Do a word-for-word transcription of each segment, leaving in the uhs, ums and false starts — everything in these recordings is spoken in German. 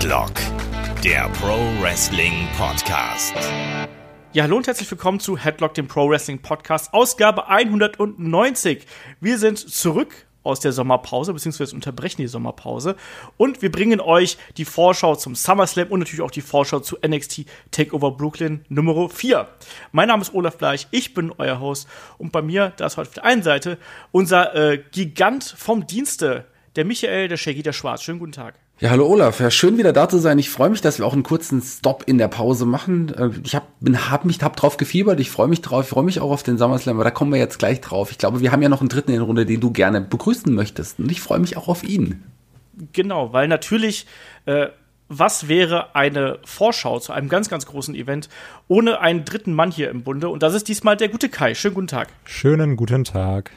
Headlock, der Pro Wrestling Podcast. Ja, hallo und herzlich willkommen zu Headlock, dem Pro Wrestling Podcast, Ausgabe hundertneunzig. Wir sind zurück aus der Sommerpause, beziehungsweise unterbrechen die Sommerpause. Und wir bringen euch die Vorschau zum SummerSlam und natürlich auch die Vorschau zu N X T TakeOver Brooklyn Nummer vier. Mein Name ist Olaf Bleich, ich bin euer Host. Und bei mir, da ist heute auf der einen Seite unser äh, Gigant vom Dienste, der Michael, der Shaggy, der Schwarz. Schönen guten Tag. Ja, hallo Olaf, ja, schön wieder da zu sein. Ich freue mich, dass wir auch einen kurzen Stop in der Pause machen. Ich habe hab mich hab drauf gefiebert, ich freue mich drauf, ich freue mich auch auf den SummerSlam, aber da kommen wir jetzt gleich drauf. Ich glaube, wir haben ja noch einen dritten in der Runde, den du gerne begrüßen möchtest und ich freue mich auch auf ihn. Genau, weil natürlich, äh, was wäre eine Vorschau zu einem ganz, ganz großen Event ohne einen dritten Mann hier im Bunde? Und das ist diesmal der gute Kai. Schönen guten Tag. Schönen guten Tag.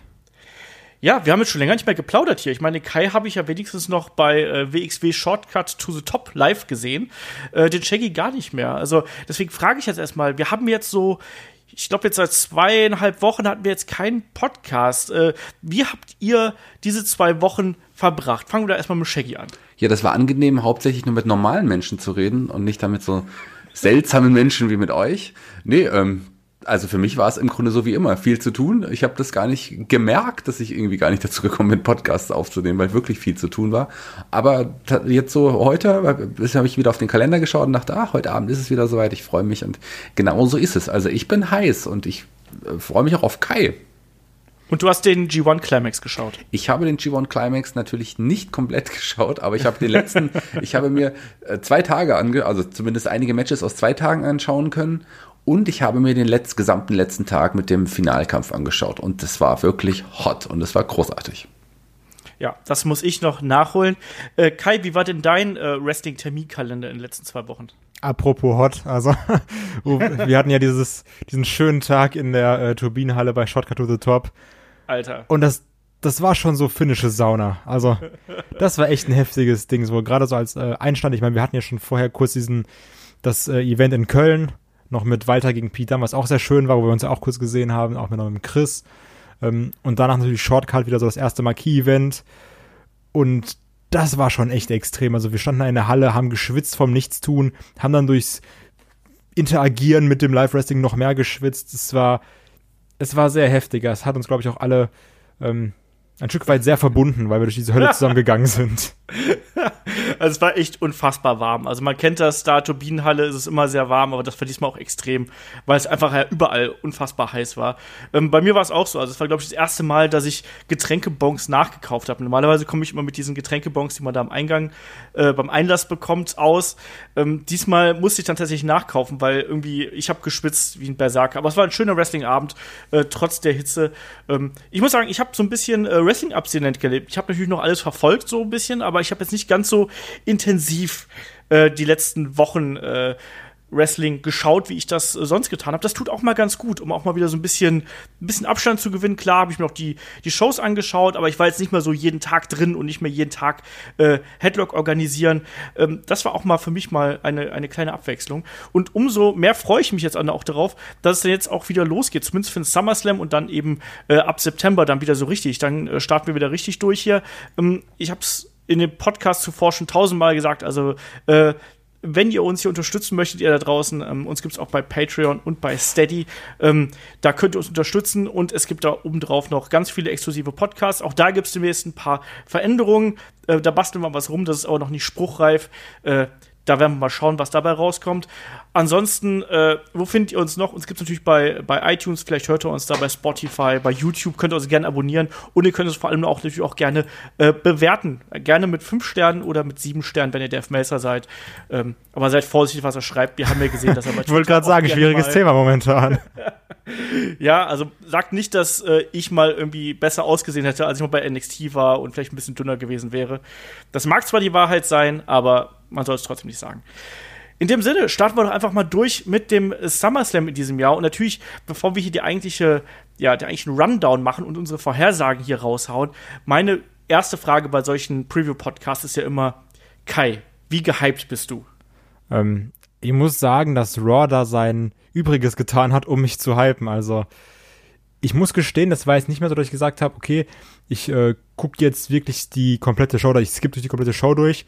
Ja, wir haben jetzt schon länger nicht mehr geplaudert hier. Ich meine, Kai habe ich ja wenigstens noch bei äh, W X W Shortcut to the Top live gesehen. Äh, den Shaggy gar nicht mehr. Also deswegen frage ich jetzt erstmal, wir haben jetzt so, ich glaube jetzt seit zweieinhalb Wochen hatten wir jetzt keinen Podcast. Äh, wie habt ihr diese zwei Wochen verbracht? Fangen wir da erstmal mit Shaggy an. Ja, das war angenehm, hauptsächlich nur mit normalen Menschen zu reden und nicht damit so seltsamen Menschen wie mit euch. Nee, ähm, also für mich war es im Grunde so wie immer, viel zu tun. Ich habe das gar nicht gemerkt, dass ich irgendwie gar nicht dazu gekommen bin, Podcasts aufzunehmen, weil wirklich viel zu tun war. Aber jetzt so heute habe ich wieder auf den Kalender geschaut und dachte, ach, heute Abend ist es wieder soweit, ich freue mich. Und genau so ist es. Also ich bin heiß und ich freue mich auch auf Kai. Und du hast den G eins Climax geschaut? Ich habe den G eins Climax natürlich nicht komplett geschaut, aber ich habe den letzten, ich habe mir zwei Tage ange, also zumindest einige Matches aus zwei Tagen anschauen können. Und ich habe mir den letzt, gesamten letzten Tag mit dem Finalkampf angeschaut. Und das war wirklich hot und das war großartig. Ja, das muss ich noch nachholen. Äh, Kai, wie war denn dein äh, Wrestling-Terminkalender in den letzten zwei Wochen? Apropos hot, also wir hatten ja dieses, diesen schönen Tag in der äh, Turbinenhalle bei Shortcut to the Top. Alter. Und das, das war schon so finnische Sauna. Also das war echt ein heftiges Ding. So gerade so als äh, Einstand. Ich meine, wir hatten ja schon vorher kurz diesen das äh, Event in Köln. Noch mit Walter gegen Pete Dunne, was auch sehr schön war, wo wir uns ja auch kurz gesehen haben, auch mit noch mit Chris. Ähm, und danach natürlich Shortcut, wieder so das erste Marquis-Event. Und das war schon echt extrem. Also wir standen da in der Halle, haben geschwitzt vom Nichtstun, haben dann durchs Interagieren mit dem Live-Wrestling noch mehr geschwitzt. Es war, es war sehr heftiger. Es hat uns, glaube ich, auch alle ähm, ein Stück weit sehr verbunden, weil wir durch diese Hölle zusammengegangen sind. Also es war echt unfassbar warm. Also man kennt das, da Turbinenhalle ist es immer sehr warm, aber das war diesmal auch extrem, weil es einfach ja überall unfassbar heiß war. Ähm, bei mir war es auch so. Also es war, glaube ich, das erste Mal, dass ich Getränkebons nachgekauft habe. Normalerweise komme ich immer mit diesen Getränkebons, die man da am Eingang, äh, beim Einlass bekommt, aus. Ähm, diesmal musste ich dann tatsächlich nachkaufen, weil irgendwie, ich habe geschwitzt wie ein Berserker. Aber es war ein schöner Wrestling-Abend, äh, trotz der Hitze. Ähm, ich muss sagen, ich habe so ein bisschen äh, Wrestling-abstinent gelebt. Ich habe natürlich noch alles verfolgt, so ein bisschen, aber ich habe jetzt nicht ganz so intensiv äh, die letzten Wochen äh, Wrestling geschaut, wie ich das äh, sonst getan habe. Das tut auch mal ganz gut, um auch mal wieder so ein bisschen, ein bisschen Abstand zu gewinnen. Klar habe ich mir auch die, die Shows angeschaut, aber ich war jetzt nicht mehr so jeden Tag drin und nicht mehr jeden Tag äh, Headlock organisieren. Ähm, das war auch mal für mich mal eine, eine kleine Abwechslung. Und umso mehr freue ich mich jetzt auch darauf, dass es dann jetzt auch wieder losgeht, zumindest für den SummerSlam und dann eben äh, ab September dann wieder so richtig. Dann äh, starten wir wieder richtig durch hier. Ähm, ich habe es in dem Podcast zuvor schon tausendmal gesagt, also äh, wenn ihr uns hier unterstützen möchtet, ihr da draußen, ähm, uns gibt es auch bei Patreon und bei Steady, ähm, da könnt ihr uns unterstützen und es gibt da obendrauf noch ganz viele exklusive Podcasts, auch da gibt es demnächst ein paar Veränderungen, äh, da basteln wir was rum, das ist aber noch nicht spruchreif, äh, da werden wir mal schauen, was dabei rauskommt. Ansonsten, äh, wo findet ihr uns noch? Uns gibt es natürlich bei, bei iTunes, vielleicht hört ihr uns da bei Spotify, bei YouTube, könnt ihr uns gerne abonnieren und ihr könnt uns vor allem auch natürlich auch gerne äh, bewerten. Gerne mit fünf Sternen oder mit sieben Sternen, wenn ihr Dave Meltzer seid. Ähm, aber seid vorsichtig, was er schreibt. Wir haben ja gesehen, dass er bei Ich wollte gerade sagen, schwieriges Thema momentan. Ja, also sagt nicht, dass äh, ich mal irgendwie besser ausgesehen hätte, als ich mal bei N X T war und vielleicht ein bisschen dünner gewesen wäre. Das mag zwar die Wahrheit sein, aber man soll es trotzdem nicht sagen. In dem Sinne, starten wir doch einfach mal durch mit dem SummerSlam in diesem Jahr. Und natürlich, bevor wir hier die eigentliche, ja, den eigentlichen Rundown machen und unsere Vorhersagen hier raushauen, meine erste Frage bei solchen Preview-Podcasts ist ja immer, Kai, wie gehypt bist du? Ähm, ich muss sagen, dass Raw da sein Übriges getan hat, um mich zu hypen. Also ich muss gestehen, das war jetzt nicht mehr so, dass ich gesagt habe, okay, ich äh, gucke jetzt wirklich die komplette Show, oder ich skippe durch die komplette Show durch,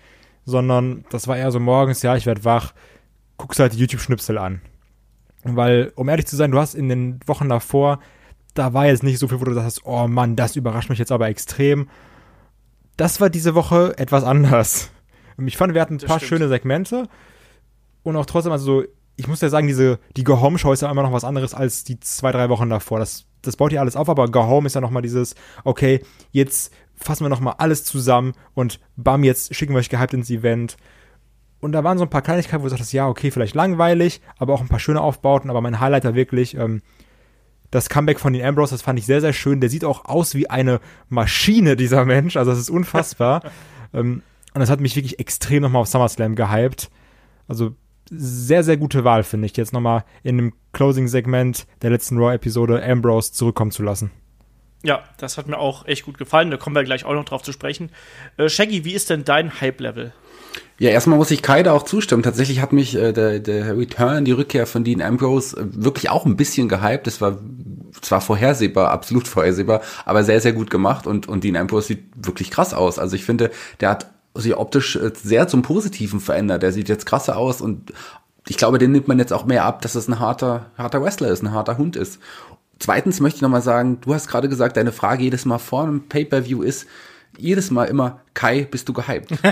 sondern das war eher so morgens, ja, ich werde wach, guckst halt die YouTube-Schnipsel an. Weil, um ehrlich zu sein, du hast in den Wochen davor, da war jetzt nicht so viel, wo du sagst, oh Mann, das überrascht mich jetzt aber extrem. Das war diese Woche etwas anders. Ich fand, wir hatten ein das paar stimmt. schöne Segmente und auch trotzdem, also so, ich muss ja sagen, diese, die Go Home Show ist ja immer noch was anderes als die zwei, drei Wochen davor. Das, das baut ja alles auf, aber Go Home ist ja nochmal dieses, okay, jetzt fassen wir nochmal alles zusammen und bam, jetzt schicken wir euch gehypt ins Event. Und da waren so ein paar Kleinigkeiten, wo du sagst, ja, okay, vielleicht langweilig, aber auch ein paar schöne Aufbauten, aber mein Highlight war wirklich, ähm, das Comeback von den Ambrose, das fand ich sehr, sehr schön. Der sieht auch aus wie eine Maschine, dieser Mensch, also das ist unfassbar. ähm, und das hat mich wirklich extrem nochmal auf SummerSlam gehypt. Also sehr, sehr gute Wahl, finde ich, jetzt nochmal in dem Closing-Segment der letzten Raw-Episode Ambrose zurückkommen zu lassen. Ja, das hat mir auch echt gut gefallen. Da kommen wir gleich auch noch drauf zu sprechen. Äh, Shaggy, wie ist denn dein Hype-Level? Ja, erstmal muss ich Kai da auch zustimmen. Tatsächlich hat mich äh, der, der Return, die Rückkehr von Dean Ambrose äh, wirklich auch ein bisschen gehypt. Das war zwar vorhersehbar, absolut vorhersehbar, aber sehr, sehr gut gemacht. Und, und Dean Ambrose sieht wirklich krass aus. Also ich finde, der hat sich optisch äh, sehr zum Positiven verändert. Der sieht jetzt krasser aus und ich glaube, den nimmt man jetzt auch mehr ab, dass es ein harter, harter Wrestler ist, ein harter Hund ist. Zweitens möchte ich nochmal sagen, du hast gerade gesagt, deine Frage jedes Mal vor einem Pay-Per-View ist, jedes Mal immer, Kai, bist du gehypt? So.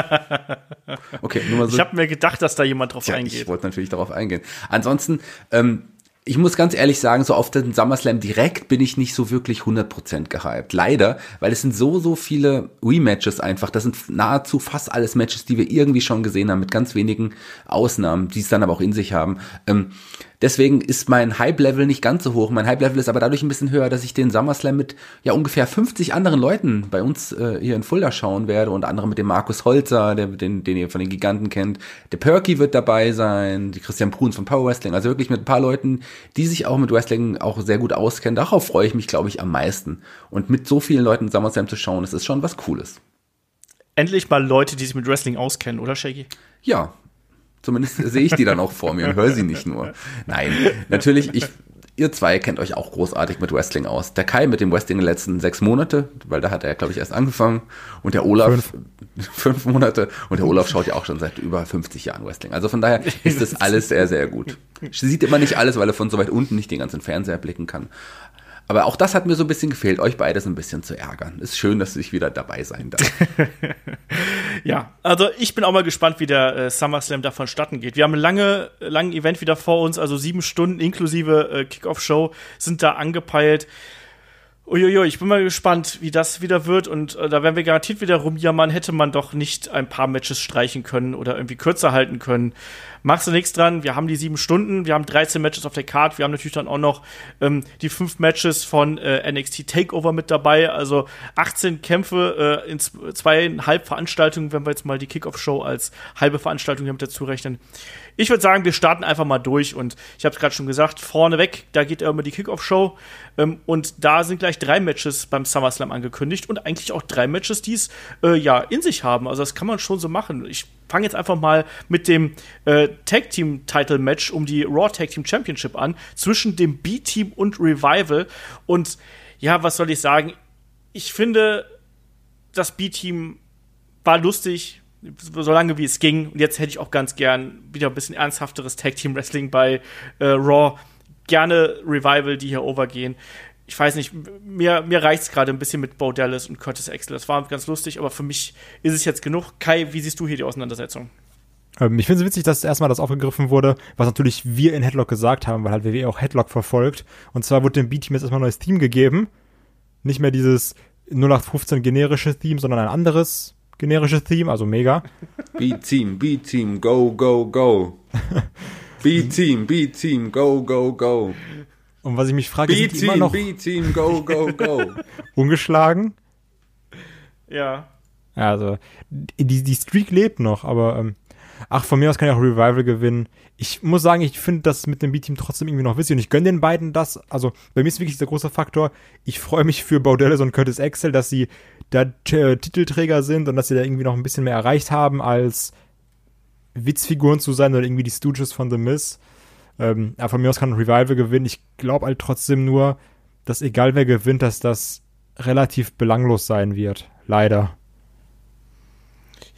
Okay, nur mal so. Ich habe mir gedacht, dass da jemand drauf Tja, eingeht. Ich wollte natürlich darauf eingehen. Ansonsten, ähm, ich muss ganz ehrlich sagen, so auf den SummerSlam direkt bin ich nicht so wirklich hundert Prozent gehypt. Leider, weil es sind so, so viele Rematches einfach. Das sind nahezu fast alles Matches, die wir irgendwie schon gesehen haben, mit ganz wenigen Ausnahmen, die es dann aber auch in sich haben. Ähm, Deswegen ist mein Hype-Level nicht ganz so hoch. Mein Hype-Level ist aber dadurch ein bisschen höher, dass ich den SummerSlam mit ja ungefähr fünfzig anderen Leuten bei uns äh, hier in Fulda schauen werde. Unter anderem mit dem Markus Holzer, der, den, den ihr von den Giganten kennt. Der Perky wird dabei sein, die Christian Bruns von Power Wrestling. Also wirklich mit ein paar Leuten, die sich auch mit Wrestling auch sehr gut auskennen. Darauf freue ich mich, glaube ich, am meisten. Und mit so vielen Leuten SummerSlam zu schauen, das ist schon was Cooles. Endlich mal Leute, die sich mit Wrestling auskennen, oder Shaggy? Ja. Zumindest sehe ich die dann auch vor mir und höre sie nicht nur. Nein, natürlich, ich, ihr zwei kennt euch auch großartig mit Wrestling aus. Der Kai mit dem Wrestling in den letzten sechs Monate, weil da hat er, glaube ich, erst angefangen. Und der Olaf, fünf. fünf Monate. Und der Olaf schaut ja auch schon seit über fünfzig Jahren Wrestling. Also von daher ist das alles sehr, sehr gut. Sieht immer nicht alles, weil er von so weit unten nicht den ganzen Fernseher blicken kann. Aber auch das hat mir so ein bisschen gefehlt, euch beide so ein bisschen zu ärgern. Ist schön, dass ich wieder dabei sein darf. Ja, also ich bin auch mal gespannt, wie der äh, SummerSlam da vonstatten geht. Wir haben ein lange, langen Event wieder vor uns, also sieben Stunden inklusive äh, Kickoff-Show sind da angepeilt. Uiuiui, ich bin mal gespannt, wie das wieder wird und äh, da werden wir garantiert wieder rumjammern, hätte man doch nicht ein paar Matches streichen können oder irgendwie kürzer halten können. Machst du nichts dran, wir haben die sieben Stunden, wir haben dreizehn Matches auf der Card, wir haben natürlich dann auch noch ähm, die fünf Matches von äh, N X T Takeover mit dabei, also achtzehn Kämpfe äh, in z- zweieinhalb Veranstaltungen, wenn wir jetzt mal die Kickoff-Show als halbe Veranstaltung hier mit dazu rechnen. Ich würde sagen, wir starten einfach mal durch und ich habe es gerade schon gesagt, vorneweg, da geht immer die Kickoff-Show ähm, und da sind gleich drei Matches beim SummerSlam angekündigt und eigentlich auch drei Matches, die es äh, ja in sich haben, also das kann man schon so machen. Ich fange jetzt einfach mal mit dem äh, Tag-Team-Title-Match um die Raw Tag-Team Championship an, zwischen dem B-Team und Revival. Und ja, was soll ich sagen? Ich finde, das B-Team war lustig, so lange wie es ging. Und jetzt hätte ich auch ganz gern wieder ein bisschen ernsthafteres Tag-Team-Wrestling bei äh, Raw. Gerne Revival, die hier overgehen. Ich weiß nicht, mir, mir reicht es gerade ein bisschen mit Bo Dallas und Curtis Axel. Das war ganz lustig, aber für mich ist es jetzt genug. Kai, wie siehst du hier die Auseinandersetzung? Ähm, ich finde es witzig, dass erstmal das aufgegriffen wurde, was natürlich wir in Headlock gesagt haben, weil halt W W E auch Headlock verfolgt. Und zwar wurde dem B-Team jetzt erstmal ein neues Theme gegeben. Nicht mehr dieses null acht fünfzehn generische Theme, sondern ein anderes generisches Theme, also mega. B-Team, B-Team, go, go, go. B-Team, B-Team, go, go, go. Und was ich mich frage, sind die immer noch B-Team, go, go, go. ungeschlagen? Ja. Also, die, die Streak lebt noch, aber ähm, ach, von mir aus kann ja auch Revival gewinnen. Ich muss sagen, ich finde das mit dem B-Team trotzdem irgendwie noch witzig und ich gönne den beiden das. Also, bei mir ist wirklich der große Faktor, ich freue mich für Bo Dallas und Curtis Axel, dass sie da äh, Titelträger sind und dass sie da irgendwie noch ein bisschen mehr erreicht haben, als Witzfiguren zu sein oder irgendwie die Stooges von The Miz. Ähm, aber von mir aus kann Revival gewinnen. Ich glaube halt trotzdem nur, dass egal wer gewinnt, dass das relativ belanglos sein wird. Leider.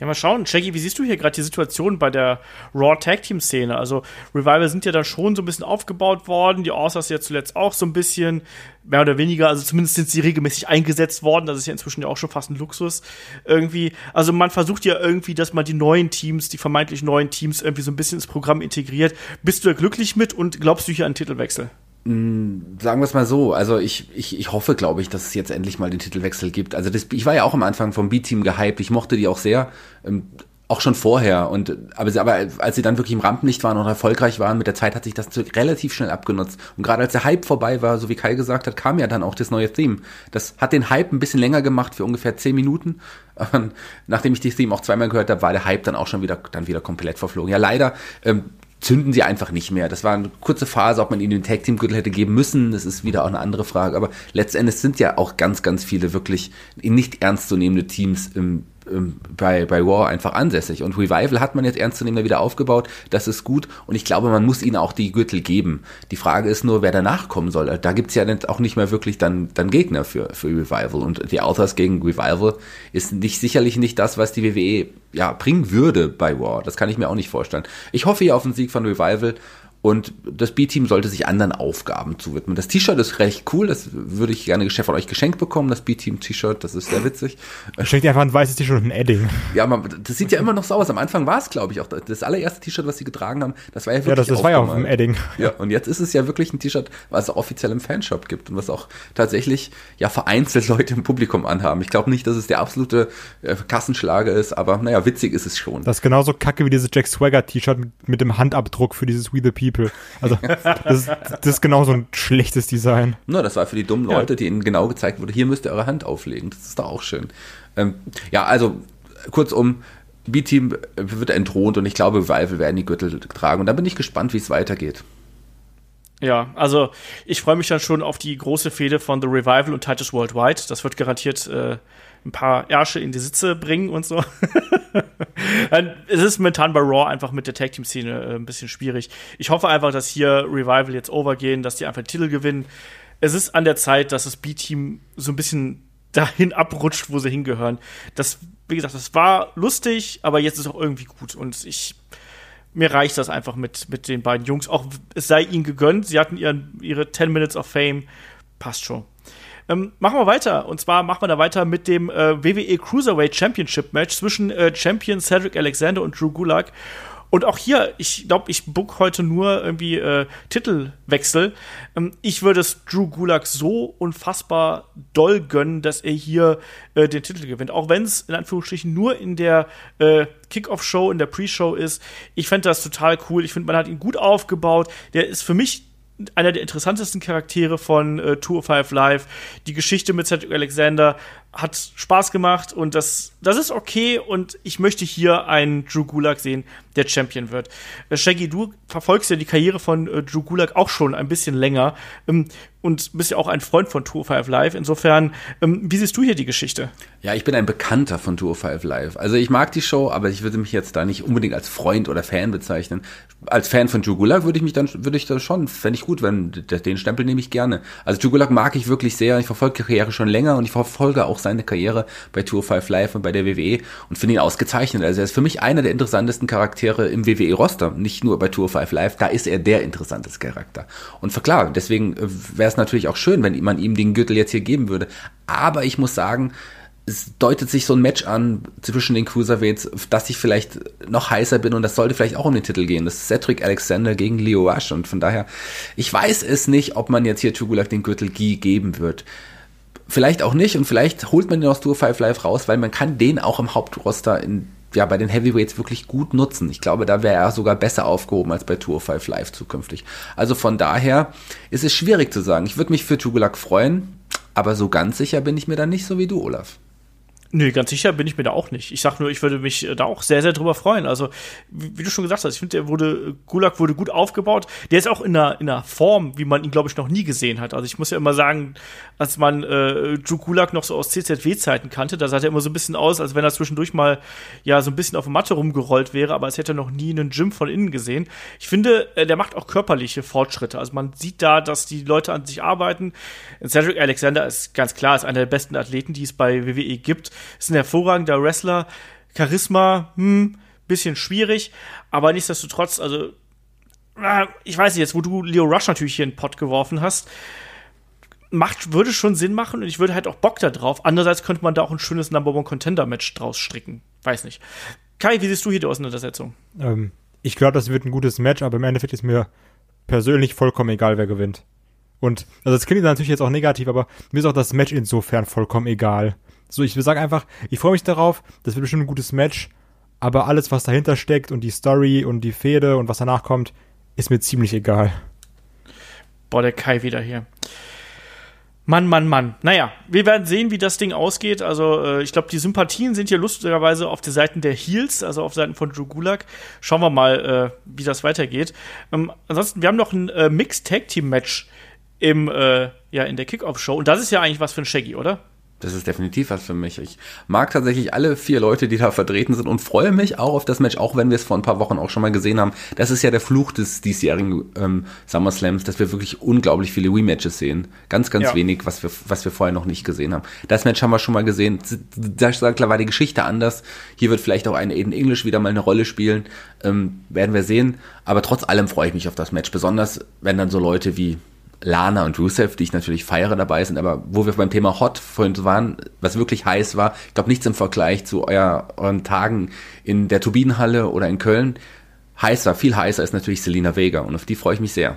Ja, mal schauen. Shaggy, wie siehst du hier gerade die Situation bei der Raw-Tag-Team-Szene? Also, Revival sind ja dann schon so ein bisschen aufgebaut worden, die Authors ja zuletzt auch so ein bisschen, mehr oder weniger, also zumindest sind sie regelmäßig eingesetzt worden, das ist ja inzwischen ja auch schon fast ein Luxus irgendwie. Also, man versucht ja irgendwie, dass man die neuen Teams, die vermeintlich neuen Teams irgendwie so ein bisschen ins Programm integriert. Bist du da glücklich mit und glaubst du hier an Titelwechsel? Sagen wir es mal so, also ich, ich, ich hoffe, glaube ich, dass es jetzt endlich mal den Titelwechsel gibt. Also das, ich war ja auch am Anfang vom B-Team gehypt, ich mochte die auch sehr, ähm, auch schon vorher. Und aber, sie, aber als sie dann wirklich im Rampenlicht waren und erfolgreich waren, mit der Zeit hat sich das relativ schnell abgenutzt. Und gerade als der Hype vorbei war, so wie Kai gesagt hat, kam ja dann auch das neue Theme. Das hat den Hype ein bisschen länger gemacht, für ungefähr zehn Minuten. Und nachdem ich das Theme auch zweimal gehört habe, war der Hype dann auch schon wieder, dann wieder komplett verflogen. Ja, leider ähm, zünden sie einfach nicht mehr. Das war eine kurze Phase, ob man ihnen den Tag-Team-Gürtel hätte geben müssen, das ist wieder auch eine andere Frage, aber letztendlich sind ja auch ganz, ganz viele wirklich nicht ernstzunehmende Teams im, im, bei, bei Raw einfach ansässig und Revival hat man jetzt ernstzunehmender wieder aufgebaut, das ist gut und ich glaube, man muss ihnen auch die Gürtel geben. Die Frage ist nur, wer danach kommen soll. Da gibt's ja auch nicht mehr wirklich dann, dann Gegner für, für Revival und die Authors gegen Revival ist nicht, sicherlich nicht das, was die W W E ja, bringen würde bei Raw. Das kann ich mir auch nicht vorstellen. Ich hoffe hier auf den Sieg von Revival und das B-Team sollte sich anderen Aufgaben zuwidmen. Das T-Shirt ist recht cool, das würde ich gerne von euch geschenkt bekommen, das B-Team-T-Shirt, das ist sehr witzig. Schenkt dir einfach ein weißes T-Shirt und ein Edding. Ja, man, das sieht ja immer noch so aus. Am Anfang war es, glaube ich, auch das allererste T-Shirt, was sie getragen haben, das war ja wirklich Ja, das, das war ja auf dem Edding. Ja, und jetzt ist es ja wirklich ein T-Shirt, was es offiziell im Fanshop gibt und was auch tatsächlich ja vereinzelt Leute im Publikum anhaben. Ich glaube nicht, dass es der absolute äh, Kassenschlager ist, aber naja, witzig ist es schon. Das ist genauso kacke wie dieses Jack Swagger-T-Shirt mit, mit dem Handabdruck für dieses We the People. Also das, das ist genau so ein schlechtes Design. Na, das war für die dummen Leute, ja, die ihnen genau gezeigt wurde, hier müsst ihr eure Hand auflegen. Das ist doch auch schön. Ähm, ja, also kurzum, B-Team wird entthront und ich glaube, Revival werden die Gürtel tragen. Und da bin ich gespannt, wie es weitergeht. Ja, also ich freue mich dann schon auf die große Fehde von The Revival und Titus Worldwide. Das wird garantiert äh, ein paar Ärsche in die Sitze bringen und so. Es ist momentan bei Raw einfach mit der Tag-Team-Szene äh, ein bisschen schwierig. Ich hoffe einfach, dass hier Revival jetzt overgehen, dass die einfach den Titel gewinnen. Es ist an der Zeit, dass das B-Team so ein bisschen dahin abrutscht, wo sie hingehören. Das, wie gesagt, das war lustig, aber jetzt ist auch irgendwie gut. Und ich mir reicht das einfach mit, mit den beiden Jungs. Auch es sei ihnen gegönnt. Sie hatten ihren, ihre ten Minutes of Fame. Passt schon. Ähm, machen wir weiter. Und zwar machen wir da weiter mit dem äh, W W E Cruiserweight Championship Match zwischen äh, Champion Cedric Alexander und Drew Gulak. Und auch hier, ich glaube, ich book heute nur irgendwie äh, Titelwechsel. Ähm, ich würde es Drew Gulak so unfassbar doll gönnen, dass er hier äh, den Titel gewinnt. Auch wenn es in Anführungsstrichen nur in der äh, Kickoff-Show, in der Pre-Show ist. Ich fände das total cool. Ich finde, man hat ihn gut aufgebaut. Der ist für mich einer der interessantesten Charaktere von äh, two oh five Live. Die Geschichte mit Cedric Alexander hat Spaß gemacht und das, das ist okay und ich möchte hier einen Drew Gulak sehen, der Champion wird. Äh, Shaggy, du verfolgst ja die Karriere von äh, Drew Gulak auch schon ein bisschen länger ähm, und bist ja auch ein Freund von two oh five Live. Insofern, ähm, wie siehst du hier die Geschichte? Ja, ich bin ein Bekannter von two oh five Live. Also ich mag die Show, aber ich würde mich jetzt da nicht unbedingt als Freund oder Fan bezeichnen. Als Fan von Drew Gulak würde ich mich dann, würde ich das schon, fände ich gut, wenn den Stempel nehme ich gerne. Also Drew Gulak mag ich wirklich sehr. Ich verfolge die Karriere schon länger und ich verfolge auch seine Karriere bei two oh five Live und bei der W W E und finde ihn ausgezeichnet. Also er ist für mich einer der interessantesten Charaktere im W W E-Roster, nicht nur bei two oh five Live, da ist er der interessanteste Charakter. Und klar, deswegen wäre es natürlich auch schön, wenn man ihm den Gürtel jetzt hier geben würde. Aber ich muss sagen, es deutet sich so ein Match an zwischen den Cruiserweights, dass ich vielleicht noch heißer bin und das sollte vielleicht auch um den Titel gehen. Das ist Cedric Alexander gegen Lio Rush und von daher, ich weiß es nicht, ob man jetzt hier Drew Gulak den Gürtel geben wird. Vielleicht auch nicht und vielleicht holt man den aus two oh five Live raus, weil man kann den auch im Hauptroster in, ja, bei den Heavyweights wirklich gut nutzen. Ich glaube, da wäre er sogar besser aufgehoben als bei two oh five Live zukünftig. Also von daher ist es schwierig zu sagen. Ich würde mich für Drew Gulak freuen, aber so ganz sicher bin ich mir da nicht, so wie du, Olaf. Nö, ganz sicher bin ich mir da auch nicht. Ich sag nur, ich würde mich da auch sehr, sehr drüber freuen. Also, wie, wie du schon gesagt hast, ich finde, der wurde, Gulak wurde gut aufgebaut. Der ist auch in einer, in einer Form, wie man ihn, glaube ich, noch nie gesehen hat. Also, ich muss ja immer sagen, als man äh, Drew Gulak noch so aus C Z W-Zeiten kannte, da sah er immer so ein bisschen aus, als wenn er zwischendurch mal, ja, so ein bisschen auf der Matte rumgerollt wäre, aber als hätte er noch nie einen Gym von innen gesehen. Ich finde, äh, der macht auch körperliche Fortschritte. Also, man sieht da, dass die Leute an sich arbeiten. Cedric Alexander ist ganz klar, ist einer der besten Athleten, die es bei W W E gibt. Ist ein hervorragender Wrestler. Charisma, hm, bisschen schwierig, aber nichtsdestotrotz, also ich weiß nicht, jetzt, wo du Lio Rush natürlich hier in den Pott geworfen hast, macht, würde schon Sinn machen und ich würde halt auch Bock da drauf. Andererseits könnte man da auch ein schönes Number-One-Contender-Match draus stricken. Weiß nicht. Kai, wie siehst du hier die Auseinandersetzung? Ähm, ich glaube, das wird ein gutes Match, aber im Endeffekt ist mir persönlich vollkommen egal, wer gewinnt. Und, also das klingt natürlich jetzt auch negativ, aber mir ist auch das Match insofern vollkommen egal. So, ich sage einfach, ich freue mich darauf, das wird bestimmt ein gutes Match, aber alles, was dahinter steckt und die Story und die Fehde und was danach kommt, ist mir ziemlich egal. Boah, der Kai wieder hier. Mann, Mann, Mann. Naja, wir werden sehen, wie das Ding ausgeht. Also, äh, ich glaube, die Sympathien sind hier lustigerweise auf der Seiten der Heels, also auf Seiten von Drew Gulak. Schauen wir mal, äh, wie das weitergeht. Ähm, ansonsten, wir haben noch ein äh, Mixed-Tag-Team-Match im, äh, ja, in der Kickoff-Show. Und das ist ja eigentlich was für ein Shaggy, oder? Das ist definitiv was für mich. Ich mag tatsächlich alle vier Leute, die da vertreten sind und freue mich auch auf das Match, auch wenn wir es vor ein paar Wochen auch schon mal gesehen haben. Das ist ja der Fluch des diesjährigen ähm, SummerSlams, dass wir wirklich unglaublich viele Rematches sehen. Ganz, ganz ja. wenig, was wir, was wir vorher noch nicht gesehen haben. Das Match haben wir schon mal gesehen. Da war die Geschichte anders. Hier wird vielleicht auch ein Aiden English wieder mal eine Rolle spielen. Ähm, werden wir sehen. Aber trotz allem freue ich mich auf das Match. Besonders, wenn dann so Leute wie Lana und Rusev, die ich natürlich feiere, dabei sind, aber wo wir beim Thema Hot vorhin waren, was wirklich heiß war, ich glaube nichts im Vergleich zu euer, euren Tagen in der Turbinenhalle oder in Köln, heiß war, viel heißer ist natürlich Zelina Vega und auf die freue ich mich sehr.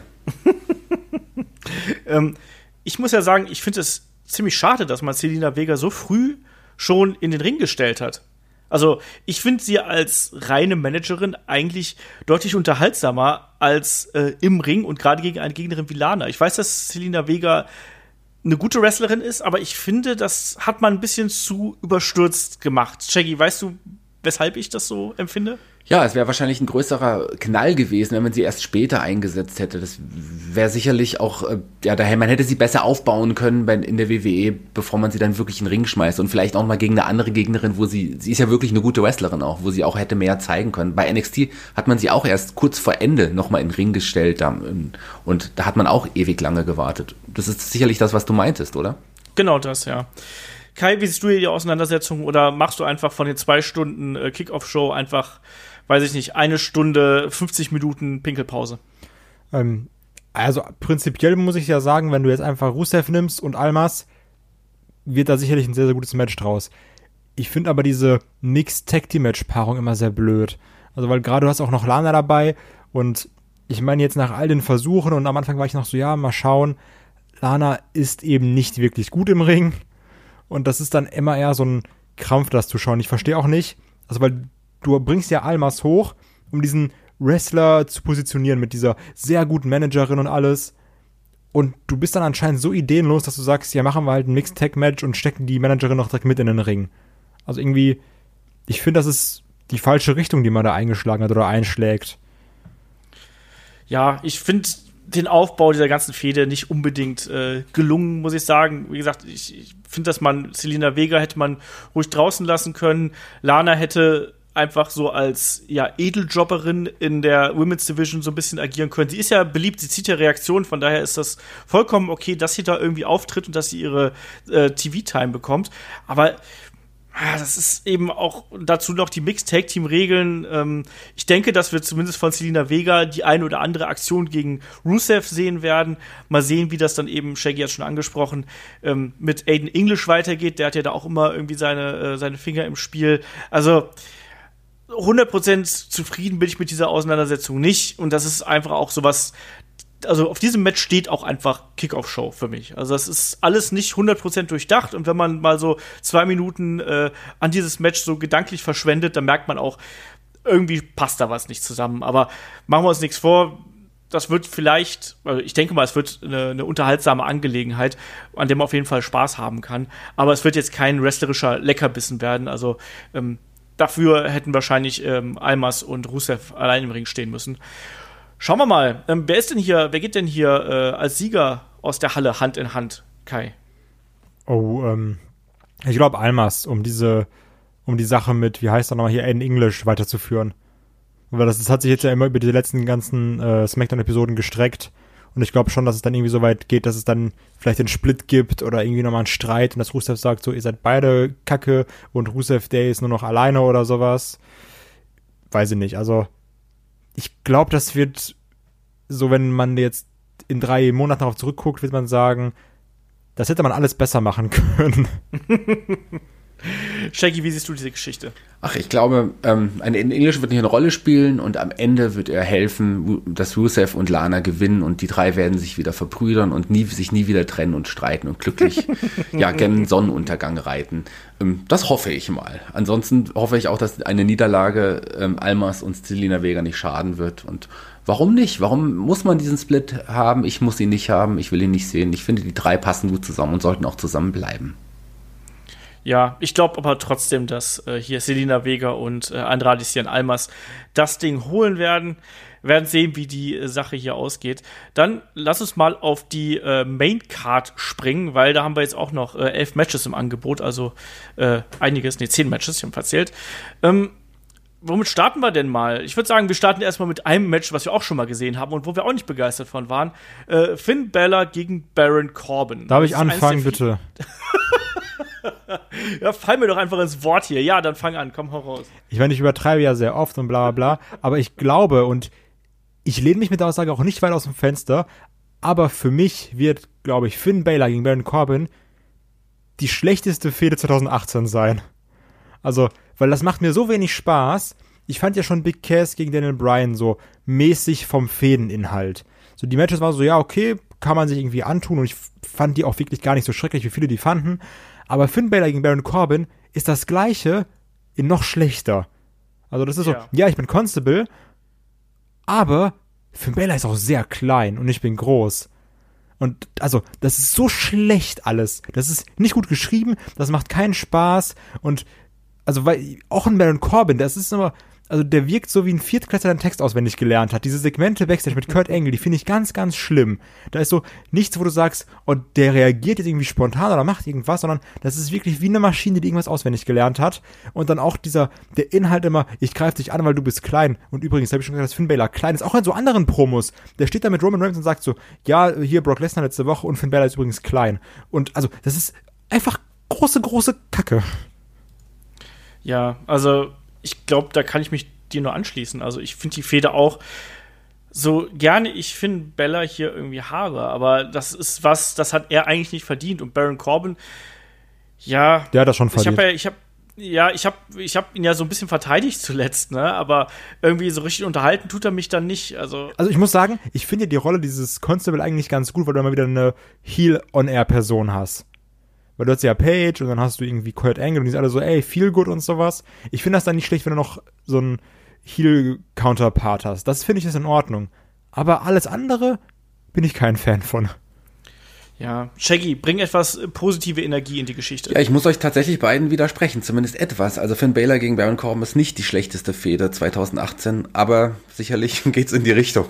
ähm, ich muss ja sagen, ich finde es ziemlich schade, dass man Zelina Vega so früh schon in den Ring gestellt hat. Also, ich finde sie als reine Managerin eigentlich deutlich unterhaltsamer als äh, im Ring und gerade gegen eine Gegnerin wie Lana. Ich weiß, dass Zelina Vega eine gute Wrestlerin ist, aber ich finde, das hat man ein bisschen zu überstürzt gemacht. Shaggy, weißt du, weshalb ich das so empfinde? Ja, es wäre wahrscheinlich ein größerer Knall gewesen, wenn man sie erst später eingesetzt hätte. Das wäre sicherlich auch, äh, ja, daher, man hätte sie besser aufbauen können bei, in der W W E, bevor man sie dann wirklich in den Ring schmeißt und vielleicht auch mal gegen eine andere Gegnerin, wo sie, sie ist ja wirklich eine gute Wrestlerin auch, wo sie auch hätte mehr zeigen können. Bei N X T hat man sie auch erst kurz vor Ende nochmal in den Ring gestellt und da hat man auch ewig lange gewartet. Das ist sicherlich das, was du meintest, oder? Genau das, ja. Kai, wie siehst du hier die Auseinandersetzung oder machst du einfach von den zwei Stunden äh, Kick-Off-Show einfach, weiß ich nicht, eine Stunde, fünfzig Minuten Pinkelpause? Ähm, also prinzipiell muss ich ja sagen, wenn du jetzt einfach Rusev nimmst und Almas, wird da sicherlich ein sehr, sehr gutes Match draus. Ich finde aber diese Mixed-Tag-Team-Match-Paarung immer sehr blöd. Also weil gerade du hast auch noch Lana dabei und ich meine jetzt nach all den Versuchen und am Anfang war ich noch so, ja, mal schauen, Lana ist eben nicht wirklich gut im Ring. Und das ist dann immer eher so ein Krampf, das zu schauen. Ich verstehe auch nicht, also weil du bringst ja Almas hoch, um diesen Wrestler zu positionieren mit dieser sehr guten Managerin und alles. Und du bist dann anscheinend so ideenlos, dass du sagst, ja, machen wir halt ein Mixed-Tag-Match und stecken die Managerin noch direkt mit in den Ring. Also irgendwie, ich finde, das ist die falsche Richtung, die man da eingeschlagen hat oder einschlägt. Ja, ich finde den Aufbau dieser ganzen Fehde nicht unbedingt äh, gelungen, muss ich sagen. Wie gesagt, ich, ich finde, dass man Zelina Vega hätte man ruhig draußen lassen können. Lana hätte einfach so als ja Edeljobberin in der Women's Division so ein bisschen agieren können. Sie ist ja beliebt, sie zieht ja Reaktionen, von daher ist das vollkommen okay, dass sie da irgendwie auftritt und dass sie ihre äh, T V-Time bekommt. Aber ah, das ist eben auch dazu noch die Mixed-Tag-Team-Regeln. Ähm, ich denke, dass wir zumindest von Zelina Vega die eine oder andere Aktion gegen Rusev sehen werden. Mal sehen, wie das dann eben, Shaggy hat schon angesprochen, ähm, mit Aiden English weitergeht. Der hat ja da auch immer irgendwie seine, äh, seine Finger im Spiel. Also hundert Prozent zufrieden bin ich mit dieser Auseinandersetzung nicht. Und das ist einfach auch sowas, also auf diesem Match steht auch einfach Kick-Off-Show für mich. Also das ist alles nicht hundert Prozent durchdacht. Und wenn man mal so zwei Minuten äh, an dieses Match so gedanklich verschwendet, dann merkt man auch, irgendwie passt da was nicht zusammen. Aber machen wir uns nichts vor, das wird vielleicht, also ich denke mal, es wird eine, eine unterhaltsame Angelegenheit, an der man auf jeden Fall Spaß haben kann. Aber es wird jetzt kein wrestlerischer Leckerbissen werden. Also ähm, dafür hätten wahrscheinlich ähm, Almas und Rusev allein im Ring stehen müssen. Schauen wir mal, ähm, wer ist denn hier, wer geht denn hier äh, als Sieger aus der Halle Hand in Hand, Kai? Oh, ähm, ich glaube Almas, um diese, um die Sache mit, wie heißt er nochmal hier, Aiden English weiterzuführen. Weil das, das hat sich jetzt ja immer über die letzten ganzen äh, Smackdown-Episoden gestreckt. Und ich glaube schon, dass es dann irgendwie so weit geht, dass es dann vielleicht einen Split gibt oder irgendwie nochmal einen Streit und dass Rusev sagt, so, ihr seid beide kacke und Rusev Day ist nur noch alleine oder sowas. Weiß ich nicht. Also, ich glaube, das wird so, wenn man jetzt in drei Monaten darauf zurückguckt, wird man sagen, das hätte man alles besser machen können. Shaggy, wie siehst du diese Geschichte? Ach, ich glaube, ähm, ein Englisch wird nicht eine Rolle spielen und am Ende wird er helfen, dass Rusev und Lana gewinnen und die drei werden sich wieder verbrüdern und nie, sich nie wieder trennen und streiten und glücklich ja, gen Sonnenuntergang reiten. Ähm, das hoffe ich mal. Ansonsten hoffe ich auch, dass eine Niederlage ähm, Almas und Zelina Vega nicht schaden wird. Und warum nicht? Warum muss man diesen Split haben? Ich muss ihn nicht haben, ich will ihn nicht sehen. Ich finde, die drei passen gut zusammen und sollten auch zusammenbleiben. Ja, ich glaube aber trotzdem, dass äh, hier Zelina Vega und äh, Andrade Cien Almas das Ding holen werden. Wir werden sehen, wie die äh, Sache hier ausgeht. Dann lass uns mal auf die äh, Main Card springen, weil da haben wir jetzt auch noch äh, elf Matches im Angebot, also äh, einiges, nee, zehn Matches, ich habe verzählt. Ähm, womit starten wir denn mal? Ich würde sagen, wir starten erstmal mit einem Match, was wir auch schon mal gesehen haben und wo wir auch nicht begeistert von waren. Äh, Finn Balor gegen Baron Corbin. Darf ich anfangen, bitte? Ja, fall mir doch einfach ins Wort hier. Ja, dann fang an, komm, hau raus. Ich meine, ich übertreibe ja sehr oft und bla bla bla, aber ich glaube, und ich lehne mich mit der Aussage auch nicht weit aus dem Fenster, aber für mich wird, glaube ich, Finn Balor gegen Baron Corbin die schlechteste Fehde zwanzig achtzehn sein. Also, weil das macht mir so wenig Spaß. Ich fand ja schon Big Cass gegen Daniel Bryan so mäßig vom Fädeninhalt. So, die Matches waren so, ja, okay, kann man sich irgendwie antun und ich fand die auch wirklich gar nicht so schrecklich, wie viele die fanden. Aber Finn Balor gegen Baron Corbin ist das Gleiche in noch schlechter. Also das ist so, ja, ja ich bin Constable, aber Finn Balor ist auch sehr klein und ich bin groß. Und also, das ist so schlecht alles. Das ist nicht gut geschrieben, das macht keinen Spaß und also, weil auch ein Baron Corbin, das ist immer, also der wirkt so wie ein Viertklässler, der einen Text auswendig gelernt hat. Diese Segmente Backstage mit Kurt Angle, die finde ich ganz, ganz schlimm. Da ist so nichts, wo du sagst, oh, der reagiert jetzt irgendwie spontan oder macht irgendwas, sondern das ist wirklich wie eine Maschine, die irgendwas auswendig gelernt hat. Und dann auch dieser, der Inhalt immer, ich greife dich an, weil du bist klein. Und übrigens, habe ich schon gesagt, dass Finn Balor klein ist, auch in so anderen Promos. Der steht da mit Roman Reigns und sagt so, ja, hier Brock Lesnar letzte Woche und Finn Balor ist übrigens klein. Und also, das ist einfach große, große Kacke. Ja, also ich glaube, da kann ich mich dir nur anschließen. Also ich finde die Fehde auch so gerne, ich finde Balor hier irgendwie habe, aber das ist was, das hat er eigentlich nicht verdient. Und Baron Corbin, ja, der hat das schon verdient. Ich habe ja, ich habe ich habe ich hab ihn ja so ein bisschen verteidigt zuletzt, ne? Aber irgendwie so richtig unterhalten tut er mich dann nicht. Also, also ich muss sagen, ich finde die Rolle dieses Constable eigentlich ganz gut, weil du immer wieder eine Heel-on-Air-Person hast. Weil du hast ja Paige und dann hast du irgendwie Kurt Angle und die sind alle so, ey, feel good und sowas. Ich finde das dann nicht schlecht, wenn du noch so einen Heel-Counterpart hast. Das finde ich ist in Ordnung. Aber alles andere bin ich kein Fan von. Ja, Shaggy, bring etwas positive Energie in die Geschichte. Ja, ich muss euch tatsächlich beiden widersprechen, zumindest etwas. Also Finn Balor gegen Baron Corbin ist nicht die schlechteste Fehde zwanzig achtzehn, aber sicherlich geht's in die Richtung.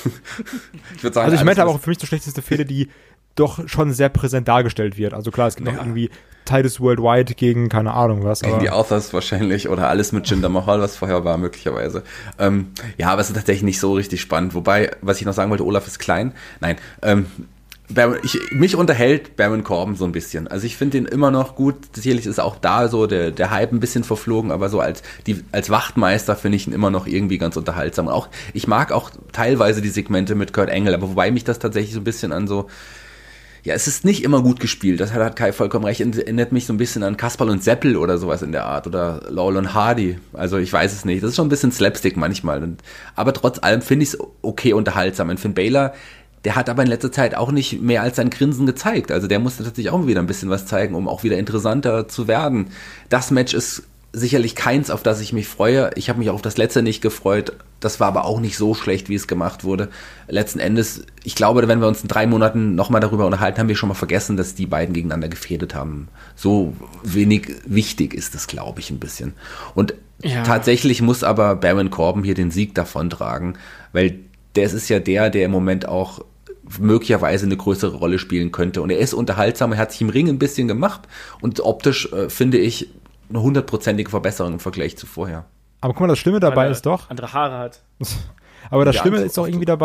Ich würde sagen, also ich meinte aber auch für mich die schlechteste Fehde, die doch schon sehr präsent dargestellt wird. Also klar, es gibt ja noch irgendwie Titus Worldwide gegen keine Ahnung was. Gegen die Authors wahrscheinlich oder alles mit Jinder Mahal, was vorher war, möglicherweise. Ähm, ja, aber es ist tatsächlich nicht so richtig spannend. Wobei, was ich noch sagen wollte, Olaf ist klein. Nein, ähm, ich, mich unterhält Baron Corbin so ein bisschen. Also ich finde den immer noch gut. Sicherlich ist auch da so der, der Hype ein bisschen verflogen, aber so als, die, als Wachtmeister finde ich ihn immer noch irgendwie ganz unterhaltsam. Und auch, ich mag auch teilweise die Segmente mit Kurt Angle, aber wobei mich das tatsächlich so ein bisschen an so, ja, es ist nicht immer gut gespielt, das hat Kai vollkommen recht, erinnert mich so ein bisschen an Kasperl und Seppel oder sowas in der Art oder Laurel und Hardy, also ich weiß es nicht, das ist schon ein bisschen Slapstick manchmal, und, aber trotz allem finde ich es okay unterhaltsam. Und Finn Balor, der hat aber in letzter Zeit auch nicht mehr als sein Grinsen gezeigt, also der musste tatsächlich auch wieder ein bisschen was zeigen, um auch wieder interessanter zu werden. Das Match ist sicherlich keins, auf das ich mich freue. Ich habe mich auch auf das letzte nicht gefreut. Das war aber auch nicht so schlecht, wie es gemacht wurde. Letzten Endes, ich glaube, wenn wir uns in drei Monaten nochmal darüber unterhalten, haben wir schon mal vergessen, dass die beiden gegeneinander gefädet haben. So wenig wichtig ist es, glaube ich, ein bisschen. Und ja, tatsächlich muss aber Baron Corbin hier den Sieg davontragen, weil der ist ja der, der im Moment auch möglicherweise eine größere Rolle spielen könnte. Und er ist unterhaltsam, er hat sich im Ring ein bisschen gemacht und optisch äh, finde ich eine hundertprozentige Verbesserung im Vergleich zu vorher. Aber guck mal, das Schlimme dabei Weil er ist doch, andere Haare hat. aber das Ja, Schlimme so ist doch so. irgendwie dabei,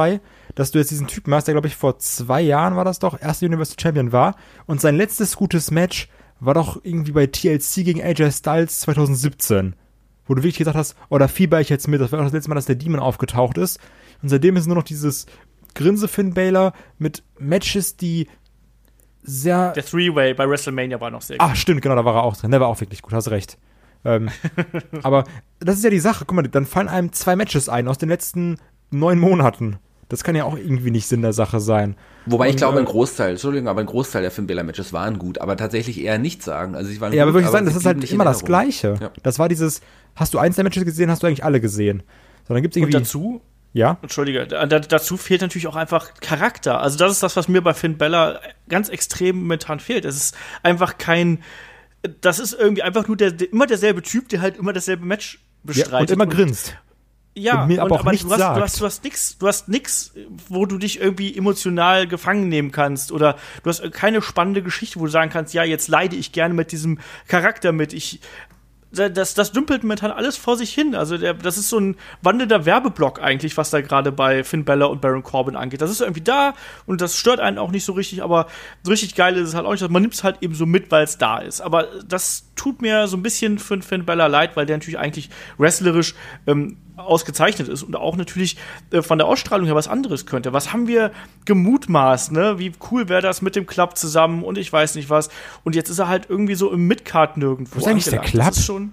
dass du jetzt diesen Typen hast, der, glaube ich, vor zwei Jahren war das doch, erster Universal Champion war und sein letztes gutes Match war doch irgendwie bei T L C gegen A J Styles zwanzig siebzehn, wo du wirklich gesagt hast, oh, da fieber ich jetzt mit, das war auch das letzte Mal, dass der Demon aufgetaucht ist und seitdem ist nur noch dieses Grinse Finn Balor mit Matches, die sehr... Der Three-Way bei WrestleMania war noch sehr gut. Ach, stimmt, genau, da war er auch drin, der war auch wirklich gut, hast recht. ähm, aber das ist ja die Sache, guck mal, dann fallen einem zwei Matches ein aus den letzten neun Monaten. Das kann ja auch irgendwie nicht Sinn der Sache sein. Wobei und, ich glaube, äh, ein Großteil, Entschuldigung, aber ein Großteil der Finn Balor-Matches waren gut, aber tatsächlich eher nicht sagen. Also sie waren ja, gut, aber würde ich aber sagen, das sie ist halt blieben nicht immer in das Erinnerung. Gleiche. Ja. Das war dieses, hast du eins der Matches gesehen, hast du eigentlich alle gesehen. So, dann gibt's irgendwie... Und dazu, ja? Entschuldige, da, dazu fehlt natürlich auch einfach Charakter. Also das ist das, was mir bei Finn Balor ganz extrem momentan fehlt. Es ist einfach kein, das ist irgendwie einfach nur der, der immer derselbe Typ, der halt immer dasselbe Match bestreitet. Ja, und immer grinst. Ja, und mir aber und, auch nichts du hast, sagt. du hast, du hast nix, du hast nix, wo du dich irgendwie emotional gefangen nehmen kannst oder du hast keine spannende Geschichte, wo du sagen kannst, ja, jetzt leide ich gerne mit diesem Charakter mit. Ich Das, das dümpelt momentan alles vor sich hin. Also der, das ist so ein wandelnder Werbeblock eigentlich, was da gerade bei Finn Balor und Baron Corbin angeht. Das ist irgendwie da und das stört einen auch nicht so richtig, aber so richtig geil ist es halt auch nicht. Man nimmt es halt eben so mit, weil es da ist. Aber das tut mir so ein bisschen für Finn Balor leid, weil der natürlich eigentlich wrestlerisch ähm, ausgezeichnet ist und auch natürlich äh, von der Ausstrahlung her was anderes könnte. Was haben wir gemutmaßt, ne? Wie cool wäre das mit dem Club zusammen und ich weiß nicht was. Und jetzt ist er halt irgendwie so im Midcard nirgendwo. Wo ist eigentlich der Club? Das ist schon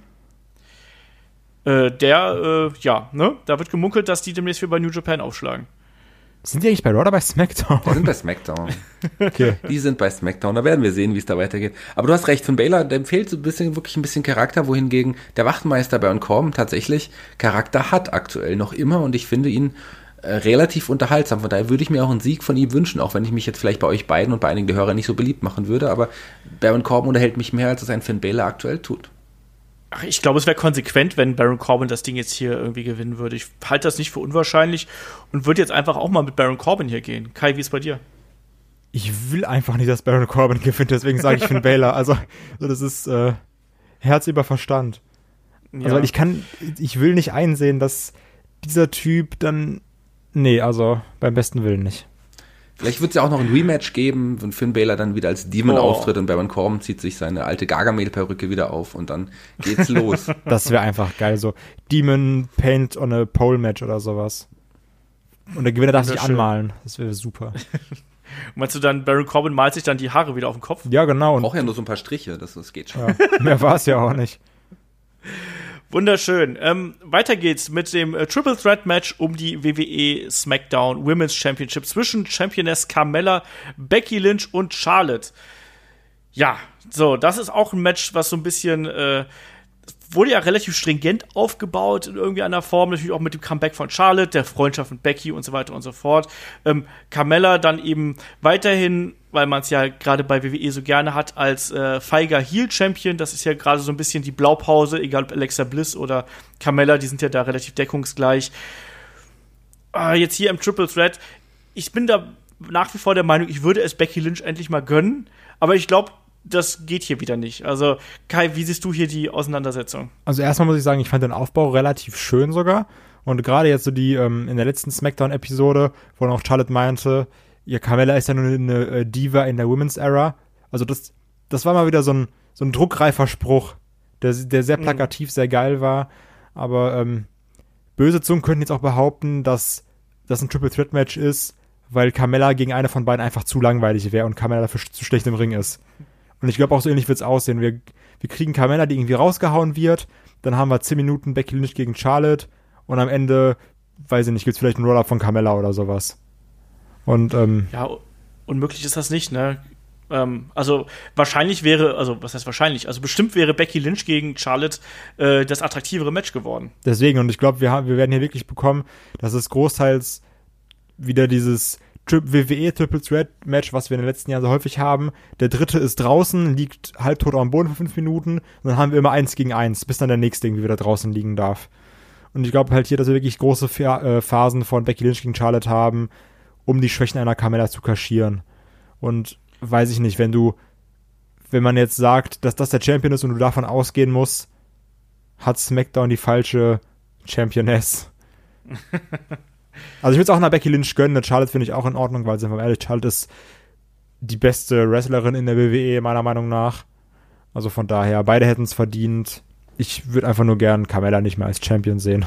äh, der, äh, ja, ne? Da wird gemunkelt, dass die demnächst wieder bei New Japan aufschlagen. Sind die eigentlich bei Raw oder bei SmackDown? Die sind bei SmackDown. Okay. Die sind bei SmackDown. Da werden wir sehen, wie es da weitergeht. Aber du hast recht, Finn Balor, dem fehlt so ein bisschen, wirklich ein bisschen Charakter, wohingegen der Wachtmeister bei Corbin tatsächlich Charakter hat aktuell noch immer und ich finde ihn äh, relativ unterhaltsam. Von daher würde ich mir auch einen Sieg von ihm wünschen, auch wenn ich mich jetzt vielleicht bei euch beiden und bei einigen der Hörer nicht so beliebt machen würde, aber Baron Corbin unterhält mich mehr, als es ein Finn Balor aktuell tut. Ach, ich glaube, es wäre konsequent, wenn Baron Corbin das Ding jetzt hier irgendwie gewinnen würde. Ich halte das nicht für unwahrscheinlich und würde jetzt einfach auch mal mit Baron Corbin hier gehen. Kai, wie ist bei dir? Ich will einfach nicht, dass Baron Corbin gewinnt, deswegen sage ich Finn Balor. Also, so, das ist äh, Herz über Verstand. Ja. Also, weil ich kann, ich will nicht einsehen, dass dieser Typ dann, nee, also beim besten Willen nicht. Vielleicht wird es ja auch noch ein Rematch geben, wenn Finn Balor dann wieder als Demon Oh. auftritt und Baron Corbin zieht sich seine alte Gargamel-Perücke wieder auf und dann geht's los. Das wäre einfach geil, so Demon Paint on a Pole Match oder sowas. Und der Gewinner darf sich Wunderschön. anmalen. Das wäre super. Meinst du dann, Baron Corbin malt sich dann die Haare wieder auf den Kopf? Ja, genau. Und Braucht ja nur so ein paar Striche, das, das geht schon. ja, mehr war es ja auch nicht. Wunderschön. Ähm, weiter geht's mit dem äh, Triple Threat Match um die W W E SmackDown Women's Championship zwischen Championess Carmella, Becky Lynch und Charlotte. Ja, so, das ist auch ein Match, was so ein bisschen äh, wurde ja relativ stringent aufgebaut in irgendwie einer Form, natürlich auch mit dem Comeback von Charlotte, der Freundschaft mit Becky und so weiter und so fort. Ähm, Carmella dann eben weiterhin, weil man es ja gerade bei W W E so gerne hat, als äh, feiger Heel-Champion. Das ist ja gerade so ein bisschen die Blaupause, egal ob Alexa Bliss oder Carmella, die sind ja da relativ deckungsgleich. Äh, jetzt hier im Triple Threat, ich bin da nach wie vor der Meinung, ich würde es Becky Lynch endlich mal gönnen, aber ich glaube, das geht hier wieder nicht. Also, Kai, wie siehst du hier die Auseinandersetzung? Also erstmal muss ich sagen, ich fand den Aufbau relativ schön sogar. Und gerade jetzt so die, ähm, in der letzten Smackdown-Episode, wo dann auch Charlotte meinte, ja, Carmella ist ja nur eine äh, Diva in der Women's Era. Also das, das war mal wieder so ein, so ein druckreifer Spruch, der, der sehr plakativ, sehr geil war. Aber ähm, böse Zungen könnten jetzt auch behaupten, dass das ein Triple Threat Match ist, weil Carmella gegen eine von beiden einfach zu langweilig wäre und Carmella dafür zu schlecht im Ring ist. Und ich glaube, auch so ähnlich wird es aussehen. Wir, wir kriegen Carmella, die irgendwie rausgehauen wird. Dann haben wir zehn Minuten Becky Lynch gegen Charlotte. Und am Ende, weiß ich nicht, gibt es vielleicht einen Roll-Up von Carmella oder sowas. Und, ähm, Ja, unmöglich ist das nicht, ne? Ähm, also, wahrscheinlich wäre, also, was heißt wahrscheinlich? Also, bestimmt wäre Becky Lynch gegen Charlotte äh, das attraktivere Match geworden. deswegen, und ich glaube, wir, haben- wir werden hier wirklich bekommen, dass es großteils wieder dieses Tri- W W E Triple Threat Match, was wir in den letzten Jahren so häufig haben. Der dritte ist draußen, liegt halbtot am Boden für fünf Minuten. Und dann haben wir immer eins gegen eins, bis dann der nächste irgendwie wieder draußen liegen darf. Und ich glaube halt hier, dass wir wirklich große Fa- äh, Phasen von Becky Lynch gegen Charlotte haben, um die Schwächen einer Carmella zu kaschieren. Und weiß ich nicht, wenn du, wenn man jetzt sagt, dass das der Champion ist und du davon ausgehen musst, hat SmackDown die falsche Championess. Also ich würde es auch einer Becky Lynch gönnen. Eine Charlotte finde ich auch in Ordnung, weil, sind wir ehrlich, Charlotte ist die beste Wrestlerin in der W W E, meiner Meinung nach. Also von daher, beide hätten es verdient. Ich würde einfach nur gern Carmella nicht mehr als Champion sehen.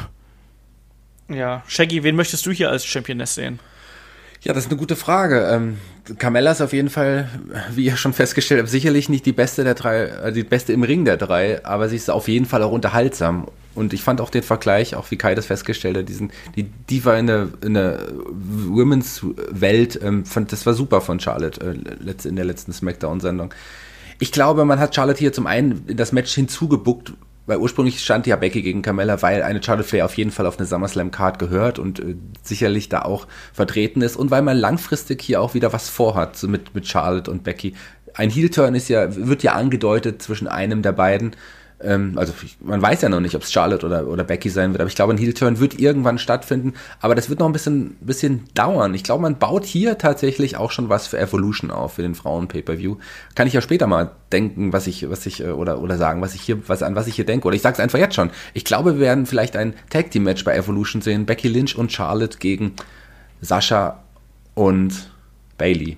Ja, Shaggy, wen möchtest du hier als Championess sehen? Ja, das ist eine gute Frage. Ähm, Carmella ist auf jeden Fall, wie ihr schon festgestellt habt, sicherlich nicht die beste der drei, äh, die beste im Ring der drei, aber sie ist auf jeden Fall auch unterhaltsam. Und ich fand auch den Vergleich, auch wie Kai das festgestellt hat, diesen, die Diva in der, in der Women's Welt, ähm, fand, das war super von Charlotte äh, in der letzten SmackDown-Sendung. Ich glaube, man hat Charlotte hier zum einen in das Match hinzugebuckt, weil ursprünglich stand ja Becky gegen Carmella, weil eine Charlotte Flair auf jeden Fall auf eine SummerSlam-Card gehört und äh, sicherlich da auch vertreten ist und weil man langfristig hier auch wieder was vorhat, so mit, mit Charlotte und Becky. Ein Heel-Turn ist ja, wird ja angedeutet zwischen einem der beiden. Ähm, also man weiß ja noch nicht, ob es Charlotte oder, oder Becky sein wird, aber ich glaube, ein Heel-Turn wird irgendwann stattfinden, aber das wird noch ein bisschen, bisschen dauern. Ich glaube, man baut hier tatsächlich auch schon was für Evolution auf, für den Frauen-Pay-Per-View. Kann ich ja später mal denken, was ich, was ich, oder, oder sagen, was ich hier, was, an was ich hier denke. Oder ich sag's einfach jetzt schon. Ich glaube, wir werden vielleicht ein Tag-Team-Match bei Evolution sehen. Becky Lynch und Charlotte gegen Sasha und Bayley.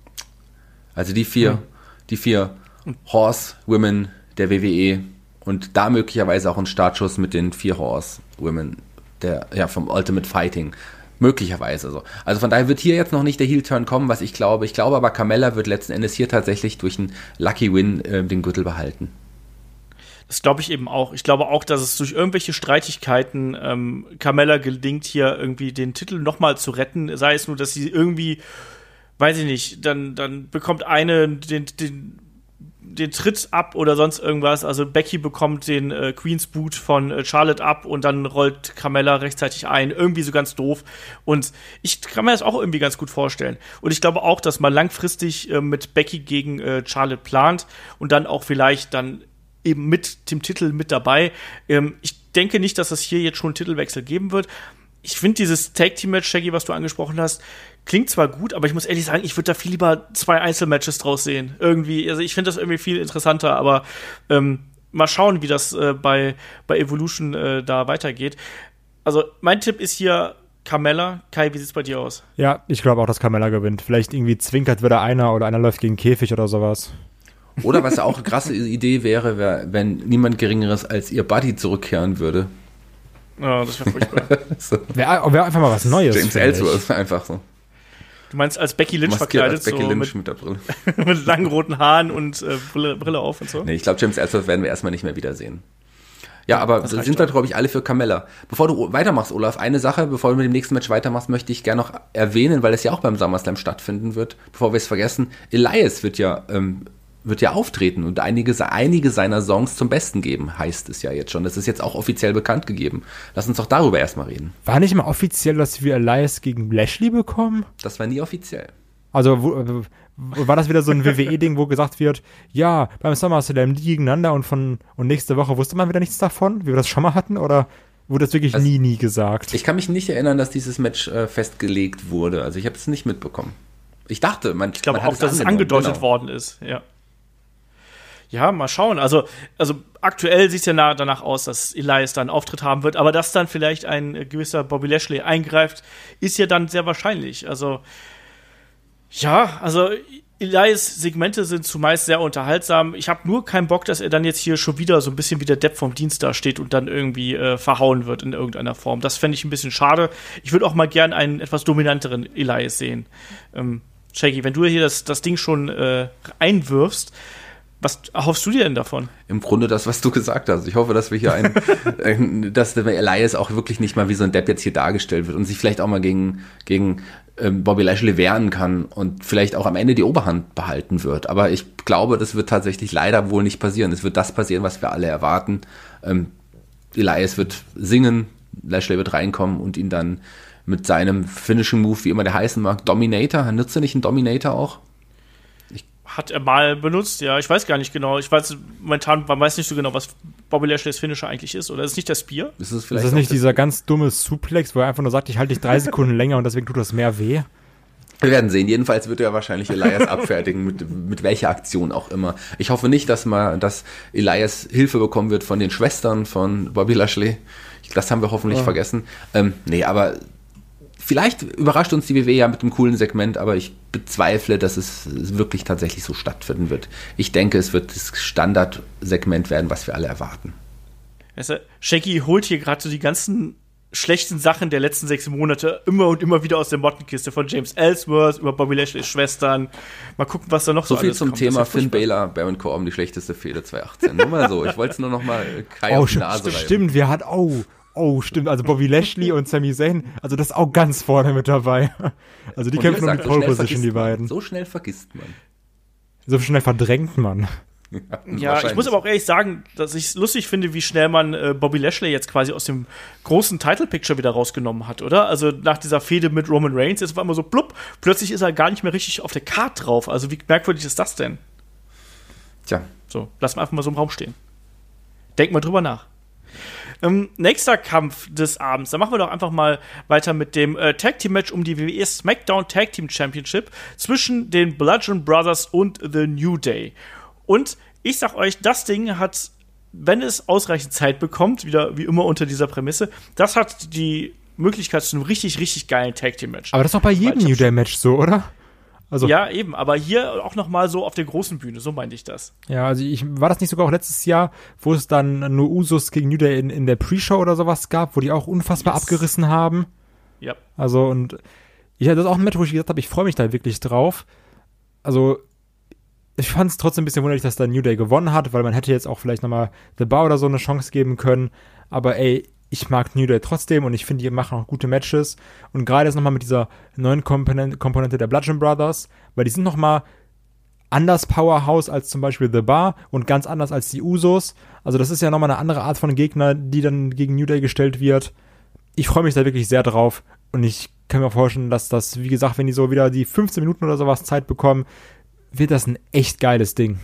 Also die vier, hm. die vier Horse-Women der W W E. Und da möglicherweise auch ein Startschuss mit den vier Horse-Women, der, ja, vom Ultimate Fighting. Möglicherweise so. Also von daher wird hier jetzt noch nicht der Heel-Turn kommen, was ich glaube. Ich glaube aber, Carmella wird letzten Endes hier tatsächlich durch einen Lucky Win äh, den Gürtel behalten. Das glaube ich eben auch. Ich glaube auch, dass es durch irgendwelche Streitigkeiten ähm, Carmella gelingt, hier irgendwie den Titel nochmal zu retten. Sei es nur, dass sie irgendwie, weiß ich nicht, dann, dann bekommt eine den, den den Tritt ab oder sonst irgendwas. Also Becky bekommt den äh, Queen's Boot von äh, Charlotte ab und dann rollt Carmella rechtzeitig ein. Irgendwie so ganz doof. Und ich kann mir das auch irgendwie ganz gut vorstellen. Und ich glaube auch, dass man langfristig äh, mit Becky gegen äh, Charlotte plant und dann auch vielleicht dann eben mit dem Titel mit dabei. Ähm, ich denke nicht, dass es hier jetzt schon einen Titelwechsel geben wird. Ich finde dieses Tag-Team-Match, Shaggy, was du angesprochen hast, klingt zwar gut, aber ich muss ehrlich sagen, ich würde da viel lieber zwei Einzelmatches draus sehen. Irgendwie, also ich finde das irgendwie viel interessanter, aber ähm, mal schauen, wie das äh, bei, bei Evolution äh, da weitergeht. Also mein Tipp ist hier Carmella. Kai, wie sieht's bei dir aus? Ja, ich glaube auch, dass Carmella gewinnt. Vielleicht irgendwie zwinkert wieder einer oder einer läuft gegen Käfig oder sowas. Oder was auch eine krasse Idee wäre, wär, wenn niemand Geringeres als ihr Buddy zurückkehren würde. Ja, das wäre furchtbar. so. Wäre wär einfach mal was Neues. James Ellsworth, einfach so. Du meinst als Becky Lynch Maskiert verkleidet, als Becky so Lynch mit, mit der Brille. mit langen roten Haaren und äh, Brille, Brille auf und so? Nee, ich glaube, James Ellsworth werden wir erstmal nicht mehr wiedersehen. Ja, aber das sind wir, glaube ich, alle für Carmella. Bevor du weitermachst, Olaf, eine Sache, bevor du mit dem nächsten Match weitermachst, möchte ich gerne noch erwähnen, weil es ja auch beim SummerSlam stattfinden wird, bevor wir es vergessen, Elias wird ja ähm, wird ja auftreten und einige, einige seiner Songs zum Besten geben, heißt es ja jetzt schon. Das ist jetzt auch offiziell bekannt gegeben. Lass uns doch darüber erstmal reden. War nicht mal offiziell, dass wir Elias gegen Lashley bekommen? Das war nie offiziell. Also wo, wo, war das wieder so ein W W E-Ding, wo gesagt wird, ja, beim SummerSlam die gegeneinander und von und nächste Woche wusste man wieder nichts davon, wie wir das schon mal hatten? Oder wurde das wirklich also, nie, nie gesagt? Ich kann mich nicht erinnern, dass dieses Match äh, festgelegt wurde. Also ich habe es nicht mitbekommen. Ich dachte, man Ich glaube man hat auch, dass es angedeutet genau. worden ist, ja. Ja, mal schauen. Also, also aktuell sieht es ja na, danach aus, dass Elias dann einen Auftritt haben wird, aber dass dann vielleicht ein äh, gewisser Bobby Lashley eingreift, ist ja dann sehr wahrscheinlich. Also, ja, also Elias Segmente sind zumeist sehr unterhaltsam. Ich habe nur keinen Bock, dass er dann jetzt hier schon wieder so ein bisschen wie der Depp vom Dienst da steht und dann irgendwie äh, verhauen wird in irgendeiner Form. Das fände ich ein bisschen schade. Ich würde auch mal gern einen etwas dominanteren Elias sehen. Ähm, Shaggy, wenn du hier das, das Ding schon äh, einwirfst, was erhoffst du dir denn davon? Im Grunde das, was du gesagt hast. Ich hoffe, dass wir hier ein, ein dass der Elias auch wirklich nicht mal wie so ein Depp jetzt hier dargestellt wird und sich vielleicht auch mal gegen, gegen ähm, Bobby Lashley wehren kann und vielleicht auch am Ende die Oberhand behalten wird. Aber ich glaube, das wird tatsächlich leider wohl nicht passieren. Es wird das passieren, was wir alle erwarten. Ähm, Elias wird singen, Lashley wird reinkommen und ihn dann mit seinem Finishing Move, wie immer der heißen mag, Dominator. Nutzt er nicht einen Dominator auch? Hat er mal benutzt, ja. Ich weiß gar nicht genau. Ich weiß momentan, man weiß nicht so genau, was Bobby Lashley's Finisher eigentlich ist. Oder ist es nicht der Spear? Ist es vielleicht ist das nicht dieser ganz dumme Suplex, wo er einfach nur sagt, ich halte dich drei Sekunden länger und deswegen tut das mehr weh? Wir werden sehen. Jedenfalls wird er wahrscheinlich Elias abfertigen, mit, mit welcher Aktion auch immer. Ich hoffe nicht, dass mal, dass Elias Hilfe bekommen wird von den Schwestern von Bobby Lashley. Das haben wir hoffentlich oh. vergessen. Ähm, nee, aber vielleicht überrascht uns die W W E ja mit einem coolen Segment, aber ich bezweifle, dass es wirklich tatsächlich so stattfinden wird. Ich denke, es wird das Standardsegment werden, was wir alle erwarten. Weißt du, Shaggy holt hier gerade so die ganzen schlechten Sachen der letzten sechs Monate immer und immer wieder aus der Mottenkiste, von James Ellsworth über Bobby Lashley's Schwestern. Mal gucken, was da noch so, so viel alles zum kommt. Thema Finn Balor, Baron Corbin, die schlechteste Fehde zwanzig achtzehn. Nur mal so, ich wollte es nur noch mal Kai oh, auf die Nase reiben. Stimmt, wir hatten, oh, oh, stimmt, also Bobby Lashley und Sami Zayn, also das ist auch ganz vorne mit dabei. Also die Und kämpfen um die gesagt, Pole so schnell Position, die vergisst man. beiden. So schnell vergisst man. So schnell verdrängt man. Ja, ich muss aber auch ehrlich sagen, dass ich es lustig finde, wie schnell man äh, Bobby Lashley jetzt quasi aus dem großen Title-Picture wieder rausgenommen hat, oder? Also nach dieser Fehde mit Roman Reigns, jetzt war immer so plupp, plötzlich ist er gar nicht mehr richtig auf der Card drauf. Also wie merkwürdig ist das denn? Tja. So, lass mal einfach mal so im Raum stehen. Denk mal drüber nach. Ähm, nächster Kampf des Abends, da machen wir doch einfach mal weiter mit dem äh, Tag-Team-Match um die W W E SmackDown Tag-Team Championship zwischen den Bludgeon Brothers und The New Day. Und ich sag euch, das Ding hat, wenn es ausreichend Zeit bekommt, wieder wie immer unter dieser Prämisse, das hat die Möglichkeit zu einem richtig, richtig geilen Tag-Team-Match. Aber das ist doch bei jedem New Day-Match so, oder? Also, ja, eben, aber hier auch noch mal so auf der großen Bühne, so meinte ich das. Ja, also ich, war das nicht sogar auch letztes Jahr, wo es dann nur Usos gegen New Day in, in der Pre-Show oder sowas gab, wo die auch unfassbar yes. abgerissen haben? Ja. Also, und ich hatte das auch ein Match, wo ich gesagt habe, ich freue mich da wirklich drauf. Also, ich fand es trotzdem ein bisschen wunderlich, dass da New Day gewonnen hat, weil man hätte jetzt auch vielleicht nochmal The Bar oder so eine Chance geben können. Aber ey, ich mag New Day trotzdem und ich finde, die machen auch gute Matches. Und gerade jetzt nochmal mit dieser neuen Komponente, Komponente der Bludgeon Brothers, weil die sind nochmal anders Powerhouse als zum Beispiel The Bar und ganz anders als die Usos. Also das ist ja nochmal eine andere Art von Gegner, die dann gegen New Day gestellt wird. Ich freue mich da wirklich sehr drauf und ich kann mir vorstellen, dass das, wie gesagt, wenn die so wieder die fünfzehn Minuten oder sowas Zeit bekommen, wird das ein echt geiles Ding.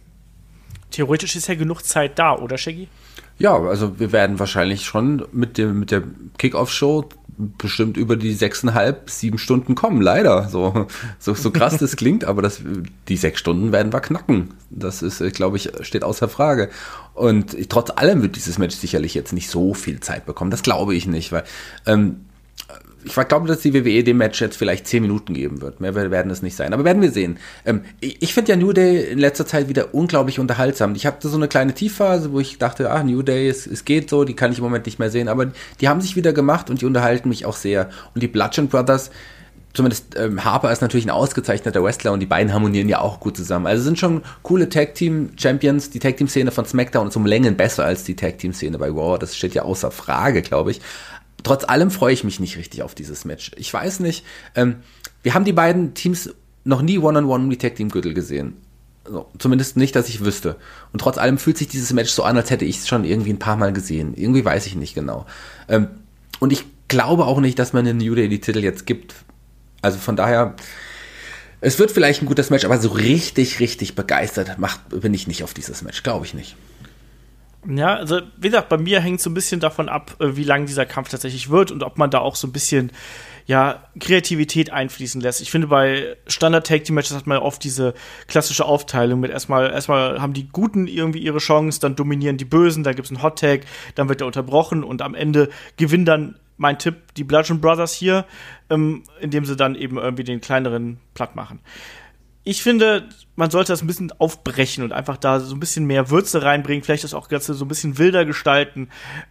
Theoretisch ist ja genug Zeit da, oder Shaggy? Ja, also wir werden wahrscheinlich schon mit dem mit der Kick-Off-Show bestimmt über die sechseinhalb, sieben Stunden kommen, leider. So, so, so krass das klingt, aber das, die sechs Stunden werden wir knacken. Das ist, glaube ich, steht außer Frage. Und trotz allem wird dieses Match sicherlich jetzt nicht so viel Zeit bekommen. Das glaube ich nicht, weil ähm, ich glaube, dass die W W E dem Match jetzt vielleicht zehn Minuten geben wird. Mehr werden es nicht sein. Aber werden wir sehen. Ähm, ich ich finde ja New Day in letzter Zeit wieder unglaublich unterhaltsam. Ich hatte so eine kleine Tiefphase, wo ich dachte, ah, New Day, es, es geht so, die kann ich im Moment nicht mehr sehen. Aber die haben sich wieder gemacht und die unterhalten mich auch sehr. Und die Bludgeon Brothers, zumindest ähm, Harper ist natürlich ein ausgezeichneter Wrestler und die beiden harmonieren ja auch gut zusammen. Also sind schon coole Tag-Team-Champions. Die Tag-Team-Szene von SmackDown ist um Längen besser als die Tag-Team-Szene bei Raw. Das steht ja außer Frage, glaube ich. Trotz allem freue ich mich nicht richtig auf dieses Match. Ich weiß nicht, ähm, wir haben die beiden Teams noch nie One-on-One um die Tag-Team-Gürtel gesehen. Also, zumindest nicht, dass ich wüsste. Und trotz allem fühlt sich dieses Match so an, als hätte ich es schon irgendwie ein paar Mal gesehen. Irgendwie weiß ich nicht genau. Ähm, und ich glaube auch nicht, dass man in New Day die Titel jetzt gibt. Also von daher, es wird vielleicht ein gutes Match, aber so richtig, richtig begeistert macht, bin ich nicht auf dieses Match. Glaube ich nicht. Ja, also wie gesagt, bei mir hängt so ein bisschen davon ab, wie lang dieser Kampf tatsächlich wird und ob man da auch so ein bisschen ja, Kreativität einfließen lässt. Ich finde, bei Standard-Tag-Team-Matches hat man oft diese klassische Aufteilung mit erstmal, erstmal haben die Guten irgendwie ihre Chance, dann dominieren die Bösen, dann gibt's einen Hot-Tag, dann wird der unterbrochen und am Ende gewinnen dann, mein Tipp, die Bludgeon Brothers hier, ähm, indem sie dann eben irgendwie den kleineren platt machen. Ich finde, man sollte das ein bisschen aufbrechen und einfach da so ein bisschen mehr Würze reinbringen, vielleicht das auch Ganze so ein bisschen wilder gestalten.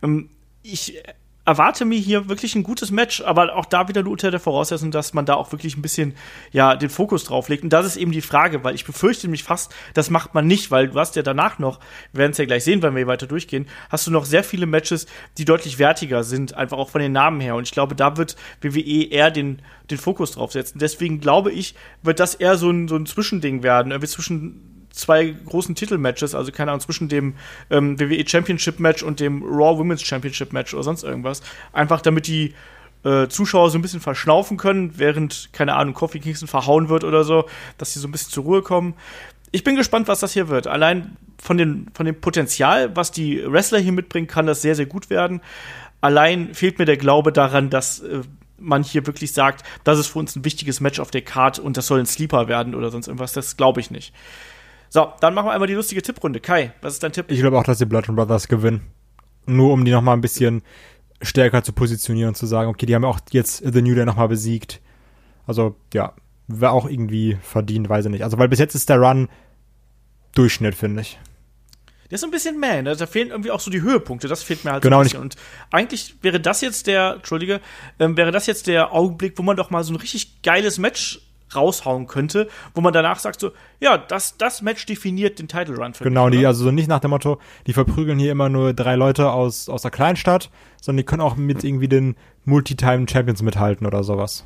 Ich erwarte mir hier wirklich ein gutes Match, aber auch da wieder nur unter der Voraussetzung, dass man da auch wirklich ein bisschen ja den Fokus drauf legt. Und das ist eben die Frage, weil ich befürchte mich fast, das macht man nicht, weil du hast ja danach noch, wir werden es ja gleich sehen, wenn wir hier weiter durchgehen, hast du noch sehr viele Matches, die deutlich wertiger sind, einfach auch von den Namen her. Und ich glaube, da wird W W E eher den, den Fokus drauf setzen. Deswegen glaube ich, wird das eher so ein, so ein Zwischending werden, irgendwie zwischen zwei großen Titelmatches, also keine Ahnung, zwischen dem ähm, W W E Championship Match und dem Raw Women's Championship Match oder sonst irgendwas. Einfach damit die äh, Zuschauer so ein bisschen verschnaufen können, während, keine Ahnung, Kofi Kingston verhauen wird oder so, dass sie so ein bisschen zur Ruhe kommen. Ich bin gespannt, was das hier wird. Allein von, den, von dem Potenzial, was die Wrestler hier mitbringen, kann das sehr, sehr gut werden. Allein fehlt mir der Glaube daran, dass äh, man hier wirklich sagt, das ist für uns ein wichtiges Match auf der Card und das soll ein Sleeper werden oder sonst irgendwas. Das glaube ich nicht. So, dann machen wir einmal die lustige Tipprunde. Kai, was ist dein Tipp? Ich glaube auch, dass die Bludgeon Brothers gewinnen. Nur um die noch mal ein bisschen stärker zu positionieren und zu sagen, okay, die haben auch jetzt The New Day nochmal besiegt. Also, ja, wäre auch irgendwie verdient, weiß ich nicht. Also, weil bis jetzt ist der Run Durchschnitt, finde ich. Der ist so ein bisschen man, ne? Da fehlen irgendwie auch so die Höhepunkte, das fehlt mir halt genau, so ein bisschen. Und eigentlich wäre das jetzt der, Entschuldige, ähm, wäre das jetzt der Augenblick, wo man doch mal so ein richtig geiles Match raushauen könnte, wo man danach sagt so, ja, das, das Match definiert den Title Run für Genau, mich, die, also so nicht nach dem Motto, die verprügeln hier immer nur drei Leute aus, aus der Kleinstadt, sondern die können auch mit irgendwie den Multi-Time-Champions mithalten oder sowas.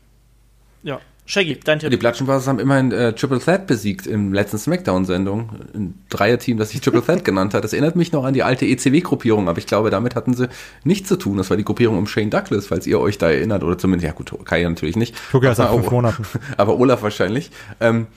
Ja. Shaggy, dein Tipp. Die Bludgeon Brothers haben immerhin äh, Triple Threat besiegt im letzten Smackdown-Sendung. Ein Dreierteam, das sich Triple Threat genannt hat. Das erinnert mich noch an die alte E C W-Gruppierung, aber ich glaube, damit hatten sie nichts zu tun. Das war die Gruppierung um Shane Douglas, falls ihr euch da erinnert. Oder zumindest, ja gut, Kai natürlich nicht. Ich gucke ja seit fünf Monaten. Aber Olaf wahrscheinlich. Ähm,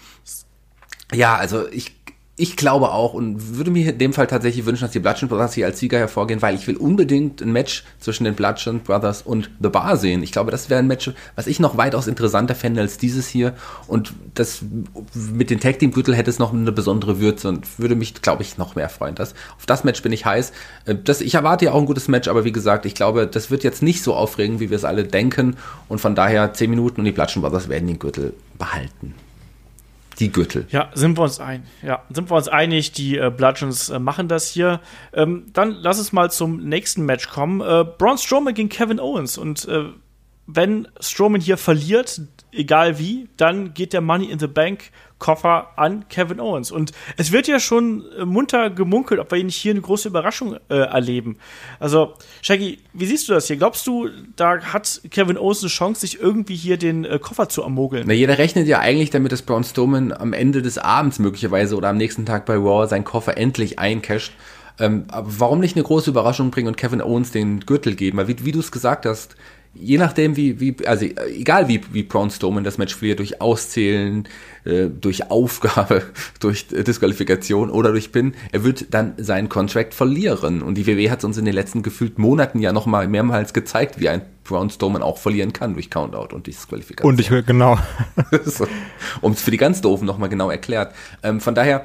ja, also ich Ich glaube auch und würde mir in dem Fall tatsächlich wünschen, dass die Bludgeon Brothers hier als Sieger hervorgehen, weil ich will unbedingt ein Match zwischen den Bludgeon Brothers und The Bar sehen. Ich glaube, das wäre ein Match, was ich noch weitaus interessanter fände als dieses hier. Und das mit den Tag Team Gürtel hätte es noch eine besondere Würze und würde mich, glaube ich, noch mehr freuen. Das, auf das Match bin ich heiß. Das, ich erwarte ja auch ein gutes Match, aber wie gesagt, ich glaube, das wird jetzt nicht so aufregend, wie wir es alle denken. Und von daher zehn Minuten und die Bludgeon Brothers werden den Gürtel behalten. Die Gürtel. Ja, sind wir uns ein. Ja, sind wir uns einig, die äh, Bludgeons äh, machen das hier. Ähm, dann lass es mal zum nächsten Match kommen. Äh, Braun Strowman gegen Kevin Owens. Und äh, wenn Strowman hier verliert, egal wie, dann geht der Money in the Bank Koffer an Kevin Owens. Und es wird ja schon äh, munter gemunkelt, ob wir nicht hier eine große Überraschung äh, erleben. Also, Shaggy, wie siehst du das hier? Glaubst du, da hat Kevin Owens eine Chance, sich irgendwie hier den äh, Koffer zu ermogeln? Na, jeder rechnet ja eigentlich damit, dass Braun Strowman am Ende des Abends möglicherweise oder am nächsten Tag bei Raw seinen Koffer endlich eincasht. Ähm, aber warum nicht eine große Überraschung bringen und Kevin Owens den Gürtel geben? Weil, wie, wie du es gesagt hast, je nachdem, wie, wie, also egal wie, wie Braun Strowman das Match verliert, durch Auszählen, äh, durch Aufgabe, durch äh, Disqualifikation oder durch Pin, er wird dann seinen Contract verlieren. Und die W W hat es uns in den letzten gefühlt Monaten ja noch mal mehrmals gezeigt, wie ein Braun Strowman auch verlieren kann durch Countout und Disqualifikation. Und ich, genau. So, um es für die ganz Doofen noch mal genau erklärt. Ähm, von daher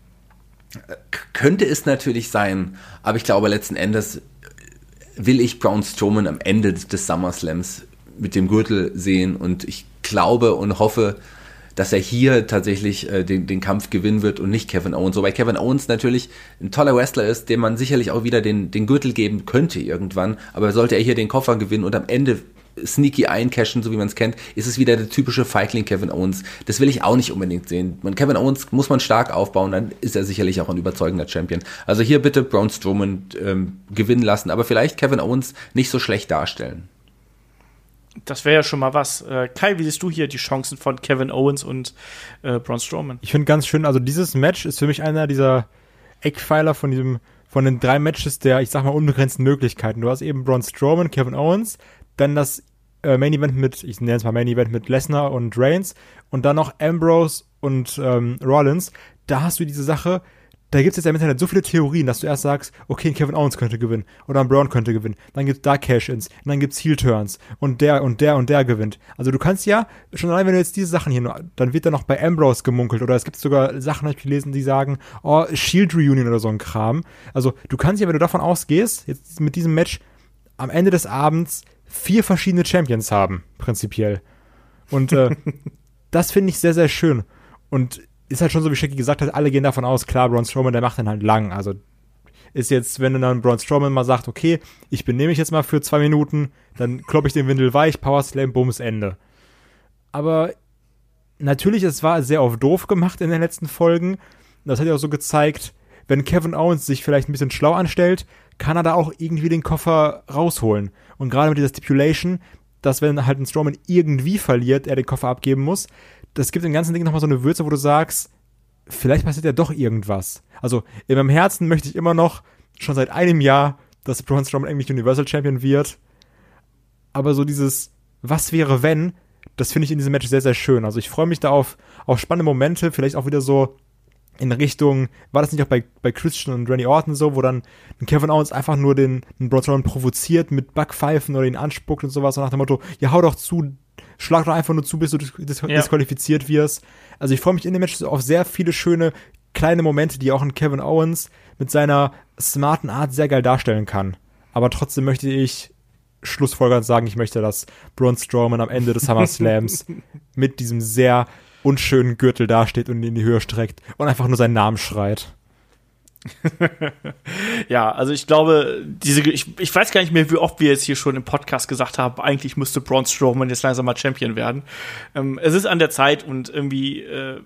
könnte es natürlich sein, aber ich glaube letzten Endes will ich Braun Strowman am Ende des SummerSlams mit dem Gürtel sehen und ich glaube und hoffe, dass er hier tatsächlich äh, den, den Kampf gewinnen wird und nicht Kevin Owens. Wobei Kevin Owens natürlich ein toller Wrestler ist, dem man sicherlich auch wieder den, den Gürtel geben könnte irgendwann, aber sollte er hier den Koffer gewinnen und am Ende sneaky eincashen, so wie man es kennt, ist es wieder der typische Feigling Kevin Owens. Das will ich auch nicht unbedingt sehen. Man, Kevin Owens muss man stark aufbauen, dann ist er sicherlich auch ein überzeugender Champion. Also hier bitte Braun Strowman ähm, gewinnen lassen, aber vielleicht Kevin Owens nicht so schlecht darstellen. Das wäre ja schon mal was. Äh, Kai, wie siehst du hier die Chancen von Kevin Owens und äh, Braun Strowman? Ich finde ganz schön, also dieses Match ist für mich einer dieser Eckpfeiler von diesem, von den drei Matches der, ich sag mal, unbegrenzten Möglichkeiten. Du hast eben Braun Strowman, Kevin Owens, dann das äh, Main Event mit, ich nenne es mal Main Event mit Lesnar und Reigns und dann noch Ambrose und ähm, Rollins. Da hast du diese Sache, da gibt es jetzt im Internet so viele Theorien, dass du erst sagst, okay, Kevin Owens könnte gewinnen oder ein Braun könnte gewinnen. Dann gibt's da Cash-Ins und dann gibt's Heel-Turns und der und der und der gewinnt. Also du kannst ja, schon allein wenn du jetzt diese Sachen hier, nur, dann wird da noch bei Ambrose gemunkelt oder es gibt sogar Sachen, habe ich gelesen, die sagen, oh, Shield-Reunion oder so ein Kram. Also du kannst ja, wenn du davon ausgehst, jetzt mit diesem Match am Ende des Abends vier verschiedene Champions haben, prinzipiell. Und äh, das finde ich sehr, sehr schön. Und ist halt schon so, wie Shaggy gesagt hat, alle gehen davon aus, klar, Braun Strowman, der macht dann halt lang. Also ist jetzt, wenn dann Braun Strowman mal sagt, okay, ich benehme mich jetzt mal für zwei Minuten, dann kloppe ich den Windel weich, Powerslam, Bums, Ende. Aber natürlich, es war sehr oft doof gemacht in den letzten Folgen. Das hat ja auch so gezeigt, wenn Kevin Owens sich vielleicht ein bisschen schlau anstellt, kann er da auch irgendwie den Koffer rausholen. Und gerade mit dieser Stipulation, dass wenn halt ein Strowman irgendwie verliert, er den Koffer abgeben muss, das gibt dem ganzen Ding nochmal so eine Würze, wo du sagst, vielleicht passiert ja doch irgendwas. Also in meinem Herzen möchte ich immer noch, schon seit einem Jahr, dass Braun Strowman eigentlich Universal Champion wird. Aber so dieses, was wäre wenn, das finde ich in diesem Match sehr, sehr schön. Also ich freue mich da auf, auf spannende Momente, vielleicht auch wieder so in Richtung, war das nicht auch bei, bei Christian und Randy Orton so, wo dann Kevin Owens einfach nur den, den Braun Strowman provoziert mit Backpfeifen oder ihn anspuckt und sowas, und nach dem Motto, ja, hau doch zu, schlag doch einfach nur zu, bis du dis- dis- Ja. disqualifiziert wirst. Also ich freue mich in dem Match auf sehr viele schöne kleine Momente, die auch ein Kevin Owens mit seiner smarten Art sehr geil darstellen kann. Aber trotzdem möchte ich schlussfolgern und sagen, ich möchte, dass Braun Strowman am Ende des SummerSlams mit diesem sehr unschönen Gürtel dasteht und ihn in die Höhe streckt und einfach nur seinen Namen schreit. Ja, also ich glaube, diese, ich, ich weiß gar nicht mehr, wie oft wir jetzt hier schon im Podcast gesagt haben, eigentlich müsste Braun Strowman jetzt langsam mal Champion werden. Ähm, es ist an der Zeit und irgendwie äh,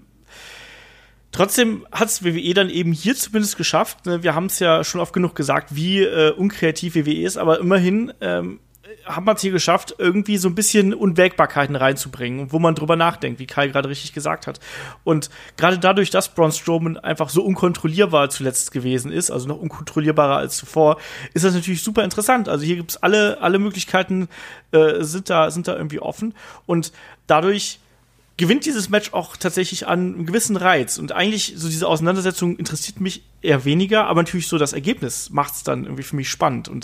trotzdem hat es W W E dann eben hier zumindest geschafft. Ne? Wir haben es ja schon oft genug gesagt, wie äh, unkreativ W W E ist, aber immerhin ähm, hat man es hier geschafft, irgendwie so ein bisschen Unwägbarkeiten reinzubringen, wo man drüber nachdenkt, wie Kai gerade richtig gesagt hat. Und gerade dadurch, dass Braun Strowman einfach so unkontrollierbar zuletzt gewesen ist, also noch unkontrollierbarer als zuvor, ist das natürlich super interessant. Also hier gibt's alle, alle Möglichkeiten äh, sind da, sind da irgendwie offen. Und dadurch gewinnt dieses Match auch tatsächlich an einem gewissen Reiz. Und eigentlich so diese Auseinandersetzung interessiert mich eher weniger, aber natürlich so das Ergebnis macht's dann irgendwie für mich spannend. Und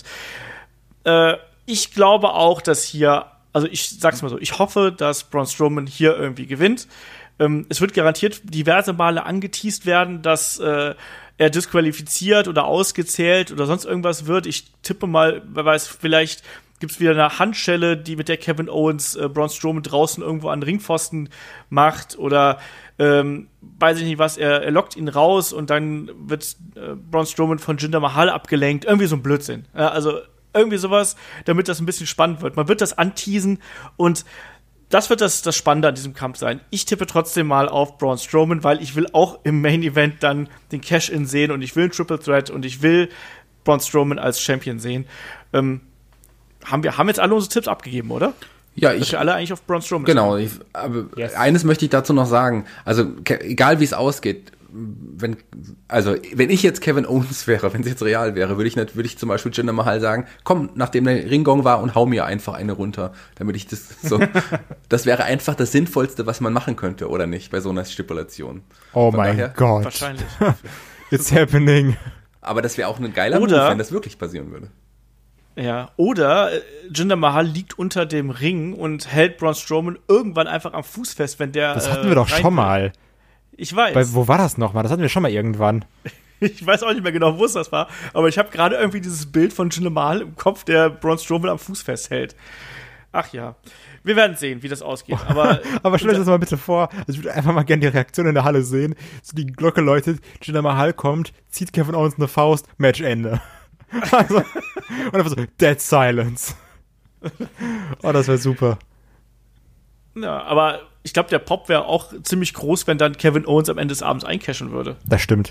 äh, ich glaube auch, dass hier, also ich sag's mal so, ich hoffe, dass Braun Strowman hier irgendwie gewinnt. Ähm, es wird garantiert diverse Male angeteast werden, dass äh, er disqualifiziert oder ausgezählt oder sonst irgendwas wird. Ich tippe mal, wer weiß, vielleicht gibt's wieder eine Handschelle, die mit der Kevin Owens äh, Braun Strowman draußen irgendwo an den Ringpfosten macht oder ähm, weiß ich nicht was, er, er lockt ihn raus und dann wird äh, Braun Strowman von Jinder Mahal abgelenkt. Irgendwie so ein Blödsinn. Ja, also irgendwie sowas, damit das ein bisschen spannend wird. Man wird das anteasen und das wird das, das Spannende an diesem Kampf sein. Ich tippe trotzdem mal auf Braun Strowman, weil ich will auch im Main Event dann den Cash-In sehen und ich will einen Triple Threat und ich will Braun Strowman als Champion sehen. Ähm, haben wir haben jetzt alle unsere Tipps abgegeben, oder? Ja, ich. Dass wir alle eigentlich auf Braun Strowman Genau, ich, aber yes. Eines möchte ich dazu noch sagen. Also, ke- egal wie es ausgeht, wenn, also, wenn ich jetzt Kevin Owens wäre, wenn es jetzt real wäre, würde ich nicht, würde ich zum Beispiel Jinder Mahal sagen, komm, nachdem der Ringgong war und hau mir einfach eine runter, damit ich das so, das wäre einfach das Sinnvollste, was man machen könnte, oder nicht, bei so einer Stipulation. Oh Von mein daher, Gott. Wahrscheinlich. It's happening. Aber das wäre auch ein geiler Oder- Move, wenn das wirklich passieren würde. Ja, oder äh, Jinder Mahal liegt unter dem Ring und hält Braun Strowman irgendwann einfach am Fuß fest, wenn der Das hatten äh, wir doch rein schon will. mal. Ich weiß. Bei, wo war das nochmal? Das hatten wir schon mal irgendwann. Ich weiß auch nicht mehr genau, wo es das war, aber ich habe gerade irgendwie dieses Bild von Jinder Mahal im Kopf, der Braun Strowman am Fuß festhält. Ach ja, wir werden sehen, wie das ausgeht. Aber, Aber stell dir das mal bitte vor, also ich würde einfach mal gerne die Reaktion in der Halle sehen. So die Glocke läutet, Jinder Mahal kommt, zieht Kevin Owens eine Faust, Matchende. Also, und einfach so, Dead Silence. Oh, das wäre super. ja, aber ich glaube, der Pop wäre auch ziemlich groß, wenn dann Kevin Owens am Ende des Abends eincashen würde. Das stimmt.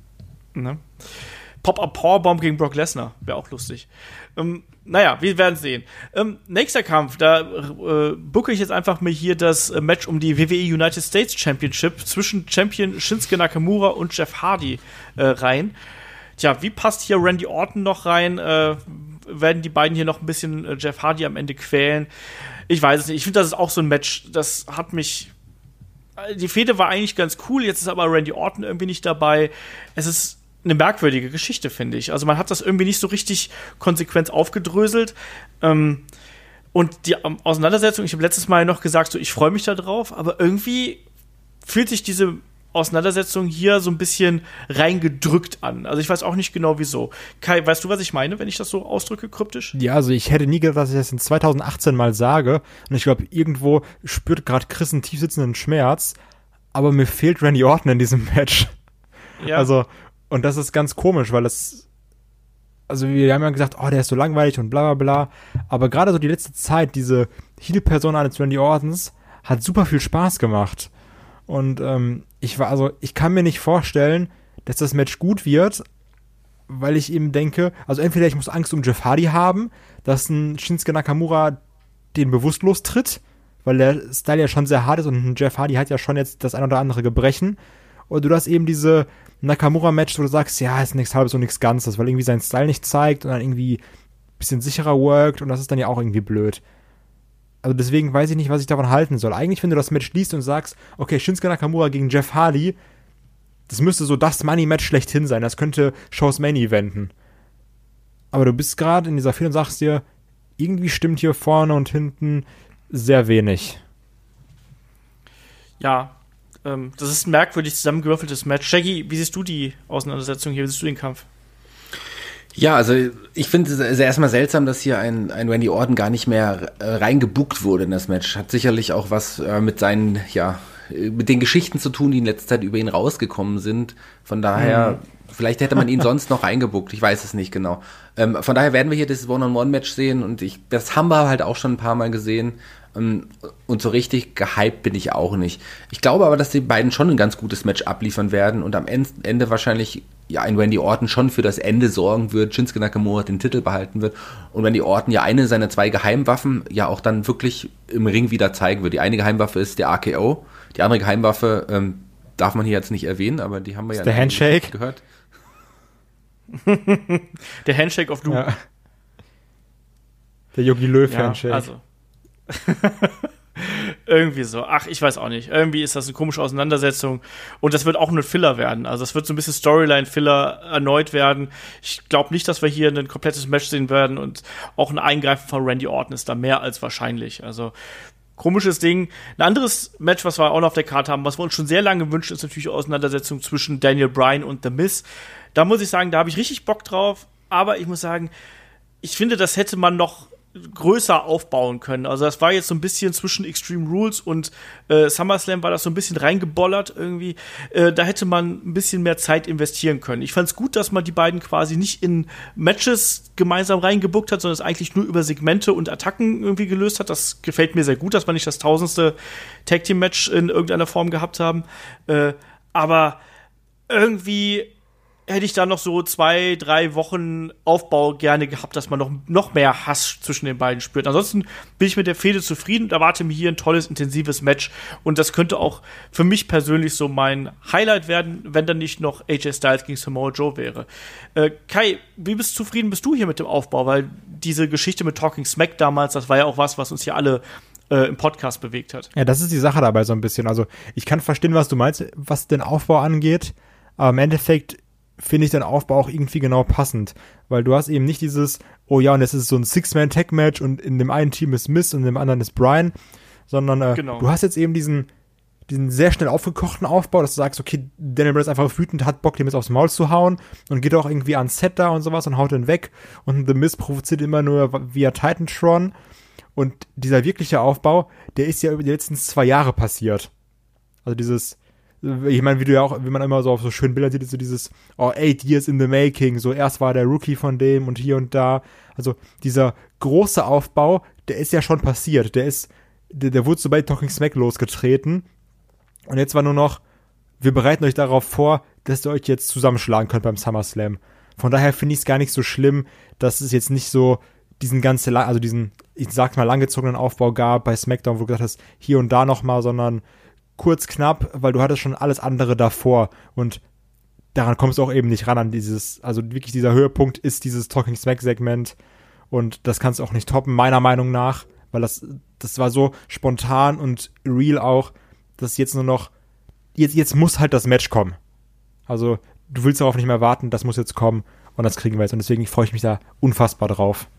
Ne? Pop-Up-Powerbomb gegen Brock Lesnar wäre auch lustig. Ähm, naja, wir werden sehen. Ähm, nächster Kampf, da äh, booke ich jetzt einfach mir hier das äh, Match um die W W E United States Championship zwischen Champion Shinsuke Nakamura und Jeff Hardy äh, rein. Tja, wie passt hier Randy Orton noch rein? Äh, werden die beiden hier noch ein bisschen äh, Jeff Hardy am Ende quälen? Ich weiß es nicht. Ich finde, das ist auch so ein Match, das hat mich. Die Fehde war eigentlich ganz cool, jetzt ist aber Randy Orton irgendwie nicht dabei. Es ist eine merkwürdige Geschichte, finde ich. Also man hat das irgendwie nicht so richtig konsequent aufgedröselt. Ähm, und die ähm, Auseinandersetzung, ich habe letztes Mal noch gesagt, so ich freue mich da drauf, aber irgendwie fühlt sich diese Auseinandersetzung hier so ein bisschen reingedrückt an. Also ich weiß auch nicht genau, wieso. Kai, weißt du, was ich meine, wenn ich das so ausdrücke, kryptisch? Ja, also ich hätte nie gedacht, dass ich das in zwanzig achtzehn mal sage. Und ich glaube, irgendwo spürt gerade Chris einen tief sitzenden Schmerz. Aber mir fehlt Randy Orton in diesem Match. Ja. Also, und das ist ganz komisch, weil das, also wir haben ja gesagt, oh, der ist so langweilig und bla bla bla. Aber gerade so die letzte Zeit, diese Heel-Persona eines Randy Ortons hat super viel Spaß gemacht. Und ähm, ich war, also ich kann mir nicht vorstellen, dass das Match gut wird, weil ich eben denke, also entweder ich muss Angst um Jeff Hardy haben, dass ein Shinsuke Nakamura den bewusstlos tritt, weil der Style ja schon sehr hart ist und ein Jeff Hardy hat ja schon jetzt das ein oder andere Gebrechen. Oder du hast eben diese Nakamura-Match, wo du sagst, ja, ist nichts Halbes und nichts Ganzes, weil irgendwie sein Style nicht zeigt und dann irgendwie ein bisschen sicherer workt und das ist dann ja auch irgendwie blöd. Also deswegen weiß ich nicht, was ich davon halten soll. Eigentlich, wenn du das Match liest und sagst, okay, Shinsuke Nakamura gegen Jeff Hardy, das müsste so das Money-Match schlechthin sein. Das könnte Shows Main-Eventen. Aber du bist gerade in dieser Fehde und sagst dir, irgendwie stimmt hier vorne und hinten sehr wenig. Ja, ähm, das ist ein merkwürdig zusammengewürfeltes Match. Shaggy, wie siehst du die Auseinandersetzung hier? Wie siehst du den Kampf? Ja, also ich finde es erstmal seltsam, dass hier ein, ein Randy Orton gar nicht mehr äh, reingebuckt wurde in das Match. Hat sicherlich auch was äh, mit seinen, ja, mit den Geschichten zu tun, die in letzter Zeit über ihn rausgekommen sind. Von daher, hm. vielleicht hätte man ihn sonst noch reingebuckt, ich weiß es nicht genau. Ähm, von daher werden wir hier das One-on-One-Match sehen und ich, das haben wir halt auch schon ein paar Mal gesehen. Ähm, und so richtig gehypt bin ich auch nicht. Ich glaube aber, dass die beiden schon ein ganz gutes Match abliefern werden und am Ende wahrscheinlich ja ein Randy Orton schon für das Ende sorgen wird, Shinsuke Nakamura den Titel behalten wird und Randy Orton ja eine seiner zwei Geheimwaffen ja auch dann wirklich im Ring wieder zeigen wird. Die eine Geheimwaffe ist der R K O, die andere Geheimwaffe ähm, darf man hier jetzt nicht erwähnen, aber die haben wir ja der Handshake gehört. Der Handshake of Doom. Ja. Der Yogi Löw ja, Handshake. Also. Irgendwie so. Ach, ich weiß auch nicht. Irgendwie ist das eine komische Auseinandersetzung. Und das wird auch ein Filler werden. Also es wird so ein bisschen Storyline-Filler erneut werden. Ich glaube nicht, dass wir hier ein komplettes Match sehen werden. Und auch ein Eingreifen von Randy Orton ist da mehr als wahrscheinlich. Also komisches Ding. Ein anderes Match, was wir auch noch auf der Karte haben, was wir uns schon sehr lange wünschen, ist natürlich die Auseinandersetzung zwischen Daniel Bryan und The Miz. Da muss ich sagen, da habe ich richtig Bock drauf. Aber ich muss sagen, ich finde, das hätte man noch größer aufbauen können. Also das war jetzt so ein bisschen zwischen Extreme Rules und äh, SummerSlam war das so ein bisschen reingebollert irgendwie. Äh, da hätte man ein bisschen mehr Zeit investieren können. Ich fand es gut, dass man die beiden quasi nicht in Matches gemeinsam reingebuckt hat, sondern es eigentlich nur über Segmente und Attacken irgendwie gelöst hat. Das gefällt mir sehr gut, dass wir nicht das tausendste Tag-Team-Match in irgendeiner Form gehabt haben. Äh, aber irgendwie hätte ich da noch so zwei, drei Wochen Aufbau gerne gehabt, dass man noch, noch mehr Hass zwischen den beiden spürt. Ansonsten bin ich mit der Fehde zufrieden und erwarte mir hier ein tolles, intensives Match. Und das könnte auch für mich persönlich so mein Highlight werden, wenn dann nicht noch A J Styles gegen Samoa Joe wäre. Äh, Kai, wie bist zufrieden bist du hier mit dem Aufbau? Weil diese Geschichte mit Talking Smack damals, das war ja auch was, was uns hier alle äh, im Podcast bewegt hat. Ja, das ist die Sache dabei so ein bisschen. Also ich kann verstehen, was du meinst, was den Aufbau angeht. Aber im Endeffekt finde ich den Aufbau auch irgendwie genau passend, weil du hast eben nicht dieses, oh ja, und es ist so ein Six-Man-Tag-Match und in dem einen Team ist Miz und in dem anderen ist Bryan, sondern äh, genau. Du hast jetzt eben diesen, diesen sehr schnell aufgekochten Aufbau, dass du sagst, okay, Daniel Bryan ist einfach wütend, hat Bock, dem jetzt aufs Maul zu hauen und geht auch irgendwie ans Set da und sowas und haut ihn weg und The Miz provoziert immer nur via Titantron und dieser wirkliche Aufbau, der ist ja über die letzten zwei Jahre passiert. Also dieses Ich meine, wie du ja auch, wie man immer so auf so schönen Bildern sieht, so dieses, oh, eight years in the making, so erst war der Rookie von dem und hier und da. Also dieser große Aufbau, der ist ja schon passiert. Der ist, der, der wurde so bei Talking Smack losgetreten. Und jetzt war nur noch, wir bereiten euch darauf vor, dass ihr euch jetzt zusammenschlagen könnt beim SummerSlam. Von daher finde ich es gar nicht so schlimm, dass es jetzt nicht so diesen ganzen, also diesen, ich sag mal, langgezogenen Aufbau gab bei SmackDown, wo du gesagt hast, hier und da nochmal, sondern kurz, knapp, weil du hattest schon alles andere davor und daran kommst du auch eben nicht ran an dieses, also wirklich dieser Höhepunkt ist dieses Talking Smack Segment und das kannst du auch nicht toppen, meiner Meinung nach, weil das, das war so spontan und real auch, dass jetzt nur noch, jetzt, jetzt muss halt das Match kommen. Also du willst darauf nicht mehr warten, das muss jetzt kommen und das kriegen wir jetzt und deswegen freue ich mich da unfassbar drauf.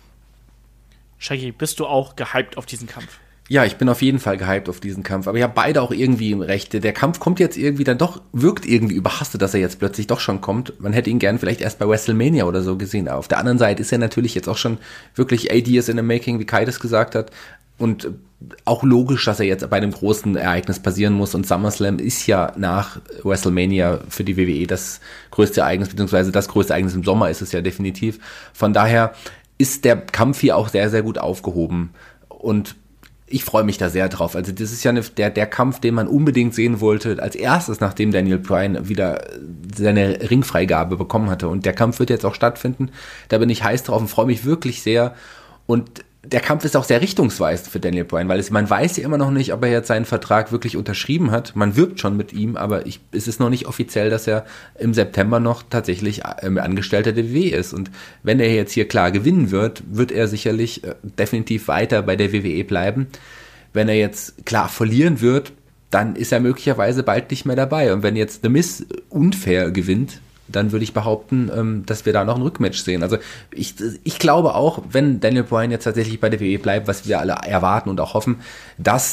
Shaggy, bist du auch gehypt auf diesen Kampf? Ja, ich bin auf jeden Fall gehypt auf diesen Kampf, aber ich habe beide auch irgendwie im Rechte. Der Kampf kommt jetzt irgendwie dann doch, wirkt irgendwie überhastet, dass er jetzt plötzlich doch schon kommt. Man hätte ihn gern vielleicht erst bei WrestleMania oder so gesehen. Auf der anderen Seite ist er natürlich jetzt auch schon wirklich eight years in the making, wie Kai das gesagt hat. Und auch logisch, dass er jetzt bei einem großen Ereignis passieren muss. Und SummerSlam ist ja nach WrestleMania für die W W E das größte Ereignis, beziehungsweise das größte Ereignis im Sommer ist es ja definitiv. Von daher ist der Kampf hier auch sehr, sehr gut aufgehoben. Und ich freue mich da sehr drauf. Also das ist ja eine, der, der Kampf, den man unbedingt sehen wollte, als erstes, nachdem Daniel Bryan wieder seine Ringfreigabe bekommen hatte. Und der Kampf wird jetzt auch stattfinden. Da bin ich heiß drauf und freue mich wirklich sehr. Und der Kampf ist auch sehr richtungsweisend für Daniel Bryan, weil es, man weiß ja immer noch nicht, ob er jetzt seinen Vertrag wirklich unterschrieben hat. Man wirbt schon mit ihm, aber ich, es ist noch nicht offiziell, dass er im September noch tatsächlich ähm, Angestellter der W W E ist. Und wenn er jetzt hier klar gewinnen wird, wird er sicherlich äh, definitiv weiter bei der W W E bleiben. Wenn er jetzt klar verlieren wird, dann ist er möglicherweise bald nicht mehr dabei. Und wenn jetzt The Miz unfair gewinnt, dann würde ich behaupten, ähm, dass wir da noch ein Rückmatch sehen. Also ich, ich glaube auch, wenn Daniel Bryan jetzt tatsächlich bei der W W E bleibt, was wir alle erwarten und auch hoffen, dass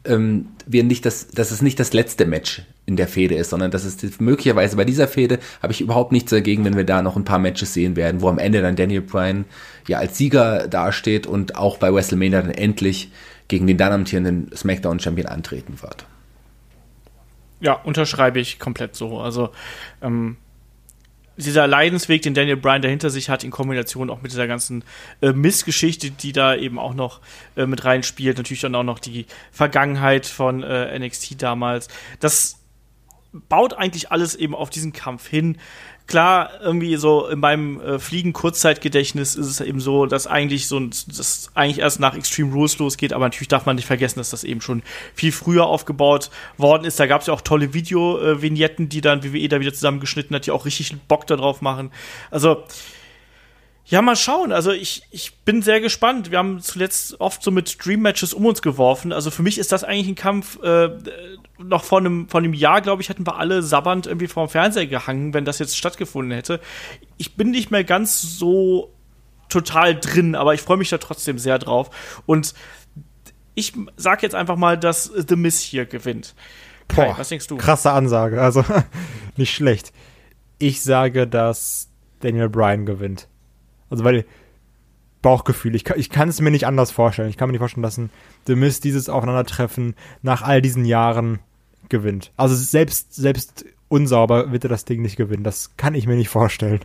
ähm, wir nicht das, dass es nicht das letzte Match in der Fehde ist, sondern dass es möglicherweise bei dieser Fehde habe ich überhaupt nichts dagegen, wenn wir da noch ein paar Matches sehen werden, wo am Ende dann Daniel Bryan ja als Sieger dasteht und auch bei WrestleMania dann endlich gegen den dann amtierenden SmackDown-Champion antreten wird. Ja, unterschreibe ich komplett so. Also, ähm, dieser Leidensweg, den Daniel Bryan da hinter sich hat, in Kombination auch mit dieser ganzen äh, Missgeschichte, die da eben auch noch äh, mit reinspielt, natürlich dann auch noch die Vergangenheit von äh, N X T damals, das baut eigentlich alles eben auf diesen Kampf hin. Klar, irgendwie so in meinem äh, Fliegen-Kurzzeitgedächtnis ist es eben so, dass eigentlich so ein, das eigentlich erst nach Extreme Rules losgeht, aber natürlich darf man nicht vergessen, dass das eben schon viel früher aufgebaut worden ist. Da gab es ja auch tolle Video-Vignetten, die dann W W E da wieder zusammengeschnitten hat, die auch richtig Bock da drauf machen. Also, ja, mal schauen. Also ich, ich bin sehr gespannt. Wir haben zuletzt oft so mit Dream-Matches um uns geworfen. Also für mich ist das eigentlich ein Kampf, äh, noch vor einem, vor einem Jahr, glaube ich, hätten wir alle sabbernd irgendwie vorm Fernseher gehangen, wenn das jetzt stattgefunden hätte. Ich bin nicht mehr ganz so total drin, aber ich freue mich da trotzdem sehr drauf. Und ich sag jetzt einfach mal, dass The Miz hier gewinnt. Kai, Boah, was denkst du? Krasse Ansage, also nicht schlecht. Ich sage, dass Daniel Bryan gewinnt. Also weil Bauchgefühl, ich kann, ich kann es mir nicht anders vorstellen. Ich kann mir nicht vorstellen, dass ein The Miz dieses Aufeinandertreffen nach all diesen Jahren gewinnt. Also selbst, selbst unsauber wird er das Ding nicht gewinnen. Das kann ich mir nicht vorstellen.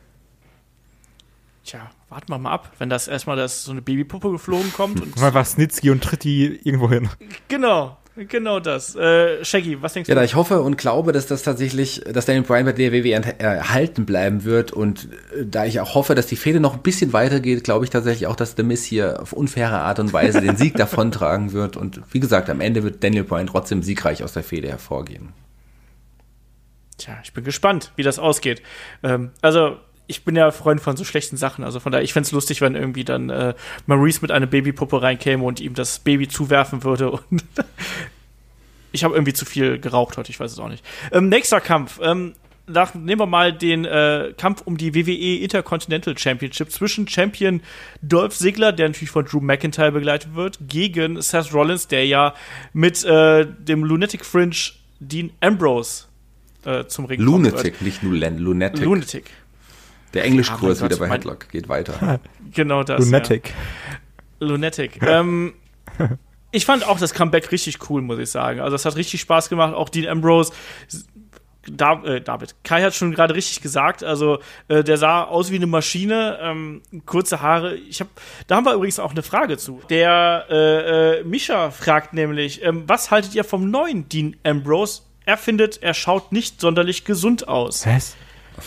Tja, warten wir mal ab, wenn das erstmal das, so eine Babypuppe geflogen kommt. Und Mal was Snitsky und tritt die irgendwo hin. Genau. Genau das. Äh, Shaggy, was denkst Ja, du? da ich hoffe und glaube, dass das tatsächlich, dass Daniel Bryan bei der W W E erhalten bleiben wird und äh, da ich auch hoffe, dass die Fehde noch ein bisschen weitergeht, glaube ich tatsächlich auch, dass The Miz hier auf unfaire Art und Weise den Sieg davontragen wird und wie gesagt, am Ende wird Daniel Bryan trotzdem siegreich aus der Fehde hervorgehen. Tja, ich bin gespannt, wie das ausgeht. Ähm, also, ich bin ja Freund von so schlechten Sachen, also von daher, ich fände es lustig, wenn irgendwie dann äh, Maurice mit einer Babypuppe reinkäme und ihm das Baby zuwerfen würde und ich habe irgendwie zu viel geraucht heute, ich weiß es auch nicht. Ähm, nächster Kampf, ähm, nach, nehmen wir mal den äh, Kampf um die W W E Intercontinental Championship zwischen Champion Dolph Ziggler, der natürlich von Drew McIntyre begleitet wird, gegen Seth Rollins, der ja mit äh, dem Lunatic Fringe Dean Ambrose äh, zum Ring kommt. Lunatic, nicht Lulen, Lunatic. Lunatic. Der Englischkurs Ja, wieder bei mein- Headlock geht weiter. Genau das. Lunatic. Ja. Lunatic. ähm, ich fand auch das Comeback richtig cool, muss ich sagen. Also es hat richtig Spaß gemacht. Auch Dean Ambrose, da, äh, David, Kai hat schon gerade richtig gesagt. Also äh, der sah aus wie eine Maschine, ähm, kurze Haare. Ich hab, da haben wir übrigens auch eine Frage zu. Der äh, äh, Mischa fragt nämlich, ähm, was haltet ihr vom neuen Dean Ambrose? Er findet, er schaut nicht sonderlich gesund aus. Was?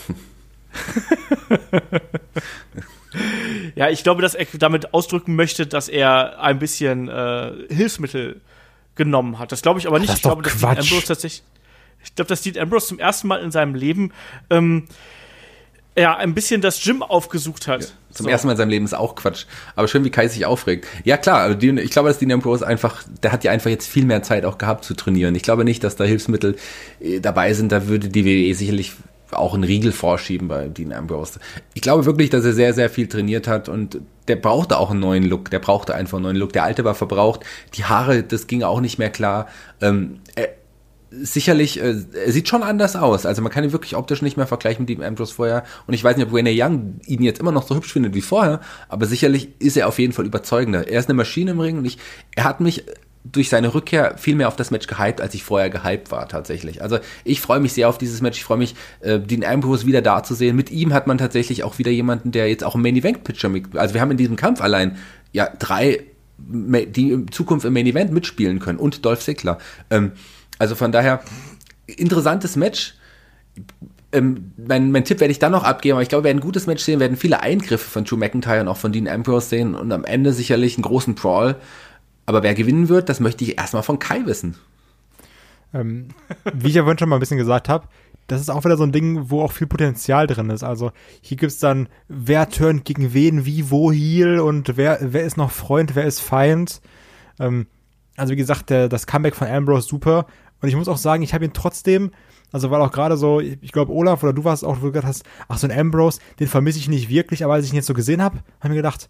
Ja, ich glaube, dass er damit ausdrücken möchte, dass er ein bisschen äh, Hilfsmittel genommen hat. Das glaube ich aber nicht. Das ist Ich glaube, doch dass Dean Quatsch. Ambrose tatsächlich, ich glaube, dass Dean Ambrose zum ersten Mal in seinem Leben ähm, ja, ein bisschen das Gym aufgesucht hat. Zum So. ersten Mal in seinem Leben ist auch Quatsch. Aber schön, wie Kai sich aufregt. Ja klar, also Dean, ich glaube, dass Dean Ambrose einfach, der hat ja einfach jetzt viel mehr Zeit auch gehabt zu trainieren. Ich glaube nicht, dass da Hilfsmittel äh, dabei sind. Da würde die W W E sicherlich auch einen Riegel vorschieben bei Dean Ambrose. Ich glaube wirklich, dass er sehr, sehr viel trainiert hat und der brauchte auch einen neuen Look. Der brauchte einfach einen neuen Look. Der alte war verbraucht. Die Haare, das ging auch nicht mehr klar. Ähm, er, sicherlich, äh, er sieht schon anders aus. Also man kann ihn wirklich optisch nicht mehr vergleichen mit Dean Ambrose vorher. Und ich weiß nicht, ob Renee Young ihn jetzt immer noch so hübsch findet wie vorher, aber sicherlich ist er auf jeden Fall überzeugender. Er ist eine Maschine im Ring und ich, er hat mich durch seine Rückkehr viel mehr auf das Match gehypt, als ich vorher gehypt war tatsächlich. Also ich freue mich sehr auf dieses Match. Ich freue mich, äh, Dean Ambrose wieder da zu sehen. Mit ihm hat man tatsächlich auch wieder jemanden, der jetzt auch im Main-Event-Pitcher mit, also wir haben in diesem Kampf allein ja drei, die in Zukunft im Main-Event mitspielen können und Dolph Ziggler. Ähm, also von daher, interessantes Match. Ähm, mein, mein Tipp werde ich dann noch abgeben, aber ich glaube, wir werden ein gutes Match sehen, werden viele Eingriffe von Drew McIntyre und auch von Dean Ambrose sehen und am Ende sicherlich einen großen Brawl. Aber wer gewinnen wird, das möchte ich erstmal von Kai wissen. Ähm, wie ich ja vorhin schon mal ein bisschen gesagt habe, das ist auch wieder so ein Ding, wo auch viel Potenzial drin ist. Also hier gibt's dann, wer turnt gegen wen, wie, wo Heel und wer, wer ist noch Freund, wer ist Feind. Ähm, also wie gesagt, der, das Comeback von Ambrose super. Und ich muss auch sagen, ich habe ihn trotzdem, also weil auch gerade so, ich glaube Olaf oder du warst auch, wo du gesagt hast, ach so ein Ambrose, den vermisse ich nicht wirklich, aber als ich ihn jetzt so gesehen habe, habe ich mir gedacht,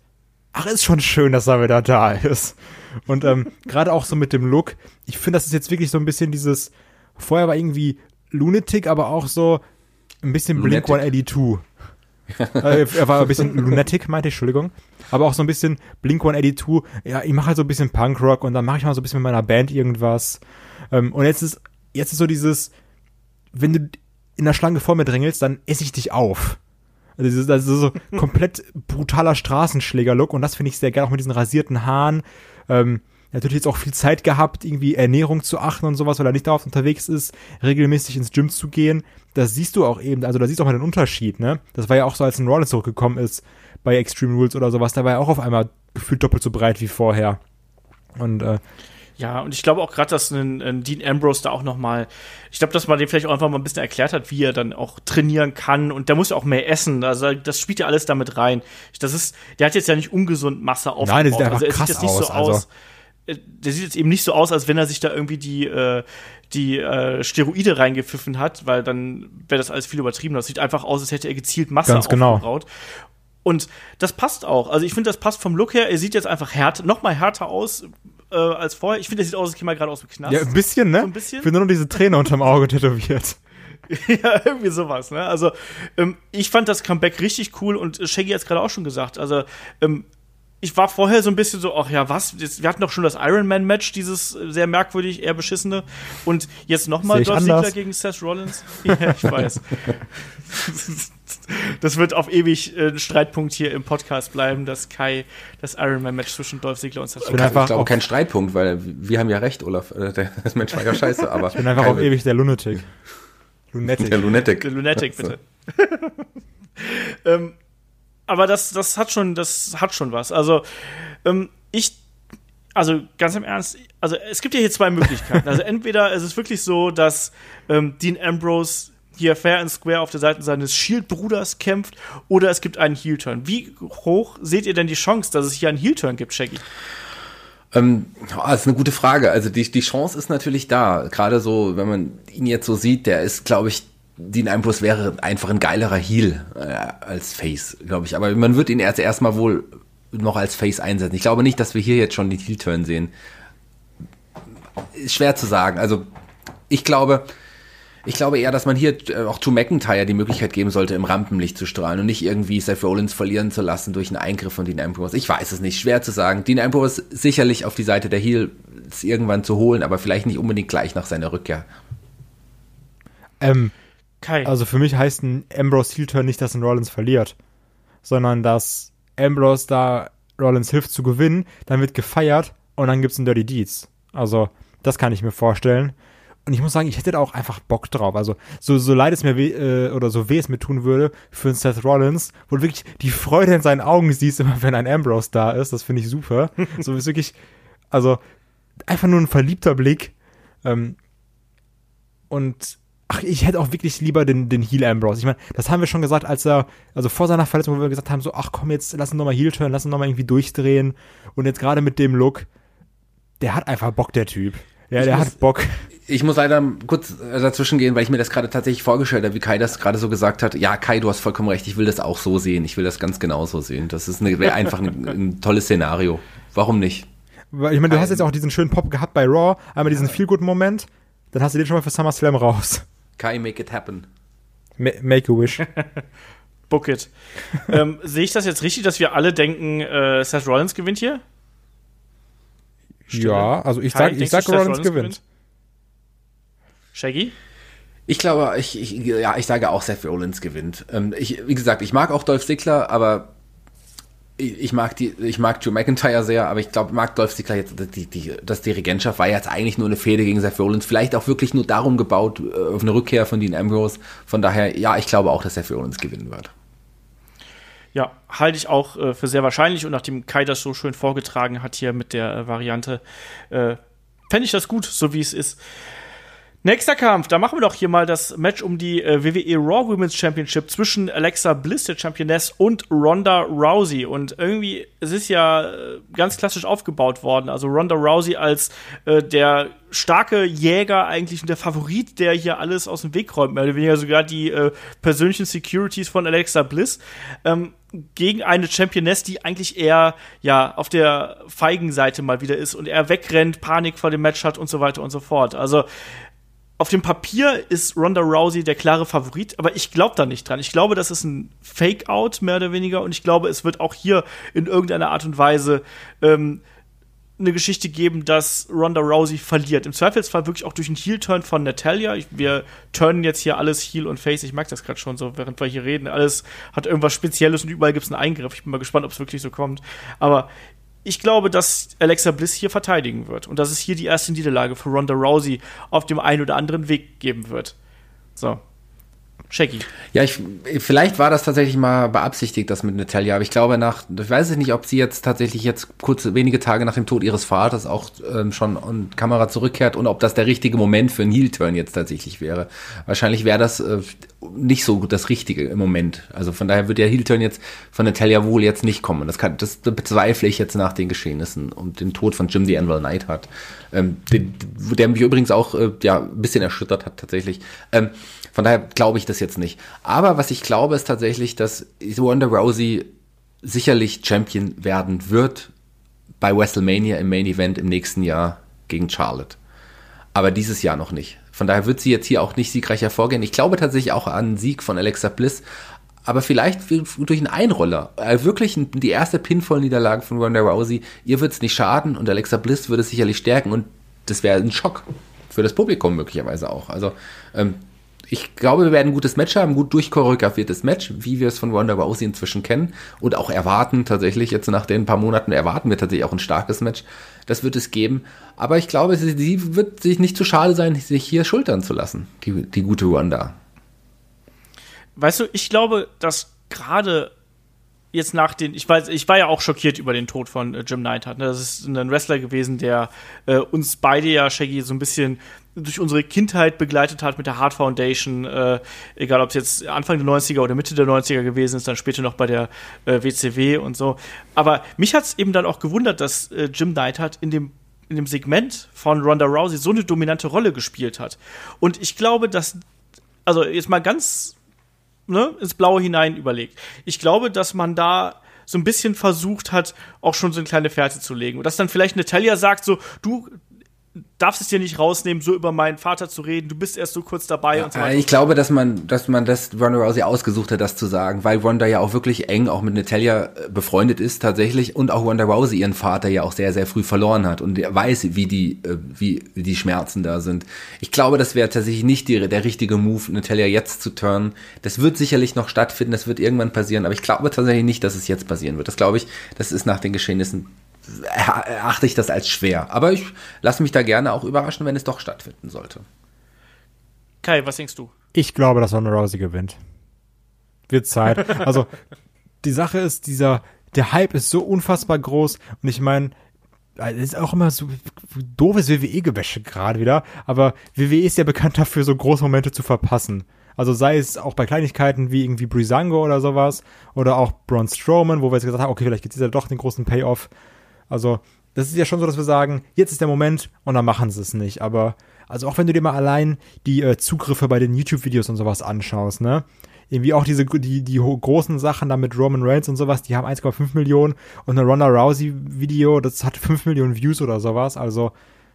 ach, ist schon schön, dass er wieder da ist. Und ähm, gerade auch so mit dem Look, ich finde, das ist jetzt wirklich so ein bisschen dieses, vorher war irgendwie Lunatic, aber auch so ein bisschen Blink one eighty-two. äh, er war ein bisschen Lunatic, meinte ich, Entschuldigung. Aber auch so ein bisschen Blink one eighty-two. Ja, ich mache halt so ein bisschen Punkrock und dann mache ich mal so ein bisschen mit meiner Band irgendwas. Ähm, und jetzt ist, jetzt ist so dieses, wenn du in der Schlange vor mir drängelst, dann esse ich dich auf. Also das ist, das ist so komplett brutaler Straßenschläger-Look und das finde ich sehr geil, auch mit diesen rasierten Haaren. Ähm, natürlich jetzt auch viel Zeit gehabt, irgendwie Ernährung zu achten und sowas, weil er nicht darauf unterwegs ist, regelmäßig ins Gym zu gehen. Das siehst du auch eben, also da siehst du auch mal den Unterschied, ne? Das war ja auch so, als ein Rollins zurückgekommen ist bei Extreme Rules oder sowas, da war er auch auf einmal gefühlt doppelt so breit wie vorher. Und äh, ja, und ich glaube auch gerade, dass ein, ein Dean Ambrose da auch noch mal, ich glaube, dass man dem vielleicht auch einfach mal ein bisschen erklärt hat, wie er dann auch trainieren kann. Und der muss ja auch mehr essen. Also das spielt ja alles damit rein. Das ist, der hat jetzt ja nicht ungesund Masse aufgebaut. Nein, der sieht einfach also er krass sieht jetzt nicht aus, so also. aus. Der sieht jetzt eben nicht so aus, als wenn er sich da irgendwie die, äh, die äh, Steroide reingepfiffen hat, weil dann wäre das alles viel übertrieben. Das sieht einfach aus, als hätte er gezielt Masse Ganz genau. aufgebaut. Und das passt auch. Also ich finde, das passt vom Look her. Er sieht jetzt einfach härter, noch mal härter aus äh, als vorher. Ich finde, er sieht aus, als käme er gerade aus dem Knast. ja, ein bisschen, ne? So ein bisschen. Ich bin nur noch diese Träne unterm Auge tätowiert. Ja, irgendwie sowas, ne? Also, ähm, ich fand das Comeback richtig cool und Shaggy hat es gerade auch schon gesagt. Also, ähm, ich war vorher so ein bisschen so, ach ja, was? Jetzt, wir hatten doch schon das Ironman-Match, dieses sehr merkwürdig, eher beschissene. Und jetzt nochmal Dolph Ziggler gegen Seth Rollins. Ja, ich weiß. Das wird auf ewig äh, ein Streitpunkt hier im Podcast bleiben, dass Kai das Ironman-Match zwischen Dolph Ziggler und Seth Ich, Rollins. ich glaube, kein Streitpunkt, weil wir haben ja recht, Olaf. Das Match war ja scheiße, aber. Ich bin einfach auf ewig der Lunatic. Lunatic. Der Lunatic. Der Lunatic, bitte. ähm, aber das, das hat schon, das hat schon was. Also, ähm, ich, also ganz im Ernst, also es gibt ja hier zwei Möglichkeiten. Also entweder ist es wirklich so, dass ähm, Dean Ambrose hier fair and square auf der Seite seines Shield-Bruders kämpft, oder es gibt einen Heel-Turn. Wie hoch seht ihr denn die Chance, dass es hier einen Heel-Turn gibt, Shaggy? Ähm, das ist eine gute Frage. Also die, die Chance ist natürlich da. Gerade so, wenn man ihn jetzt so sieht, der ist, glaube ich, Dean Ambrose wäre einfach ein geilerer Heel äh, als Face, glaube ich. Aber man wird ihn erst erstmal wohl noch als Face einsetzen. Ich glaube nicht, dass wir hier jetzt schon den Heel-Turn sehen. Ist schwer zu sagen. Also ich glaube, ich glaube eher, dass man hier auch Drew McIntyre die Möglichkeit geben sollte, im Rampenlicht zu strahlen und nicht irgendwie Seth Rollins verlieren zu lassen durch einen Eingriff von Dean Ambrose. Ich weiß es nicht, schwer zu sagen. Dean Ambrose sicherlich auf die Seite der Heels irgendwann zu holen, aber vielleicht nicht unbedingt gleich nach seiner Rückkehr. Ähm, Kai. Also für mich heißt ein Ambrose Heel-Turn nicht, dass ein Rollins verliert, sondern dass Ambrose da Rollins hilft zu gewinnen, dann wird gefeiert und dann gibt's ein Dirty Deeds. Also das kann ich mir vorstellen. Und ich muss sagen, ich hätte da auch einfach Bock drauf. Also so, so leid es mir weh, äh, oder so weh es mir tun würde für einen Seth Rollins, wo du wirklich die Freude in seinen Augen siehst, immer wenn ein Ambrose da ist. Das finde ich super. So ist wirklich, also einfach nur ein verliebter Blick. Ähm, und ach, ich hätte auch wirklich lieber den, den Heel Ambrose. Ich meine, das haben wir schon gesagt, als er, also vor seiner Verletzung, wo wir gesagt haben, so, ach komm, jetzt lass ihn nochmal Heel-Turn, lass ihn nochmal irgendwie durchdrehen. Und jetzt gerade mit dem Look, der hat einfach Bock, der Typ. Ja, der hat Bock. Ich muss leider kurz dazwischen gehen, weil ich mir das gerade tatsächlich vorgestellt habe, wie Kai das gerade so gesagt hat. Ja, Kai, du hast vollkommen recht, ich will das auch so sehen. Ich will das ganz genauso sehen. Das ist eine, wäre einfach ein, ein tolles Szenario. Warum nicht? Weil ich meine, du hast jetzt auch diesen schönen Pop gehabt bei Raw, einmal diesen Feel-Good-Moment, dann hast du den schon mal für SummerSlam raus. Kai, make it happen. Ma- make a wish. Book it. ähm, sehe ich das jetzt richtig, dass wir alle denken, äh, Seth Rollins gewinnt hier? Stille. Ja, also ich Kai, sag, ich denkst sag du, Seth Rollins gewinnt. Shaggy? Ich glaube, ich, ich, ja, ich sage auch, Seth Rollins gewinnt. Ähm, ich, wie gesagt, ich mag auch Dolph Ziggler, aber ich, ich mag die, ich mag Drew McIntyre sehr, aber ich glaube, mag Dolph Ziggler jetzt, die, die, das die Regentschaft war jetzt eigentlich nur eine Fehde gegen Seth Rollins, vielleicht auch wirklich nur darum gebaut, auf eine Rückkehr von Dean Ambrose. Von daher, ja, ich glaube auch, dass Seth Rollins gewinnen wird. Ja, halte ich auch äh, für sehr wahrscheinlich, und nachdem Kai das so schön vorgetragen hat hier mit der äh, Variante, äh, fände ich das gut, so wie es ist. Nächster Kampf, da machen wir doch hier mal das Match um die äh, W W E Raw Women's Championship zwischen Alexa Bliss, der Championess, und Ronda Rousey. Und irgendwie, es ist ja äh, ganz klassisch aufgebaut worden. Also Ronda Rousey als äh, der starke Jäger eigentlich und der Favorit, der hier alles aus dem Weg räumt. Mehr oder weniger sogar die äh, persönlichen Securities von Alexa Bliss. Ähm, gegen eine Championess, die eigentlich eher ja auf der feigen Seite mal wieder ist und eher wegrennt, Panik vor dem Match hat und so weiter und so fort. Also auf dem Papier ist Ronda Rousey der klare Favorit, aber ich glaube da nicht dran. Ich glaube, das ist ein Fake-Out, mehr oder weniger, und ich glaube, es wird auch hier in irgendeiner Art und Weise ähm, eine Geschichte geben, dass Ronda Rousey verliert. Im Zweifelsfall wirklich auch durch einen Heel-Turn von Natalya. Ich, wir turnen jetzt hier alles Heel und Face. Ich mag das gerade schon so, während wir hier reden. Alles hat irgendwas Spezielles und überall gibt es einen Eingriff. Ich bin mal gespannt, ob es wirklich so kommt. Aber ich glaube, dass Alexa Bliss hier verteidigen wird und dass es hier die erste Niederlage für Ronda Rousey auf dem einen oder anderen Weg geben wird. So. Shaggy. Ja, ich, vielleicht war das tatsächlich mal beabsichtigt, das mit Natalya, aber ich glaube nach, ich weiß nicht, ob sie jetzt tatsächlich jetzt kurz, wenige Tage nach dem Tod ihres Vaters auch ähm, schon in Kamera zurückkehrt und ob das der richtige Moment für einen Heel-Turn jetzt tatsächlich wäre. Wahrscheinlich wäre das äh, nicht so das Richtige im Moment. Also von daher wird der Heel-Turn jetzt von Natalya wohl jetzt nicht kommen. Das kann, das bezweifle ich jetzt nach den Geschehnissen und dem Tod von Jim the Anvil Knight hat, ähm, den, der mich übrigens auch äh, ja ein bisschen erschüttert hat tatsächlich. Ähm, Von daher glaube ich das jetzt nicht. Aber was ich glaube, ist tatsächlich, dass Ronda Rousey sicherlich Champion werden wird bei WrestleMania im Main Event im nächsten Jahr gegen Charlotte. Aber dieses Jahr noch nicht. Von daher wird sie jetzt hier auch nicht siegreich hervorgehen. Ich glaube tatsächlich auch an einen Sieg von Alexa Bliss, aber vielleicht durch einen Einroller. Wirklich die erste Pinfall-Niederlage von Ronda Rousey, ihr wird es nicht schaden und Alexa Bliss würde es sicherlich stärken und das wäre ein Schock für das Publikum möglicherweise auch. Also ähm, ich glaube, wir werden ein gutes Match haben, ein gut durchchoreografiertes Match, wie wir es von Ronda Rousey inzwischen kennen und auch erwarten tatsächlich, jetzt nach den paar Monaten erwarten wir tatsächlich auch ein starkes Match. Das wird es geben. Aber ich glaube, sie, sie wird sich nicht zu schade sein, sich hier schultern zu lassen, die, die gute Ronda. Weißt du, ich glaube, dass gerade jetzt nach den, ich weiß, ich war ja auch schockiert über den Tod von äh, Jim Neidhart. Ne? Das ist ein Wrestler gewesen, der äh, uns beide ja, Shaggy, so ein bisschen durch unsere Kindheit begleitet hat mit der Hart Foundation, äh, egal ob es jetzt Anfang der neunziger oder Mitte der neunziger gewesen ist, dann später noch bei der äh, W C W und so. Aber mich hat es eben dann auch gewundert, dass äh, Jim Neidhart in dem in dem Segment von Ronda Rousey so eine dominante Rolle gespielt hat. Und ich glaube, dass, also jetzt mal ganz ne, ins Blaue hinein überlegt, ich glaube, dass man da so ein bisschen versucht hat, auch schon so eine kleine Fährte zu legen. Und dass dann vielleicht Natalya sagt so, du darfst es dir nicht rausnehmen, so über meinen Vater zu reden, du bist erst so kurz dabei ja, und so weiter. Ich glaube, dass man, dass man das Ronda Rousey ausgesucht hat, das zu sagen, weil Ronda ja auch wirklich eng auch mit Natalya befreundet ist tatsächlich und auch Ronda Rousey ihren Vater ja auch sehr, sehr früh verloren hat und er weiß, wie die, wie die Schmerzen da sind. Ich glaube, das wäre tatsächlich nicht die, der richtige Move, Natalya jetzt zu turnen. Das wird sicherlich noch stattfinden, das wird irgendwann passieren, aber ich glaube tatsächlich nicht, dass es jetzt passieren wird. Das glaube ich, das ist nach den Geschehnissen erachte ich das als schwer. Aber ich lasse mich da gerne auch überraschen, wenn es doch stattfinden sollte. Kai, was denkst du? Ich glaube, dass Ronda Rousey gewinnt. Wird Zeit. Also, die Sache ist, dieser, der Hype ist so unfassbar groß und ich meine, es ist auch immer so doofes W W E-Gewäsche gerade wieder, aber W W E ist ja bekannt dafür, so große Momente zu verpassen. Also sei es auch bei Kleinigkeiten wie irgendwie Breezango oder sowas oder auch Braun Strowman, wo wir jetzt gesagt haben, okay, vielleicht gibt es ja doch den großen Payoff. Also, das ist ja schon so, dass wir sagen, jetzt ist der Moment und dann machen sie es nicht. Aber, also auch wenn du dir mal allein die äh, Zugriffe bei den YouTube-Videos und sowas anschaust, ne? Irgendwie auch diese, die, die großen Sachen da mit Roman Reigns und sowas, die haben eins Komma fünf Millionen und ein Ronda Rousey-Video, das hat fünf Millionen Views oder sowas. Also,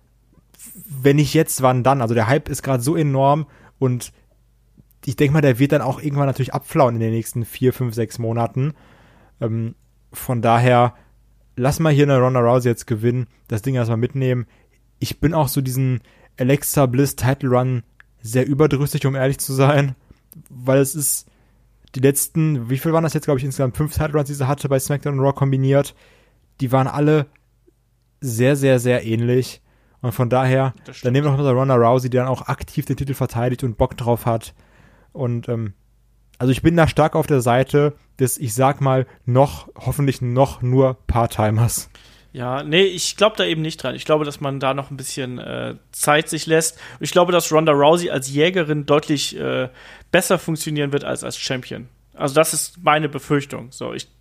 wenn nicht jetzt, wann dann? Also, der Hype ist gerade so enorm und ich denke mal, der wird dann auch irgendwann natürlich abflauen in den nächsten vier, fünf, sechs Monaten. Ähm, von daher lass mal hier eine Ronda Rousey jetzt gewinnen, das Ding erstmal mitnehmen. Ich bin auch so diesen Alexa Bliss Title Run sehr überdrüssig, um ehrlich zu sein, weil es ist die letzten, wie viel waren das jetzt, glaube ich, insgesamt fünf Title Runs, die sie hatte bei SmackDown und Raw kombiniert, die waren alle sehr, sehr, sehr ähnlich und von daher, dann nehmen wir noch mal Ronda Rousey, die dann auch aktiv den Titel verteidigt und Bock drauf hat und ähm, also ich bin da stark auf der Seite des, ich sag mal, noch, hoffentlich noch nur Part-Timers. Ja, nee, ich glaube da eben nicht dran. Ich glaube, dass man da noch ein bisschen äh, Zeit sich lässt. Und ich glaube, dass Ronda Rousey als Jägerin deutlich äh, besser funktionieren wird als als Champion. Also das ist meine Befürchtung. So, ich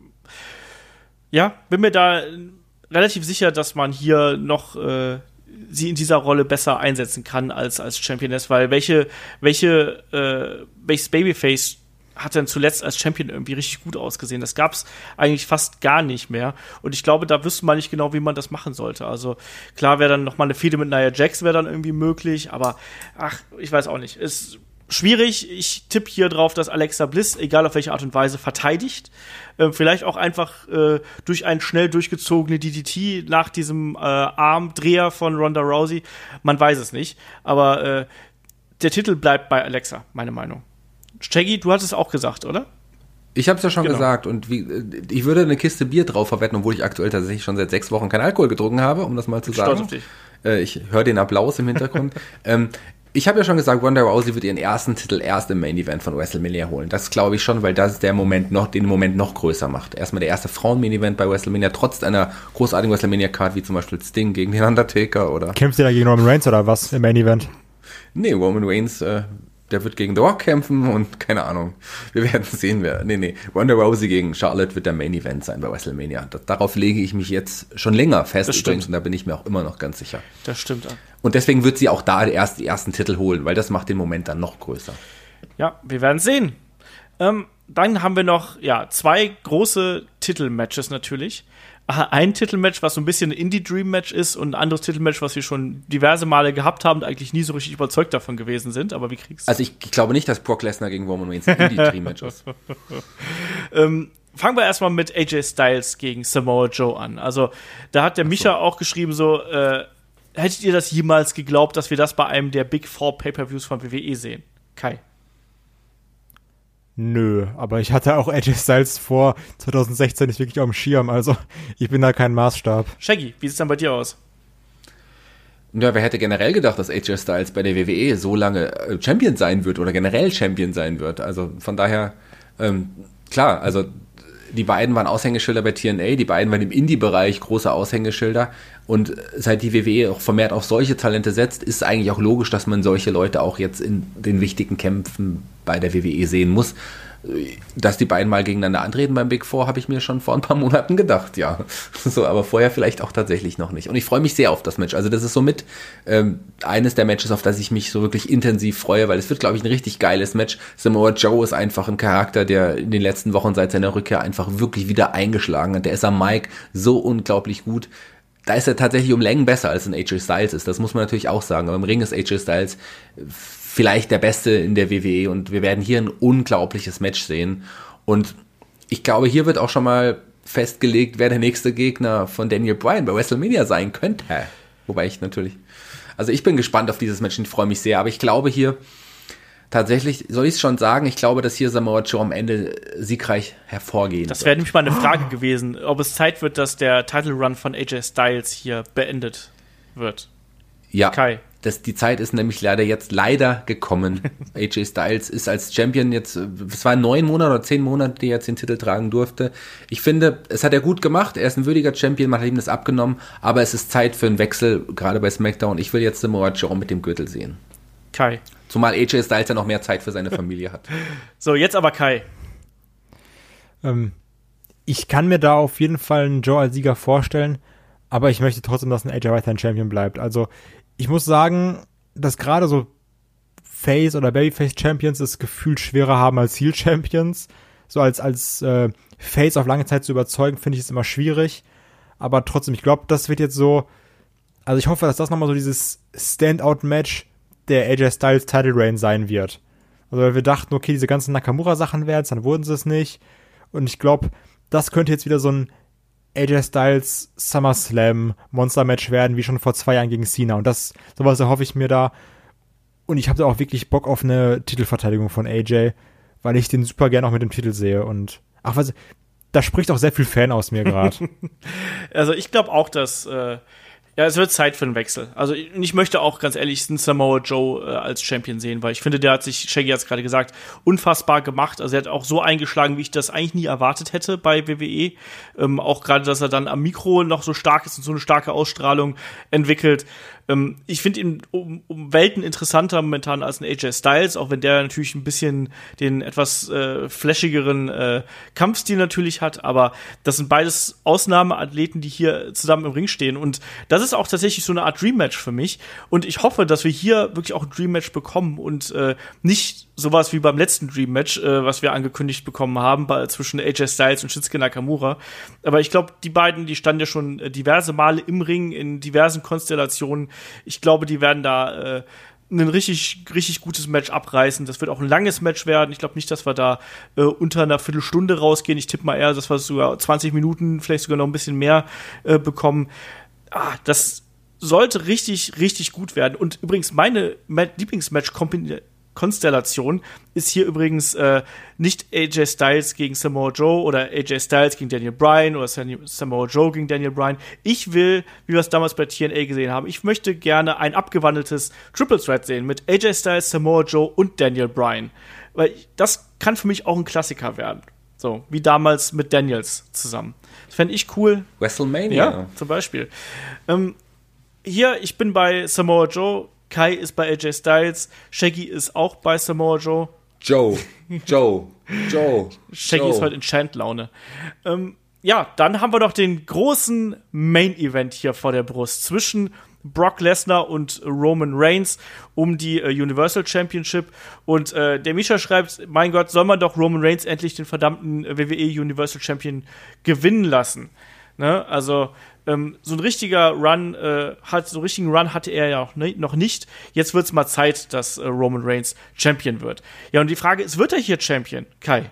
ja, bin mir da relativ sicher, dass man hier noch äh, sie in dieser Rolle besser einsetzen kann als als Championess, weil welche welche äh, welches Babyface hat denn zuletzt als Champion irgendwie richtig gut ausgesehen? Das gab's eigentlich fast gar nicht mehr. Und ich glaube, da wüsste man nicht genau, wie man das machen sollte. Also klar wäre dann noch mal eine Fehde mit Nia Jax wäre dann irgendwie möglich, aber ach, ich weiß auch nicht. Ist schwierig. Ich tippe hier drauf, dass Alexa Bliss, egal auf welche Art und Weise, verteidigt. Äh, vielleicht auch einfach äh, durch einen schnell durchgezogene D D T nach diesem äh, Armdreher von Ronda Rousey. Man weiß es nicht. Aber äh, der Titel bleibt bei Alexa, meine Meinung. Shaggy, du hattest es auch gesagt, oder? Ich habe es ja schon Genau. gesagt und wie, ich würde eine Kiste Bier drauf verwetten, obwohl ich aktuell tatsächlich schon seit sechs Wochen keinen Alkohol getrunken habe, um das mal zu sagen. Stolz auf dich. Äh, ich höre den Applaus im Hintergrund. ähm, ich habe ja schon gesagt, Ronda Rousey wird ihren ersten Titel erst im Main Event von WrestleMania holen. Das glaube ich schon, weil das der Moment noch, den Moment noch größer macht. Erstmal der erste Frauen-Main Event bei WrestleMania, trotz einer großartigen WrestleMania-Card, wie zum Beispiel Sting gegen den Undertaker oder... Kämpft ihr da gegen Roman Reigns oder was im Main Event? Nee, Roman Reigns, äh, der wird gegen The Rock kämpfen und keine Ahnung. Wir werden sehen, wer. Nee, nee. Ronda Rousey gegen Charlotte wird der Main Event sein bei WrestleMania. Das, darauf lege ich mich jetzt schon länger fest Das übrigens stimmt. und da bin ich mir auch immer noch ganz sicher. Das stimmt. Und deswegen wird sie auch da erst die ersten Titel holen, weil das macht den Moment dann noch größer. Ja, wir werden sehen. Ähm, dann haben wir noch ja, zwei große Titelmatches natürlich. Ein Titelmatch, was so ein bisschen ein Indie-Dream-Match ist und ein anderes Titelmatch, was wir schon diverse Male gehabt haben und eigentlich nie so richtig überzeugt davon gewesen sind, aber wie kriegst du? Also ich, ich glaube nicht, dass Brock Lesnar gegen Roman Reigns ein Indie-Dream-Match ist. ähm, fangen wir erstmal mit A J Styles gegen Samoa Joe an. Also da hat der Micha auch geschrieben so, äh, hättet ihr das jemals geglaubt, dass wir das bei einem der Big Four Pay-Per-Views von W W E sehen? Kai. Nö, aber ich hatte auch A J Styles vor zwanzig sechzehn nicht wirklich auf dem Schirm, also ich bin da kein Maßstab. Shaggy, wie sieht's dann bei dir aus? Ja, wer hätte generell gedacht, dass A J Styles bei der W W E so lange äh, Champion sein wird oder generell Champion sein wird? Also von daher, ähm, klar, also die beiden waren Aushängeschilder bei T N A, die beiden waren im Indie-Bereich große Aushängeschilder und seit die W W E auch vermehrt auf solche Talente setzt, ist eigentlich auch logisch, dass man solche Leute auch jetzt in den wichtigen Kämpfen bei der W W E sehen muss. Dass die beiden mal gegeneinander antreten beim Big Four, habe ich mir schon vor ein paar Monaten gedacht, ja. So, aber vorher vielleicht auch tatsächlich noch nicht. Und ich freue mich sehr auf das Match. Also das ist somit ähm, eines der Matches, auf das ich mich so wirklich intensiv freue, weil es wird, glaube ich, ein richtig geiles Match. Samoa Joe ist einfach ein Charakter, der in den letzten Wochen seit seiner Rückkehr einfach wirklich wieder eingeschlagen hat. Der ist am Mic so unglaublich gut. Da ist er tatsächlich um Längen besser, als ein A J Styles ist. Das muss man natürlich auch sagen. Aber im Ring ist A J Styles vielleicht der Beste in der W W E und wir werden hier ein unglaubliches Match sehen. Und ich glaube, hier wird auch schon mal festgelegt, wer der nächste Gegner von Daniel Bryan bei WrestleMania sein könnte. Wobei ich natürlich... Also ich bin gespannt auf dieses Match und ich freue mich sehr. Aber ich glaube hier tatsächlich, soll ich es schon sagen, ich glaube, dass hier Samoa Joe am Ende siegreich hervorgehen Das wird. wäre nämlich mal eine Frage gewesen, ob es Zeit wird, dass der Title Run von A J Styles hier beendet wird. Ja, Kai. das, die Zeit ist nämlich leider jetzt leider gekommen. A J Styles ist als Champion jetzt, es waren neun Monate oder zehn Monate, die er jetzt den Titel tragen durfte. Ich finde, es hat er gut gemacht. Er ist ein würdiger Champion, man hat ihm das abgenommen. Aber es ist Zeit für einen Wechsel, gerade bei SmackDown. Ich will jetzt Samoa Joe mit dem Gürtel sehen. Kai. Zumal A J Styles ja noch mehr Zeit für seine Familie hat. So, jetzt aber Kai. Ähm, ich kann mir da auf jeden Fall einen Joe als Sieger vorstellen, aber ich möchte trotzdem, dass ein A J weiterhin Champion bleibt. Also ich muss sagen, dass gerade so Face- oder Babyface-Champions das Gefühl schwerer haben als Heel-Champions. So als, als äh, Face auf lange Zeit zu überzeugen, finde ich es immer schwierig. Aber trotzdem, ich glaube, das wird jetzt so, also ich hoffe, dass das nochmal so dieses Standout-Match der A J Styles Title Reign sein wird. Also weil wir dachten, okay, diese ganzen Nakamura-Sachen werden es, dann wurden sie es nicht. Und ich glaube, das könnte jetzt wieder so ein A J Styles SummerSlam Monster-Match werden, wie schon vor zwei Jahren gegen Cena. Und das, sowas erhoffe ich mir da. Und ich habe da auch wirklich Bock auf eine Titelverteidigung von A J, weil ich den super gerne auch mit dem Titel sehe. Und ach, was, da spricht auch sehr viel Fan aus mir gerade. Also ich glaube auch, dass äh, Ja, es wird Zeit für einen Wechsel. Also ich möchte auch ganz ehrlich einen Samoa Joe äh, als Champion sehen, weil ich finde, der hat sich, Shaggy hat es gerade gesagt, unfassbar gemacht. Also er hat auch so eingeschlagen, wie ich das eigentlich nie erwartet hätte bei W W E. Ähm, auch gerade, dass er dann am Mikro noch so stark ist und so eine starke Ausstrahlung entwickelt. Ähm, ich finde ihn um, um Welten interessanter momentan als ein A J Styles, auch wenn der natürlich ein bisschen den etwas äh, flashigeren äh, Kampfstil natürlich hat. Aber das sind beides Ausnahmeathleten, die hier zusammen im Ring stehen. Und das ist auch tatsächlich so eine Art Dream-Match für mich. Und ich hoffe, dass wir hier wirklich auch ein Dream-Match bekommen und äh, nicht sowas wie beim letzten Dream-Match, äh, was wir angekündigt bekommen haben, bei, zwischen A J Styles und Shinsuke Nakamura. Aber ich glaube, die beiden, die standen ja schon äh, diverse Male im Ring, in diversen Konstellationen. Ich glaube, die werden da äh, ein richtig, richtig gutes Match abreißen. Das wird auch ein langes Match werden. Ich glaube nicht, dass wir da äh, unter einer Viertelstunde rausgehen. Ich tippe mal eher, dass wir sogar zwanzig Minuten, vielleicht sogar noch ein bisschen mehr äh, bekommen. Ah, das sollte richtig, richtig gut werden. Und übrigens, meine Lieblingsmatch-Konstellation ist hier übrigens äh, nicht A J Styles gegen Samoa Joe oder A J Styles gegen Daniel Bryan oder Samoa Joe gegen Daniel Bryan. Ich will, wie wir es damals bei T N A gesehen haben, ich möchte gerne ein abgewandeltes Triple Threat sehen mit A J Styles, Samoa Joe und Daniel Bryan. Weil das kann für mich auch ein Klassiker werden. So, wie damals mit Daniels zusammen. Das fände ich cool. WrestleMania. Ja, zum Beispiel. Ähm, hier, ich bin bei Samoa Joe, Kai ist bei A J Styles, Shaggy ist auch bei Samoa Joe. Joe, Joe, Joe. Shaggy Joe. ist heute in Chant-Laune. Ähm, ja, dann haben wir noch den großen Main-Event hier vor der Brust zwischen Brock Lesnar und Roman Reigns um die äh, Universal Championship. Und äh, der Misha schreibt, mein Gott, soll man doch Roman Reigns endlich den verdammten äh, W W E Universal Champion gewinnen lassen. Ne? Also ähm, so ein richtiger Run, äh, hat, so einen richtigen Run hatte er ja auch ne, noch nicht. Jetzt wird's mal Zeit, dass äh, Roman Reigns Champion wird. Ja, und die Frage ist, wird er hier Champion? Kai?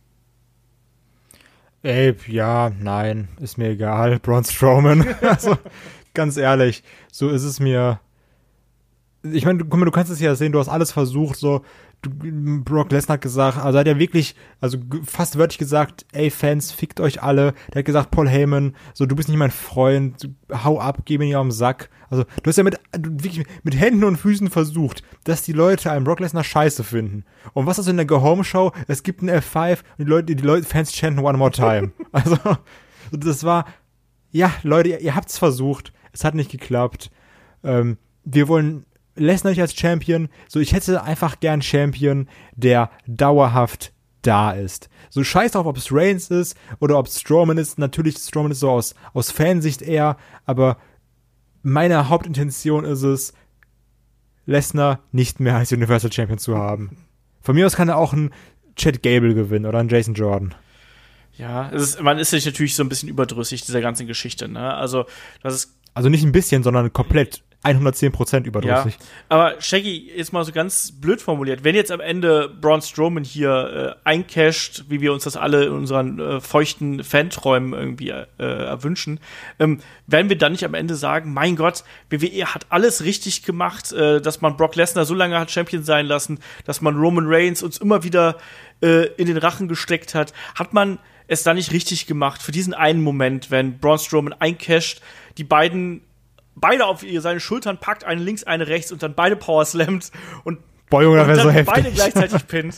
Ey, ja, nein, ist mir egal. Braun Strowman. Also, ganz ehrlich, so ist es mir. Ich meine, guck mal, du kannst es ja sehen, du hast alles versucht, so. Du, Brock Lesnar hat gesagt, also hat er wirklich, also fast wörtlich gesagt, ey Fans, fickt euch alle. Der hat gesagt, Paul Heyman, so, du bist nicht mein Freund, hau ab, geh mir nicht auf den Sack. Also, du hast ja mit, wirklich mit Händen und Füßen versucht, dass die Leute einen Brock Lesnar scheiße finden. Und was ist in der Go-Home-Show? Es gibt einen F fünf und die Leute, die Leute, Fans chanten one more time. Also, das war, ja, Leute, ihr, ihr habt's versucht, es hat nicht geklappt. Ähm, wir wollen Lesnar nicht als Champion, so ich hätte einfach gern Champion, der dauerhaft da ist. So scheiß drauf, ob es Reigns ist oder ob es Strowman ist. Natürlich, Strowman ist so aus, aus Fansicht eher, aber meine Hauptintention ist es, Lesnar nicht mehr als Universal Champion zu haben. Von mir aus kann er auch ein Chad Gable gewinnen oder ein Jason Jordan. Ja, es ist, man ist sich natürlich so ein bisschen überdrüssig dieser ganzen Geschichte, ne? Also, das ist Also nicht ein bisschen, sondern komplett hundertzehn Prozent überdrüssig. Ja, aber Shaggy, jetzt mal so ganz blöd formuliert, wenn jetzt am Ende Braun Strowman hier äh, eincasht, wie wir uns das alle in unseren äh, feuchten Fanträumen irgendwie äh, erwünschen, ähm, werden wir dann nicht am Ende sagen, mein Gott, W W E hat alles richtig gemacht, äh, dass man Brock Lesnar so lange hat Champion sein lassen, dass man Roman Reigns uns immer wieder äh, in den Rachen gesteckt hat, hat man es da nicht richtig gemacht für diesen einen Moment, wenn Braun Strowman eincasht, die beiden beide auf seine Schultern packt, eine links, eine rechts und dann beide powerslammt und, Boah, Junge, und das dann wäre so beide heftig. gleichzeitig pinnt.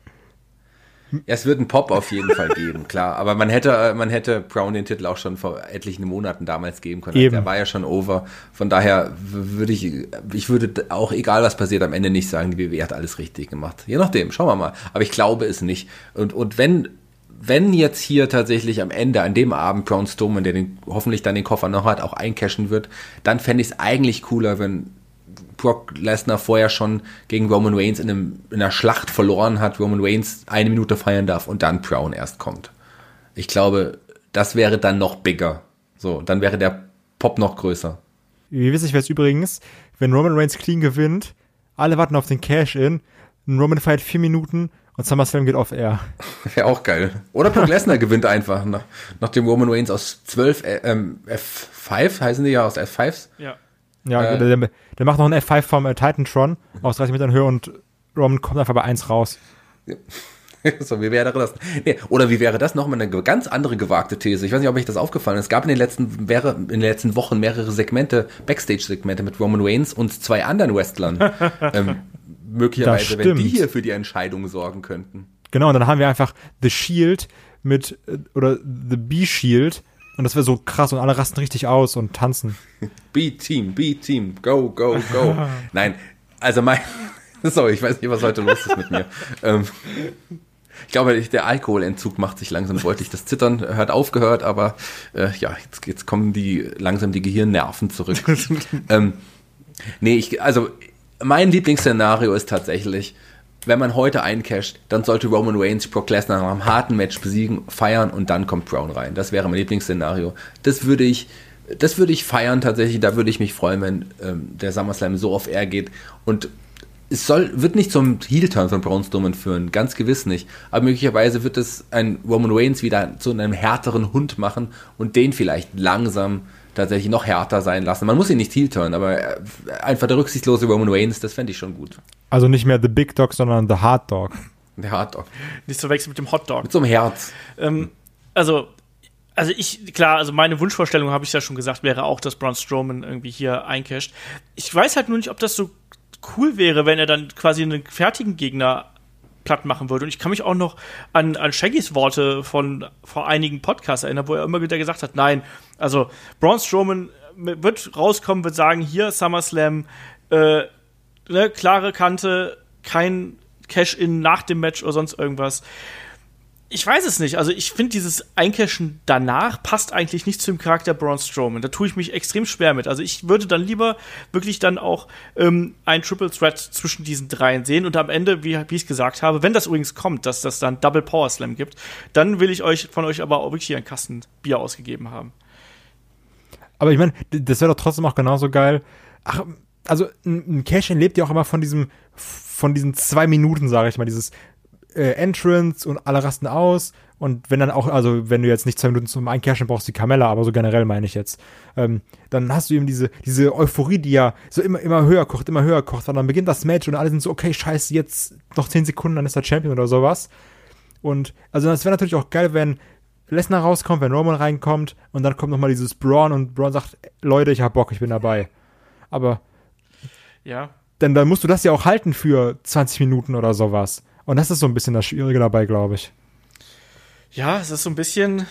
Ja, es wird einen Pop auf jeden Fall geben, klar. Aber man hätte, man hätte Brown den Titel auch schon vor etlichen Monaten damals geben können. Eben. Der war ja schon over. Von daher würde ich, ich würde auch, egal was passiert, am Ende nicht sagen, die W W E hat alles richtig gemacht. Je nachdem, schauen wir mal. Aber ich glaube es nicht. Und, und wenn, wenn jetzt hier tatsächlich am Ende, an dem Abend, Braun Strowman, der den, hoffentlich dann den Koffer noch hat, auch eincashen wird, dann fände ich es eigentlich cooler, wenn Brock Lesnar vorher schon gegen Roman Reigns in, einem, in einer Schlacht verloren hat, Roman Reigns eine Minute feiern darf und dann Brown erst kommt. Ich glaube, das wäre dann noch bigger. So, dann wäre der Pop noch größer. Wie witzig wäre es übrigens, wenn Roman Reigns clean gewinnt, alle warten auf den Cash-In, ein Roman feiert vier Minuten und SummerSlam geht off-air. Wäre auch geil. Oder Brock Lesnar gewinnt einfach, nach, nachdem Roman Reigns aus zwölf ähm, F fünf, heißen die ja, aus F fünfs. Ja. Ja, Äh. der, der macht noch ein F fünf vom äh, Titantron aus dreißig Metern Höhe und Roman kommt einfach bei eins raus. So, wie wäre das? Nee, oder wie wäre das nochmal eine ganz andere gewagte These? Ich weiß nicht, ob euch das aufgefallen ist. Es gab in den letzten, wäre, in den letzten Wochen mehrere Segmente, Backstage-Segmente mit Roman Reigns und zwei anderen Wrestlern. ähm, möglicherweise, wenn die hier für die Entscheidung sorgen könnten. Genau, und dann haben wir einfach The Shield mit, oder The B-Shield. Und das wäre so krass und alle rasten richtig aus und tanzen. B-Team, B-Team, go, go, go. Nein, also mein, sorry, ich weiß nicht, was heute los ist mit mir. Ähm, ich glaube, der Alkoholentzug macht sich langsam deutlich. Das Zittern hört aufgehört, aber äh, ja, jetzt, jetzt kommen die langsam die Gehirnnerven zurück. ähm, nee, ich, also mein Lieblingsszenario ist tatsächlich, wenn man heute eincasht, dann sollte Roman Reigns Brock Lesnar nach einem harten Match besiegen, feiern und dann kommt Brown rein. Das wäre mein Lieblingsszenario. Das würde ich, das würde ich feiern tatsächlich. Da würde ich mich freuen, wenn ähm, der SummerSlam so auf Air geht. Und es soll, wird nicht zum Heel-Turn von Braun Strowman führen, ganz gewiss nicht. Aber möglicherweise wird es ein Roman Reigns wieder zu einem härteren Hund machen und den vielleicht langsam tatsächlich noch härter sein lassen. Man muss ihn nicht Heel-Turn, aber einfach der rücksichtslose Roman Reigns, das fände ich schon gut. Also nicht mehr The Big Dog, sondern The Hard Dog. Der Hard Dog. Nicht zu wechseln mit dem Hot Dog. Mit so einem Herz. Ähm, also, also ich, klar, also meine Wunschvorstellung, habe ich ja schon gesagt, wäre auch, dass Braun Strowman irgendwie hier eincasht. Ich weiß halt nur nicht, ob das so cool wäre, wenn er dann quasi einen fertigen Gegner platt machen würde. Und ich kann mich auch noch an, an Shaggys Worte von vor einigen Podcasts erinnern, wo er immer wieder gesagt hat, nein, also Braun Strowman wird rauskommen, wird sagen, hier SummerSlam, äh, ne, klare Kante, kein Cash-In nach dem Match oder sonst irgendwas. Ich weiß es nicht. Also ich finde, dieses Eincashen danach passt eigentlich nicht zum Charakter Braun Strowman. Da tue ich mich extrem schwer mit. Also ich würde dann lieber wirklich dann auch ähm, ein Triple Threat zwischen diesen dreien sehen und am Ende, wie, wie ich gesagt habe, wenn das übrigens kommt, dass das dann Double Power Slam gibt, dann will ich euch von euch aber auch wirklich einen Kasten Bier ausgegeben haben. Aber ich meine, das wäre doch trotzdem auch genauso geil. Ach, also ein Cash-In lebt ja auch immer von diesem, von diesen zwei Minuten, sage ich mal, dieses äh, Entrance und alle rasten aus und wenn dann auch, also wenn du jetzt nicht zwei Minuten zum Eincashen brauchst, die Carmella, aber so generell meine ich jetzt, ähm, dann hast du eben diese, diese Euphorie, die ja so immer, immer höher kocht, immer höher kocht, weil dann beginnt das Match und alle sind so, okay, scheiße, jetzt noch zehn Sekunden, dann ist der Champion oder sowas. Und also das wäre natürlich auch geil, wenn Lesnar rauskommt, wenn Roman reinkommt und dann kommt nochmal dieses Braun und Braun sagt, Leute, ich hab Bock, ich bin dabei. Aber ja. Denn dann musst du das ja auch halten für zwanzig Minuten oder sowas. Und das ist so ein bisschen das Schwierige dabei, glaube ich. Ja, es ist so ein bisschen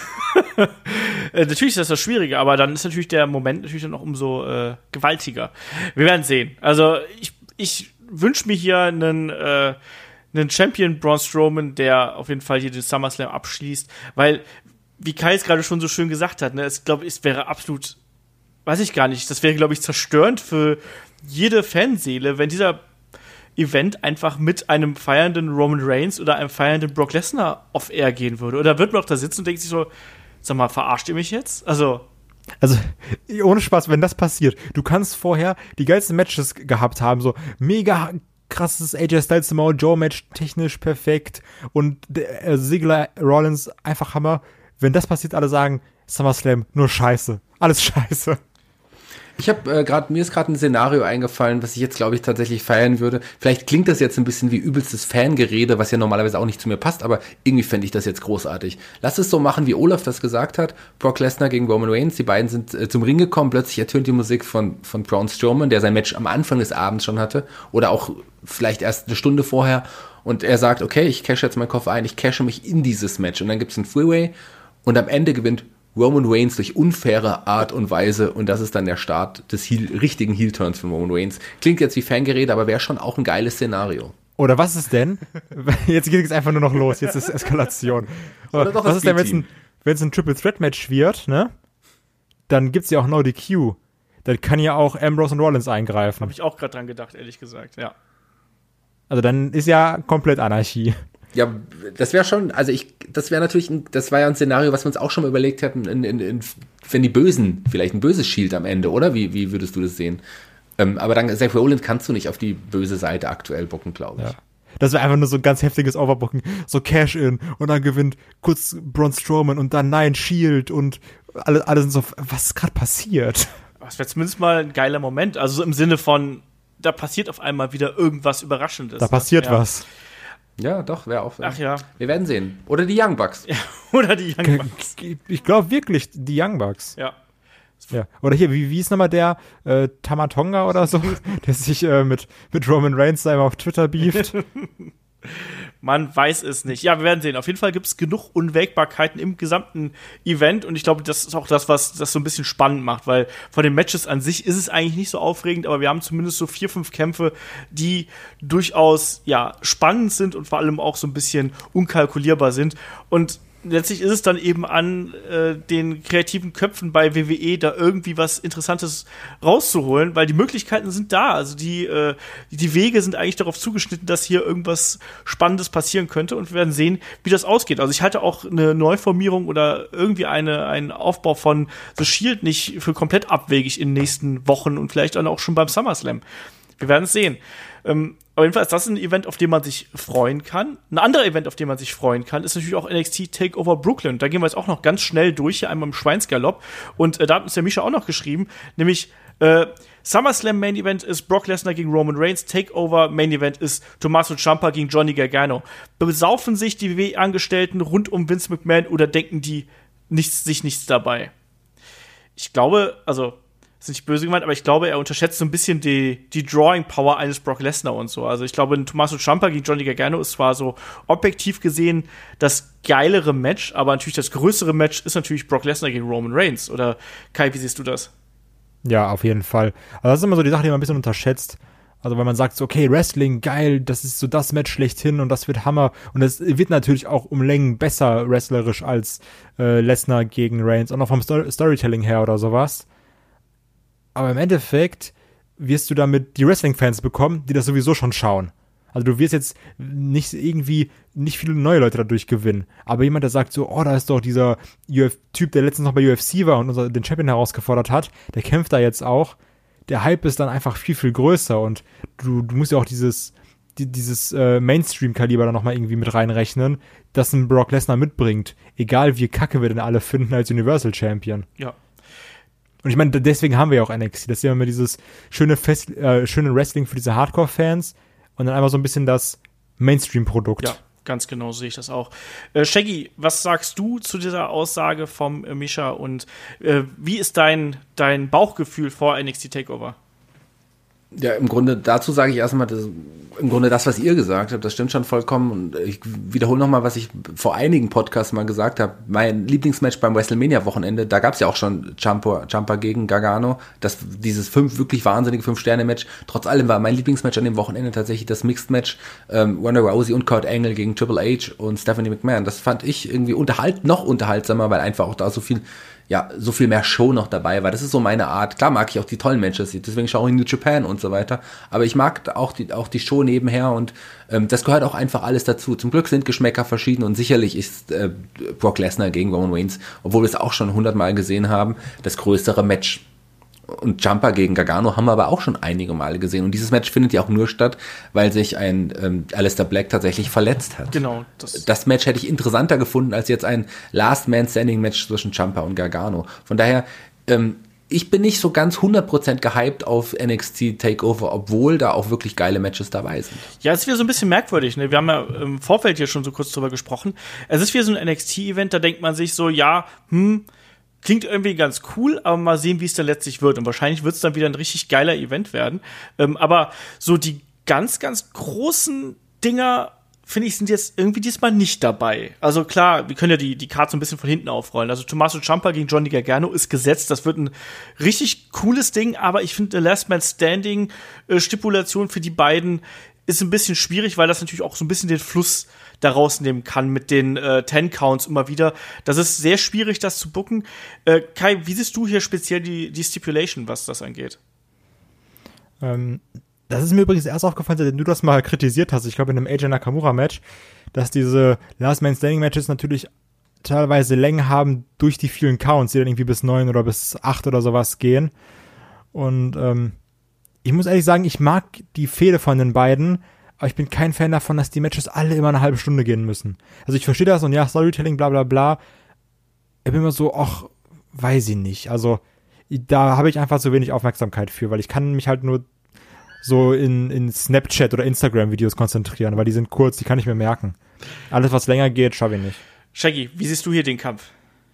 natürlich ist das das Schwierige, aber dann ist natürlich der Moment natürlich dann auch umso äh, gewaltiger. Wir werden sehen. Also ich, ich wünsche mir hier einen, äh, einen Champion Braun Strowman, der auf jeden Fall hier den SummerSlam abschließt, weil, wie Kai es gerade schon so schön gesagt hat, ne, es glaube ich, es wäre absolut, weiß ich gar nicht, das wäre, glaube ich, zerstörend für jede Fanseele, wenn dieser Event einfach mit einem feiernden Roman Reigns oder einem feiernden Brock Lesnar off Air gehen würde. Oder wird man auch da sitzen und denkt sich so, sag mal, verarscht ihr mich jetzt? Also, Also, ohne Spaß, wenn das passiert, du kannst vorher die geilsten Matches gehabt haben, so mega krasses A J Styles Samoa Joe Match, technisch perfekt und der, äh, Ziggler Rollins einfach Hammer. Wenn das passiert, alle sagen, SummerSlam, nur Scheiße. Alles Scheiße. Ich habe äh, gerade, mir ist gerade ein Szenario eingefallen, was ich jetzt, glaube ich, tatsächlich feiern würde. Vielleicht klingt das jetzt ein bisschen wie übelstes Fangerede, was ja normalerweise auch nicht zu mir passt, aber irgendwie fände ich das jetzt großartig. Lass es so machen, wie Olaf das gesagt hat. Brock Lesnar gegen Roman Reigns, die beiden sind äh, zum Ring gekommen, plötzlich ertönt die Musik von, von Braun Strowman, der sein Match am Anfang des Abends schon hatte oder auch vielleicht erst eine Stunde vorher und er sagt, okay, ich cashe jetzt meinen Koffer ein, ich cashe mich in dieses Match und dann gibt's ein Freeway und am Ende gewinnt Roman Reigns durch unfaire Art und Weise und das ist dann der Start des Heel, richtigen Heel-Turns von Roman Reigns. Klingt jetzt wie Fangerede, aber wäre schon auch ein geiles Szenario. Oder was ist denn? Jetzt geht es einfach nur noch los, jetzt ist Eskalation. Oder doch was ist denn, wenn es ein, wenn's ein Triple-Threat-Match wird, ne? Dann gibt's ja auch No D Q. Dann kann ja auch Ambrose und Rollins eingreifen. habe ich auch gerade dran gedacht, ehrlich gesagt, ja. Also dann ist ja komplett Anarchie. Ja, das wäre schon, also ich, das wäre natürlich, ein, das war ja ein Szenario, was wir uns auch schon mal überlegt hätten, in, in, in, wenn die Bösen, vielleicht ein böses Shield am Ende, oder? Wie, wie würdest du das sehen? Ähm, aber dann, Seth Rollins kannst du nicht auf die böse Seite aktuell bucken, glaube ich. Ja. Das wäre einfach nur so ein ganz heftiges Overbooken, so Cash-In und dann gewinnt kurz Braun Strowman und dann nein, Shield und alle, alle sind so, was ist gerade passiert? Das wäre zumindest mal ein geiler Moment, also so im Sinne von, da passiert auf einmal wieder irgendwas Überraschendes. Da passiert ja. was. Ja, doch, wäre auch. Ach ja. Wir werden sehen. Oder die Young Bucks. Ja, oder die Young Bucks. Ich glaube wirklich, die Young Bucks. Ja. Ja. Oder hier, wie, wie ist nochmal der äh, Tamatonga oder so, der sich äh, mit, mit Roman Reigns da immer auf Twitter beeft? Man weiß es nicht. Ja, wir werden sehen. Auf jeden Fall gibt es genug Unwägbarkeiten im gesamten Event und ich glaube, das ist auch das, was das so ein bisschen spannend macht, weil von den Matches an sich ist es eigentlich nicht so aufregend, aber wir haben zumindest so vier, fünf Kämpfe, die durchaus ja spannend sind und vor allem auch so ein bisschen unkalkulierbar sind und letztlich ist es dann eben an äh, den kreativen Köpfen bei W W E, da irgendwie was Interessantes rauszuholen, weil die Möglichkeiten sind da. Also die, äh, die Wege sind eigentlich darauf zugeschnitten, dass hier irgendwas Spannendes passieren könnte und wir werden sehen, wie das ausgeht. Also ich halte auch eine Neuformierung oder irgendwie eine, einen Aufbau von The Shield nicht für komplett abwegig in den nächsten Wochen und vielleicht dann auch schon beim SummerSlam. Wir werden es sehen. Ähm, auf jeden Fall ist das ein Event, auf dem man sich freuen kann. Ein anderer Event, auf dem man sich freuen kann, ist natürlich auch N X T Takeover Brooklyn. Da gehen wir jetzt auch noch ganz schnell durch, hier einmal im Schweinsgalopp. Und äh, da hat uns der Mischa auch noch geschrieben, nämlich äh, SummerSlam Main Event ist Brock Lesnar gegen Roman Reigns, Takeover Main Event ist Tommaso Ciampa gegen Johnny Gargano. Besaufen sich die W W E-Angestellten rund um Vince McMahon oder denken die nichts, sich nichts dabei? Ich glaube, also das ist nicht böse gemeint, aber ich glaube, er unterschätzt so ein bisschen die, die Drawing-Power eines Brock Lesnar und so. Also ich glaube, ein Tommaso Ciampa gegen Johnny Gargano ist zwar so objektiv gesehen das geilere Match, aber natürlich das größere Match ist natürlich Brock Lesnar gegen Roman Reigns. Oder Kai, wie siehst du das? Ja, auf jeden Fall. Also das ist immer so die Sache, die man ein bisschen unterschätzt. Also wenn man sagt so, okay, Wrestling, geil, das ist so das Match schlechthin und das wird Hammer. Und das wird natürlich auch um Längen besser wrestlerisch als äh, Lesnar gegen Reigns und auch vom Sto- Storytelling her oder sowas. Aber im Endeffekt wirst du damit die Wrestling-Fans bekommen, die das sowieso schon schauen. Also du wirst jetzt nicht irgendwie, nicht viele neue Leute dadurch gewinnen. Aber jemand, der sagt so, oh, da ist doch dieser U F- Typ, der letztens noch bei U F C war und unser, den Champion herausgefordert hat, der kämpft da jetzt auch. Der Hype ist dann einfach viel, viel größer und du, du musst ja auch dieses, die, dieses äh, Mainstream-Kaliber da nochmal irgendwie mit reinrechnen, das ein Brock Lesnar mitbringt. Egal wie kacke wir denn alle finden als Universal Champion. Ja. Und ich meine, deswegen haben wir ja auch N X T. Das ist ja immer dieses schöne, Fest, äh, schöne Wrestling für diese Hardcore-Fans und dann einfach so ein bisschen das Mainstream-Produkt. Ja, ganz genau sehe ich das auch. Äh, Shaggy, was sagst du zu dieser Aussage vom äh, Mischa und äh, wie ist dein, dein Bauchgefühl vor N X T Takeover? Ja, im Grunde, dazu sage ich erstmal, das, im Grunde das, was ihr gesagt habt, das stimmt schon vollkommen. Und ich wiederhole nochmal, was ich vor einigen Podcasts mal gesagt habe. Mein Lieblingsmatch beim WrestleMania-Wochenende, da gab es ja auch schon Ciampa, Ciampa gegen Gargano. Das, dieses fünf, wirklich wahnsinnige Fünf-Sterne-Match. Trotz allem war mein Lieblingsmatch an dem Wochenende tatsächlich das Mixed-Match ähm, Ronda Rousey und Kurt Angle gegen Triple H und Stephanie McMahon. Das fand ich irgendwie unterhalt, noch unterhaltsamer, weil einfach auch da so viel ja, so viel mehr Show noch dabei war. Das ist so meine Art. Klar mag ich auch die tollen Matches, deswegen schaue ich New Japan und so weiter. Aber ich mag auch die, auch die Show nebenher und ähm, das gehört auch einfach alles dazu. Zum Glück sind Geschmäcker verschieden und sicherlich ist äh, Brock Lesnar gegen Roman Reigns, obwohl wir es auch schon hundertmal gesehen haben, das größere Match. Und Ciampa gegen Gargano haben wir aber auch schon einige Male gesehen. Und dieses Match findet ja auch nur statt, weil sich ein ähm, Aleister Black tatsächlich verletzt hat. Genau. Das, das Match hätte ich interessanter gefunden als jetzt ein Last-Man-Standing-Match zwischen Ciampa und Gargano. Von daher, ähm, ich bin nicht so ganz hundert Prozent gehypt auf N X T Takeover, obwohl da auch wirklich geile Matches dabei sind. Ja, es ist wieder so ein bisschen merkwürdig. Ne? Wir haben ja im Vorfeld hier schon so kurz drüber gesprochen. Es ist wieder so ein N X T-Event, da denkt man sich so, ja, hm, klingt irgendwie ganz cool, aber mal sehen, wie es dann letztlich wird. Und wahrscheinlich wird es dann wieder ein richtig geiler Event werden. Ähm, aber so die ganz, ganz großen Dinger, finde ich, sind jetzt irgendwie diesmal nicht dabei. Also klar, wir können ja die, die Karte so ein bisschen von hinten aufrollen. Also Tommaso Ciampa gegen Johnny Gargano ist gesetzt. Das wird ein richtig cooles Ding, aber ich finde, eine Last Man Standing äh, Stipulation für die beiden ist ein bisschen schwierig, weil das natürlich auch so ein bisschen den Fluss da rausnehmen kann mit den äh, Ten-Counts immer wieder. Das ist sehr schwierig, das zu booken. Äh, Kai, wie siehst du hier speziell die, die Stipulation, was das angeht? Ähm, das ist mir übrigens erst aufgefallen, seitdem du das mal kritisiert hast, ich glaube in einem A J Nakamura-Match, dass diese Last-Man-Standing-Matches natürlich teilweise Längen haben durch die vielen Counts, die dann irgendwie bis neun oder bis acht oder sowas gehen. Und ähm, ich muss ehrlich sagen, ich mag die Fehde von den beiden, aber ich bin kein Fan davon, dass die Matches alle immer eine halbe Stunde gehen müssen. Also ich verstehe das und ja, Storytelling, bla bla bla. Ich bin immer so, ach, weiß ich nicht. Also da habe ich einfach zu wenig Aufmerksamkeit für, weil ich kann mich halt nur so in, in Snapchat oder Instagram-Videos konzentrieren, weil die sind kurz, die kann ich mir merken. Alles, was länger geht, schaffe ich nicht. Shaggy, wie siehst du hier den Kampf?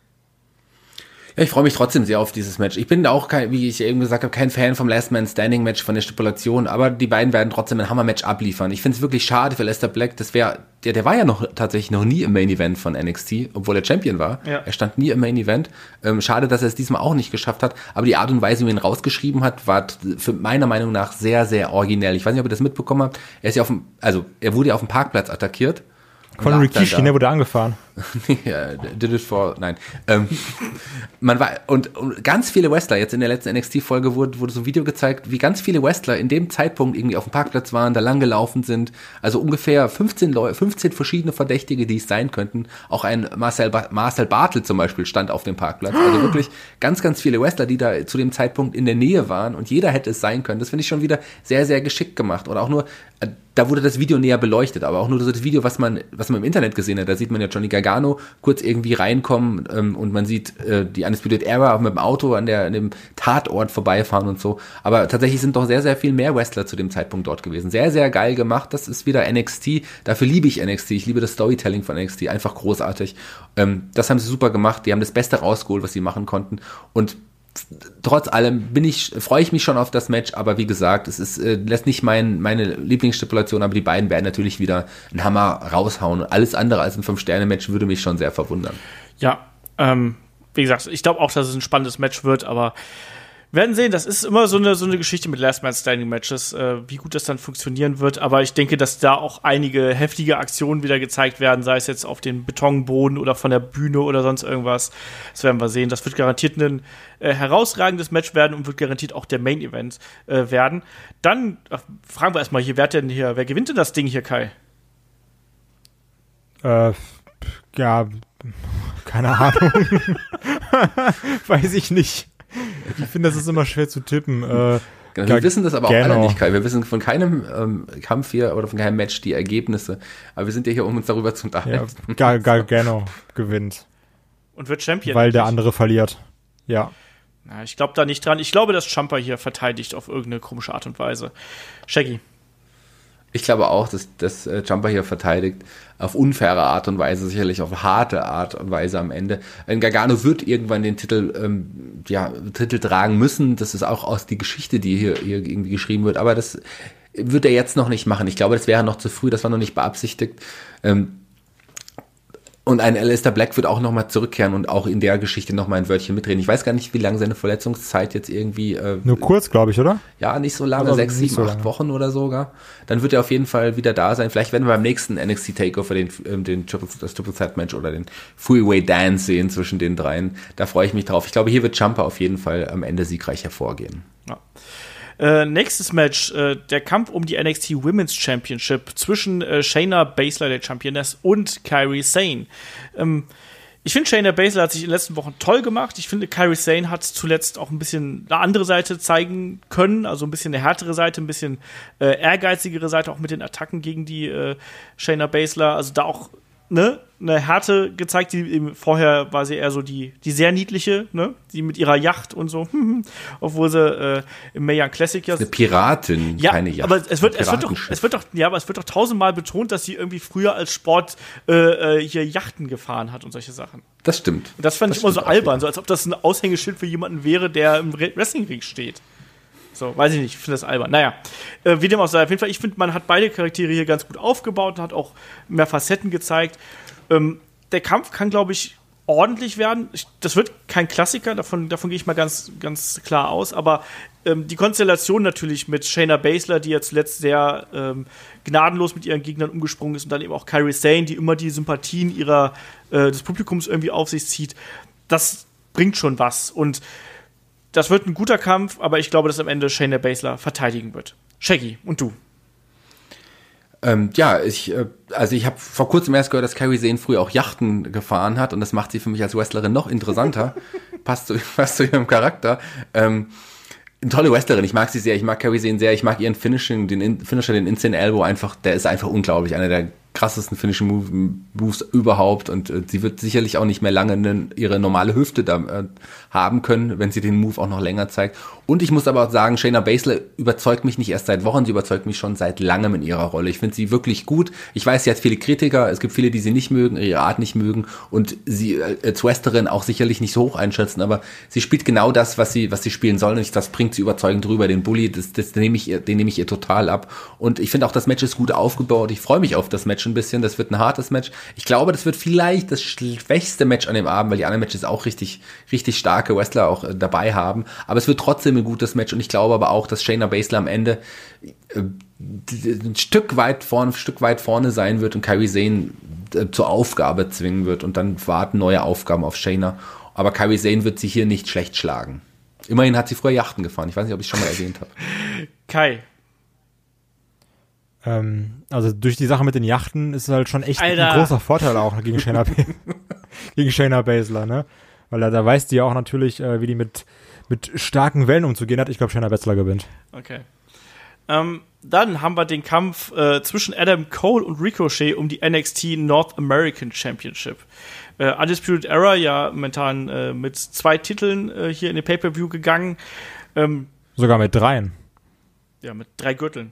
Ja, ich freue mich trotzdem sehr auf dieses Match. Ich bin auch, kein, wie ich eben gesagt habe, kein Fan vom Last Man Standing Match, von der Stipulation, aber die beiden werden trotzdem ein Hammer-Match abliefern. Ich finde es wirklich schade für Aleister Black, das wäre, der, der war ja noch tatsächlich noch nie im Main Event von N X T, obwohl er Champion war. Ja. Er stand nie im Main Event. Ähm, schade, dass er es diesmal auch nicht geschafft hat, aber die Art und Weise, wie er ihn rausgeschrieben hat, war für meiner Meinung nach sehr, sehr originell. Ich weiß nicht, ob ihr das mitbekommen habt. Er ist ja auf dem, also er wurde ja auf dem Parkplatz attackiert. Von Rikishi, der wurde angefahren. Ja, did it for, nein. Ähm, man war, und, und ganz viele Wrestler, jetzt in der letzten N X T-Folge wurde, wurde so ein Video gezeigt, wie ganz viele Wrestler in dem Zeitpunkt irgendwie auf dem Parkplatz waren, da lang gelaufen sind. Also ungefähr fünfzehn Leute, fünfzehn verschiedene Verdächtige, die es sein könnten. Auch ein Marcel, ba- Marcel Bartel zum Beispiel stand auf dem Parkplatz. Also wirklich ganz, ganz viele Wrestler, die da zu dem Zeitpunkt in der Nähe waren und jeder hätte es sein können. Das finde ich schon wieder sehr, sehr geschickt gemacht. Oder auch nur, da wurde das Video näher beleuchtet, aber auch nur so das Video, was man, was man im Internet gesehen hat. Da sieht man ja Johnny Gargano kurz irgendwie reinkommen ähm, und man sieht äh, die Undisputed Era mit dem Auto an, der, an dem Tatort vorbeifahren und so. Aber tatsächlich sind doch sehr, sehr viel mehr Wrestler zu dem Zeitpunkt dort gewesen. Sehr, sehr geil gemacht. Das ist wieder N X T. Dafür liebe ich N X T. Ich liebe das Storytelling von N X T. Einfach großartig. Ähm, das haben sie super gemacht. Die haben das Beste rausgeholt, was sie machen konnten. Und trotz allem bin ich, freue ich mich schon auf das Match, aber wie gesagt, es ist, äh, lässt nicht mein, meine Lieblingsstipulation, aber die beiden werden natürlich wieder einen Hammer raushauen. Alles andere als ein fünf-Sterne-Match würde mich schon sehr verwundern. Ja, ähm, wie gesagt, ich glaube auch, dass es ein spannendes Match wird, aber wir werden sehen, das ist immer so eine, so eine Geschichte mit Last Man Standing Matches, äh, wie gut das dann funktionieren wird, aber ich denke, dass da auch einige heftige Aktionen wieder gezeigt werden, sei es jetzt auf den Betonboden oder von der Bühne oder sonst irgendwas. Das werden wir sehen. Das wird garantiert ein äh, herausragendes Match werden und wird garantiert auch der Main Event äh, werden. Dann ach, fragen wir erstmal hier, wer hat denn hier, wer gewinnt denn das Ding hier, Kai? Äh, ja, keine Ahnung. Weiß ich nicht. Ich finde, das ist immer schwer zu tippen. Äh, genau, wir wissen das aber auch alle nicht, Kai. Wir wissen von keinem ähm, Kampf hier oder von keinem Match die Ergebnisse. Aber wir sind ja hier, um uns darüber zu unterhalten. Ja, Gargano gewinnt. Und wird Champion. Weil der andere verliert. Ja. Na, ich glaube da nicht dran. Ich glaube, dass Ciampa hier verteidigt auf irgendeine komische Art und Weise. Shaggy. Ich glaube auch, dass, dass äh, Ciampa hier verteidigt, auf unfaire Art und Weise, sicherlich auf harte Art und Weise am Ende. Ein Gargano wird irgendwann den Titel, ähm, ja, Titel tragen müssen. Das ist auch aus die Geschichte, die hier, hier irgendwie geschrieben wird. Aber das wird er jetzt noch nicht machen. Ich glaube, das wäre noch zu früh, das war noch nicht beabsichtigt. Ähm, Und ein Aleister Black wird auch nochmal zurückkehren und auch in der Geschichte nochmal ein Wörtchen mitreden. Ich weiß gar nicht, wie lange seine Verletzungszeit jetzt irgendwie... Äh, Nur kurz, glaube ich, oder? Ja, nicht so lange, sechs, sieben, acht Wochen oder sogar. Dann wird er auf jeden Fall wieder da sein. Vielleicht werden wir beim nächsten N X T Takeover den, ähm, den Triple, das Triple Threat Match oder den Freeway Dance sehen zwischen den dreien. Da freue ich mich drauf. Ich glaube, hier wird Ciampa auf jeden Fall am Ende siegreich hervorgehen. Ja. Äh, nächstes Match, äh, der Kampf um die N X T Women's Championship zwischen äh, Shayna Baszler, der Championess, und Kairi Sane. Ähm, ich finde, Shayna Baszler hat sich in den letzten Wochen toll gemacht. Ich finde, Kairi Sane hat zuletzt auch ein bisschen eine andere Seite zeigen können, also ein bisschen eine härtere Seite, ein bisschen äh, ehrgeizigere Seite, auch mit den Attacken gegen die äh, Shayna Baszler. Also da auch ne, eine Härte gezeigt, die eben vorher war sie eher so die, die sehr niedliche, ne, die mit ihrer Yacht und so, obwohl sie äh, im Mae Young Classic ja eine Piratin, ja, keine Yacht. Aber es wird, es wird doch, es wird doch, ja, aber es wird doch tausendmal betont, dass sie irgendwie früher als Sport äh, hier Yachten gefahren hat und solche Sachen. Das stimmt. Und das fand das ich immer so albern, so als ob das ein Aushängeschild für jemanden wäre, der im Wrestlingring steht. So, weiß ich nicht, ich finde das albern. Naja, äh, wie dem auch sei, auf jeden Fall, ich finde, man hat beide Charaktere hier ganz gut aufgebaut und hat auch mehr Facetten gezeigt. Ähm, der Kampf kann, glaube ich, ordentlich werden. Ich, das wird kein Klassiker, davon, davon gehe ich mal ganz, ganz klar aus, aber ähm, die Konstellation natürlich mit Shayna Baszler, die ja zuletzt sehr ähm, gnadenlos mit ihren Gegnern umgesprungen ist, und dann eben auch Kairi Sane, die immer die Sympathien ihrer, äh, des Publikums irgendwie auf sich zieht, das bringt schon was. Und das wird ein guter Kampf, aber ich glaube, dass am Ende Shayna Baszler verteidigen wird. Shaggy, und du? Ähm, ja, ich, äh, also ich habe vor kurzem erst gehört, dass Kairi Sane früher auch Yachten gefahren hat, und das macht sie für mich als Wrestlerin noch interessanter. passt, zu, passt zu ihrem Charakter. Ähm, eine tolle Wrestlerin, ich mag sie sehr, ich mag Kairi Sane sehr, ich mag ihren Finishing, den In- Finisher, den Insane Elbow einfach, der ist einfach unglaublich, einer der krassesten Finishing Move, Moves überhaupt und äh, sie wird sicherlich auch nicht mehr lange ne, ihre normale Hüfte da äh, haben können, wenn sie den Move auch noch länger zeigt. Und ich muss aber auch sagen, Shayna Baszler überzeugt mich nicht erst seit Wochen, sie überzeugt mich schon seit langem in ihrer Rolle. Ich finde sie wirklich gut. Ich weiß, sie hat viele Kritiker, es gibt viele, die sie nicht mögen, ihre Art nicht mögen und sie äh, als Wrestlerin auch sicherlich nicht so hoch einschätzen, aber sie spielt genau das, was sie was sie spielen soll und das bringt sie überzeugend drüber. Den Bully, das, das nehme ich ihr, den nehme ich ihr total ab. Und ich finde auch, das Match ist gut aufgebaut. Ich freue mich auf das Match ein bisschen. Das wird ein hartes Match. Ich glaube, das wird vielleicht das schwächste Match an dem Abend, weil die anderen Matches auch richtig, richtig starke Wrestler auch äh, dabei haben. Aber es wird trotzdem ein gutes Match und ich glaube aber auch, dass Shayna Baszler am Ende äh, ein Stück weit vorne, ein Stück weit vorne sein wird und Kairi Sane äh, zur Aufgabe zwingen wird und dann warten neue Aufgaben auf Shayna. Aber Kairi Sane wird sie hier nicht schlecht schlagen. Immerhin hat sie früher Yachten gefahren. Ich weiß nicht, ob ich es schon mal erwähnt habe. Kai. Ähm, also durch die Sache mit den Yachten ist es halt schon echt Alter. ein großer Vorteil auch gegen Shayna, gegen Shayna Baszler, ne? Weil da, da weiß die ja auch natürlich, äh, wie die mit, mit starken Wellen umzugehen hat. Ich glaube, Shayna Baszler gewinnt. Okay. Ähm, dann haben wir den Kampf äh, zwischen Adam Cole und Ricochet um die N X T North American Championship. Äh, Undisputed Era ja momentan äh, mit zwei Titeln äh, hier in den Pay-Per-View gegangen. Ähm, Sogar mit dreien. ja, mit drei Gürteln.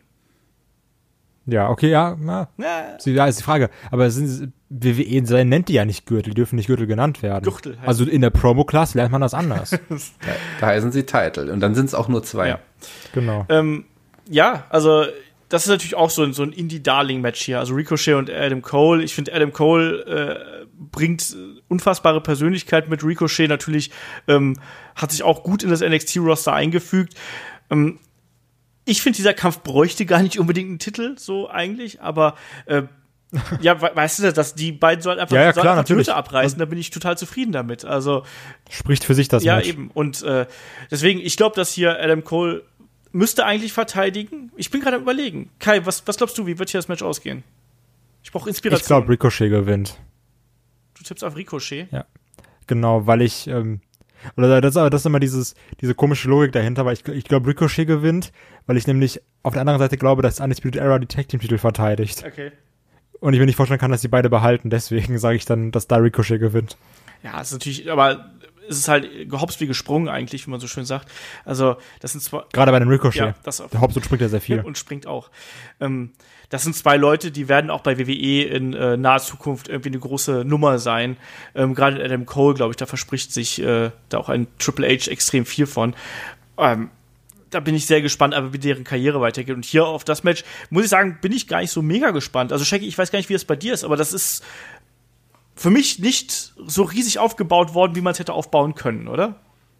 Ja, okay, ja, na, Ja. sie- ja, ist die Frage. Aber sind, W W E nennt die ja nicht Gürtel, die dürfen nicht Gürtel genannt werden. Gürtel heißt Also in der Promo-Class lernt man das anders. Da, da heißen sie Title und dann sind es auch nur zwei. Ja. Genau. Ähm, ja, also das ist natürlich auch so ein, so ein Indie-Darling-Match hier. Also Ricochet und Adam Cole. Ich finde, Adam Cole äh, bringt unfassbare Persönlichkeit mit. Ricochet natürlich ähm, hat sich auch gut in das N X T-Roster eingefügt. Ähm, ich finde, dieser Kampf bräuchte gar nicht unbedingt einen Titel, so eigentlich, aber äh, ja, we- weißt du, dass die beiden sollen einfach, Ja, ja, sollen klar, einfach die natürlich. Hütte abreißen, da bin ich total zufrieden damit. Also Spricht für sich das ja, Match. eben. Und äh, deswegen, ich glaube, dass hier Adam Cole müsste eigentlich verteidigen. Ich bin gerade am Überlegen. Kai, was, was glaubst du, wie wird hier das Match ausgehen? Ich brauche Inspiration. Ich glaube, Ricochet gewinnt. Du tippst auf Ricochet. Genau, weil ich, ähm, oder das, das ist immer dieses, diese komische Logik dahinter, weil ich, ich glaube, Ricochet gewinnt, weil ich nämlich auf der anderen Seite glaube, dass Undisputed Era die Tag Team Titel verteidigt. Okay. Und ich mir nicht vorstellen kann, dass die beide behalten, deswegen sage ich dann, dass da Ricochet gewinnt. Ja, es ist natürlich, aber es ist halt gehopst wie gesprungen eigentlich, wie man so schön sagt. Also, das sind zwar Gerade bei dem Ricochet. Ja, das auf Der Hauptsache springt ja sehr viel. und springt auch. Ähm, das sind zwei Leute, die werden auch bei W W E in äh, naher Zukunft irgendwie eine große Nummer sein. Ähm, Gerade Adam Cole, glaube ich, da verspricht sich äh, da auch ein Triple H extrem viel von. Ähm, da bin ich sehr gespannt, aber wie deren Karriere weitergeht. Und hier auf das Match, muss ich sagen, bin ich gar nicht so mega gespannt. Also, Shaggy, ich weiß gar nicht, wie es bei dir ist, aber das ist für mich nicht so riesig aufgebaut worden, wie man es hätte aufbauen können, oder?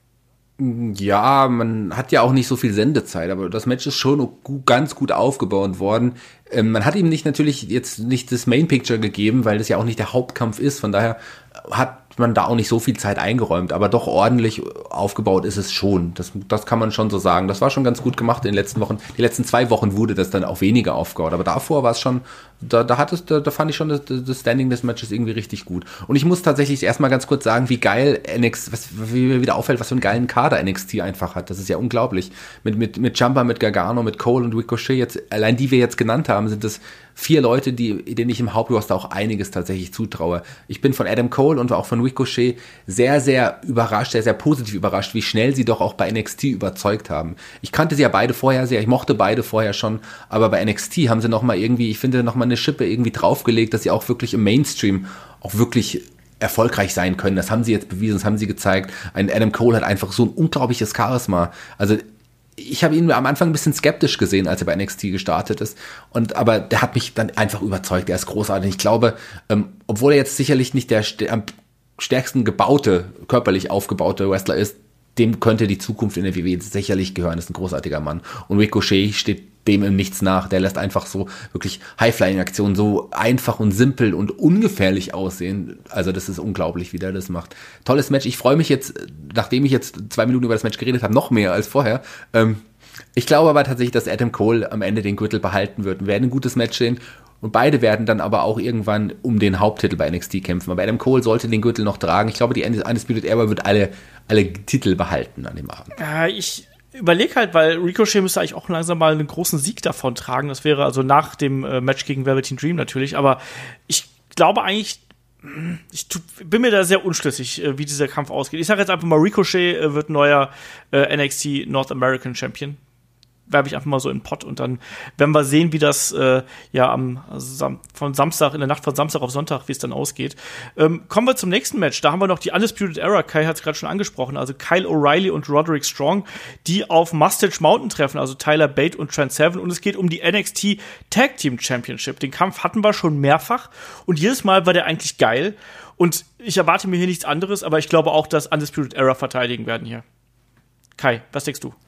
Ja, man hat ja auch nicht so viel Sendezeit, aber das Match ist schon gu- ganz gut aufgebaut worden. Ähm, man hat ihm nicht natürlich jetzt nicht das Main Picture gegeben, weil das ja auch nicht der Hauptkampf ist. Von daher hat man da auch nicht so viel Zeit eingeräumt, aber doch ordentlich aufgebaut ist es schon. Das, das kann man schon so sagen. Das war schon ganz gut gemacht in den letzten Wochen. Die letzten zwei Wochen wurde das dann auch weniger aufgebaut, aber davor war es schon, da, da hat es, da, da fand ich schon das, das Standing des Matches irgendwie richtig gut. Und ich muss tatsächlich erstmal ganz kurz sagen, wie geil N X T, was, wie mir wieder auffällt, was für einen geilen Kader N X T einfach hat. Das ist ja unglaublich. Mit, mit, mit Ciampa, mit Gargano, mit Cole und Ricochet jetzt, allein die wir jetzt genannt haben, sind das vier Leute, die, denen ich im Hauptroster auch einiges tatsächlich zutraue. Ich bin von Adam Cole und auch von Ricochet sehr, sehr überrascht, sehr, sehr positiv überrascht, wie schnell sie doch auch bei N X T überzeugt haben. Ich kannte sie ja beide vorher sehr, ich mochte beide vorher schon, aber bei N X T haben sie nochmal irgendwie, ich finde, nochmal eine Schippe irgendwie draufgelegt, dass sie auch wirklich im Mainstream auch wirklich erfolgreich sein können. Das haben sie jetzt bewiesen, das haben sie gezeigt. Ein Adam Cole hat einfach so ein unglaubliches Charisma. Also ich habe ihn am Anfang ein bisschen skeptisch gesehen, als er bei N X T gestartet ist. Und aber der hat mich dann einfach überzeugt. Der ist großartig. Ich glaube, ähm, obwohl er jetzt sicherlich nicht der st- am stärksten gebaute, körperlich aufgebaute Wrestler ist, dem könnte die Zukunft in der W W E sicherlich gehören. Das ist ein großartiger Mann. Und Ricochet steht dem im Nichts nach. Der lässt einfach so wirklich High-Flying-Aktionen so einfach und simpel und ungefährlich aussehen. Also das ist unglaublich, wie der das macht. Tolles Match. Ich freue mich jetzt, nachdem ich jetzt zwei Minuten über das Match geredet habe, noch mehr als vorher. Ähm, ich glaube aber tatsächlich, dass Adam Cole am Ende den Gürtel behalten wird. Wir werden ein gutes Match sehen. Und beide werden dann aber auch irgendwann um den Haupttitel bei N X T kämpfen. Aber Adam Cole sollte den Gürtel noch tragen. Ich glaube, die Undisputed Era wird alle, alle Titel behalten an dem Abend. Ja, ich, überleg halt, weil Ricochet müsste eigentlich auch langsam mal einen großen Sieg davon tragen. Das wäre also nach dem äh, Match gegen Velveteen Dream natürlich. Aber ich glaube eigentlich, ich tu, bin mir da sehr unschlüssig, äh, wie dieser Kampf ausgeht. Ich sage jetzt einfach mal, Ricochet äh, wird neuer äh, N X T North American Champion. Werbe ich einfach mal so in den Pott und dann werden wir sehen, wie das äh, ja am Sam- von Samstag, in der Nacht von Samstag auf Sonntag, wie es dann ausgeht. Ähm, kommen wir zum nächsten Match. Da haben wir noch die Undisputed Era. Kai hat es gerade schon angesprochen. Also Kyle O'Reilly und Roderick Strong, die auf Mustache Mountain treffen. Also Tyler Bate und Trent Seven. Und es geht um die N X T Tag Team Championship. Den Kampf hatten wir schon mehrfach. Und jedes Mal war der eigentlich geil. Und ich erwarte mir hier nichts anderes. Aber ich glaube auch, dass Undisputed Era verteidigen werden hier. Kai, was denkst du?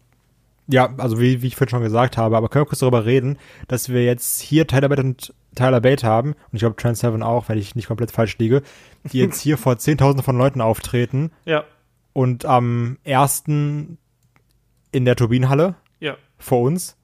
Ja, also wie, wie ich vorhin schon gesagt habe, aber können wir kurz darüber reden, dass wir jetzt hier Tyler Bate und Tyler Bate haben, und ich glaube Trent Seven auch, wenn ich nicht komplett falsch liege, die jetzt hier vor Zehntausenden von Leuten auftreten. Ja. Und am ersten in der Turbinenhalle. Ja. Vor uns.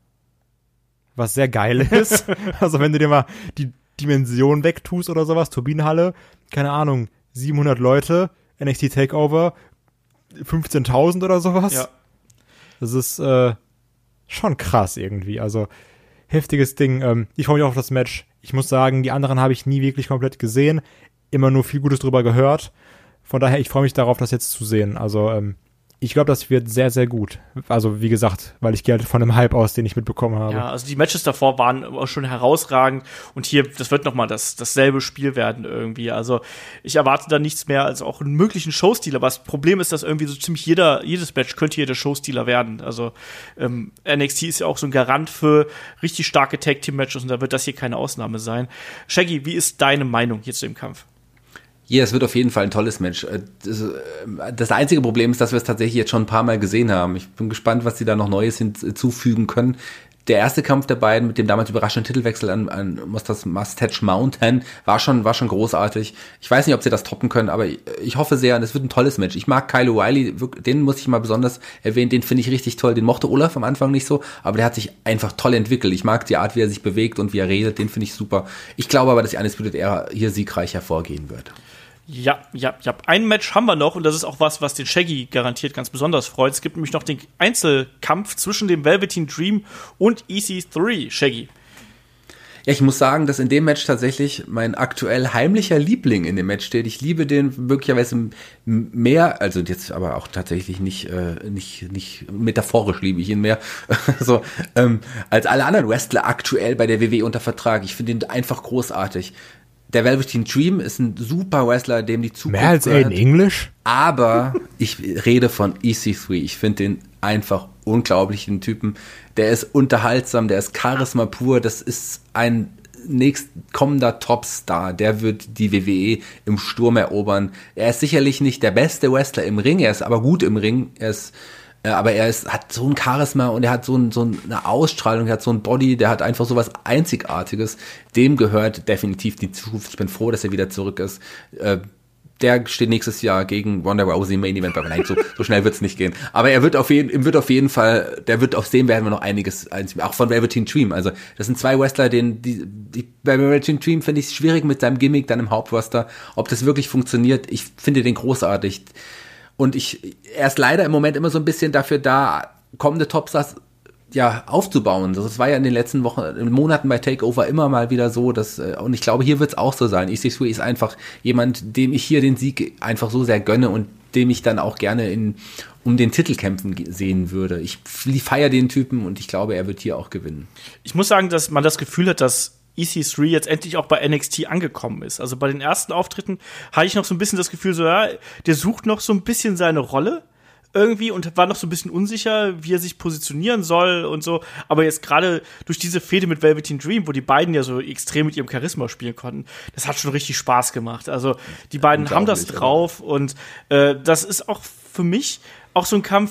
Was sehr geil ist. Also wenn du dir mal die Dimension wegtust oder sowas, Turbinenhalle, keine Ahnung, siebenhundert Leute, N X T Takeover, fünfzehntausend oder sowas. Ja. Das ist äh, schon krass irgendwie. Also heftiges Ding. Ähm, ich freue mich auch auf das Match. Ich muss sagen, die anderen habe ich nie wirklich komplett gesehen. Immer nur viel Gutes drüber gehört. Von daher, ich freue mich darauf, das jetzt zu sehen. Also ähm, ich glaube, das wird sehr, sehr gut. Also wie gesagt, weil ich gehe halt von dem Hype aus, den ich mitbekommen habe. Ja, also die Matches davor waren auch schon herausragend. Und hier, das wird noch mal das, dasselbe Spiel werden irgendwie. Also ich erwarte da nichts mehr als auch einen möglichen Showstealer. Aber das Problem ist, dass irgendwie so ziemlich jeder, jedes Match könnte hier der Showstealer werden. Also ähm, N X T ist ja auch so ein Garant für richtig starke Tag-Team-Matches. Und da wird das hier keine Ausnahme sein. Shaggy, wie ist deine Meinung hier zu dem Kampf? Ja, es wird auf jeden Fall ein tolles Match. Das, das einzige Problem ist, dass wir es tatsächlich jetzt schon ein paar Mal gesehen haben. Ich bin gespannt, was sie da noch Neues hinzufügen können. Der erste Kampf der beiden mit dem damals überraschenden Titelwechsel an, an Mustache Mountain war schon, war schon großartig. Ich weiß nicht, ob sie das toppen können, aber ich hoffe sehr, und es wird ein tolles Match. Ich mag Kyle O'Reilly, den muss ich mal besonders erwähnen, den finde ich richtig toll. Den mochte Olaf am Anfang nicht so, aber der hat sich einfach toll entwickelt. Ich mag die Art, wie er sich bewegt und wie er redet, den finde ich super. Ich glaube aber, dass die Undisputed Era hier siegreich hervorgehen wird. Ja, ja, ja. Ein Match haben wir noch und das ist auch was, was den Shaggy garantiert ganz besonders freut. Es gibt nämlich noch den Einzelkampf zwischen dem Velveteen Dream und E C drei, Shaggy. Ja, ich muss sagen, dass in dem Match tatsächlich mein aktuell heimlicher Liebling in dem Match steht. Ich liebe den möglicherweise mehr, also jetzt aber auch tatsächlich nicht, äh, nicht, nicht metaphorisch liebe ich ihn mehr, so ähm, als alle anderen Wrestler aktuell bei der W W E unter Vertrag. Ich finde ihn einfach großartig. Der Velveteen Dream ist ein super Wrestler, dem die Zukunft mehr als er in Englisch? Aber ich rede von E C drei. Ich finde den einfach unglaublichen Typen. Der ist unterhaltsam, der ist Charisma pur. Das ist ein nächstkommender Topstar. Der wird die W W E im Sturm erobern. Er ist sicherlich nicht der beste Wrestler im Ring. Er ist aber gut im Ring. Er ist Aber er ist, hat so ein Charisma und er hat so, ein, so eine Ausstrahlung, er hat so ein Body, der hat einfach so was Einzigartiges. Dem gehört definitiv die Zukunft. Ich bin froh, dass er wieder zurück ist. Äh, der steht nächstes Jahr gegen Ronda Rousey im Main Event. Aber nein, so, so schnell wird's nicht gehen. Aber er wird auf jeden, ihm wird auf jeden Fall, der wird auf dem werden wir noch einiges, auch von Velveteen Dream. Also das sind zwei Wrestler, den, die, die bei Velveteen Dream finde ich es schwierig mit seinem Gimmick dann im Hauptroster, ob das wirklich funktioniert. Ich finde den großartig. Und ich, er ist leider im Moment immer so ein bisschen dafür da, kommende Topstars ja aufzubauen. Das war ja in den letzten Wochen, in Monaten bei Takeover immer mal wieder so, dass, und ich glaube, hier wird es auch so sein. E C drei ist einfach jemand, dem ich hier den Sieg einfach so sehr gönne und dem ich dann auch gerne in, um den Titel kämpfen sehen würde. Ich feiere den Typen und ich glaube, er wird hier auch gewinnen. Ich muss sagen, dass man das Gefühl hat, dass E C drei jetzt endlich auch bei N X T angekommen ist. Also bei den ersten Auftritten hatte ich noch so ein bisschen das Gefühl, so ja, der sucht noch so ein bisschen seine Rolle irgendwie und war noch so ein bisschen unsicher, wie er sich positionieren soll und so. Aber jetzt gerade durch diese Fehde mit Velveteen Dream, wo die beiden ja so extrem mit ihrem Charisma spielen konnten, das hat schon richtig Spaß gemacht. Also die beiden haben das drauf und äh, das ist auch für mich auch so ein Kampf.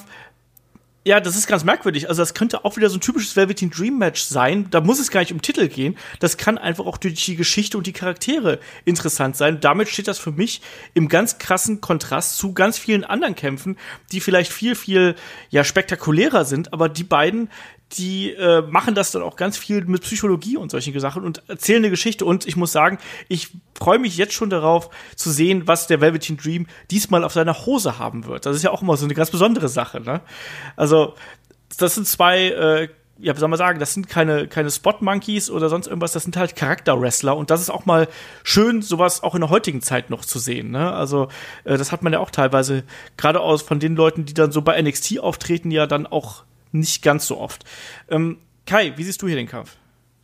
Ja, das ist ganz merkwürdig. Also das könnte auch wieder so ein typisches Velveteen Dream Match sein. Da muss es gar nicht um Titel gehen. Das kann einfach auch durch die Geschichte und die Charaktere interessant sein. Damit steht das für mich im ganz krassen Kontrast zu ganz vielen anderen Kämpfen, die vielleicht viel, viel ja spektakulärer sind. Aber die beiden, die äh, machen das dann auch ganz viel mit Psychologie und solchen Sachen und erzählen eine Geschichte. Und ich muss sagen, ich freue mich jetzt schon darauf zu sehen, was der Velveteen Dream diesmal auf seiner Hose haben wird. Das ist ja auch immer so eine ganz besondere Sache, ne? Also, das sind zwei, äh, ja, wie soll man sagen, das sind keine, keine Spot-Monkeys oder sonst irgendwas, das sind halt Charakter-Wrestler. Und das ist auch mal schön, sowas auch in der heutigen Zeit noch zu sehen, ne? Also, äh, das hat man ja auch teilweise, gerade aus von den Leuten, die dann so bei N X T auftreten, ja dann auch nicht ganz so oft. Ähm, Kai, wie siehst du hier den Kampf?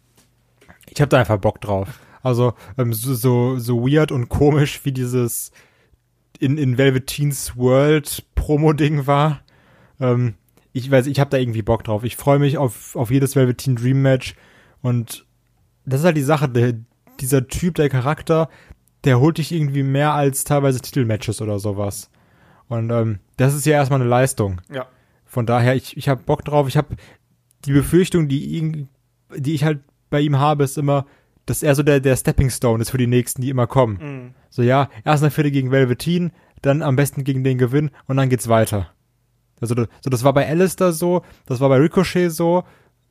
Ich habe da einfach Bock drauf. Also ähm, so, so so weird und komisch wie dieses in in Velveteens World Promo-Ding war. Ähm, ich weiß, ich habe da irgendwie Bock drauf. Ich freue mich auf auf jedes Velveteen Dream Match und das ist halt die Sache. Der, dieser Typ, der Charakter, der holt dich irgendwie mehr als teilweise Titelmatches oder sowas. Und ähm, das ist ja erstmal eine Leistung. Ja. Von daher, ich, ich habe Bock drauf. Ich habe die Befürchtung, die, ihn, die ich halt bei ihm habe, ist immer, dass er so der, der Stepping Stone ist für die Nächsten, die immer kommen. Mhm. So, ja, erst eine Vierte gegen Velveteen, dann am besten gegen den Gewinn und dann geht's weiter. Also, so, das war bei Alistair so, das war bei Ricochet so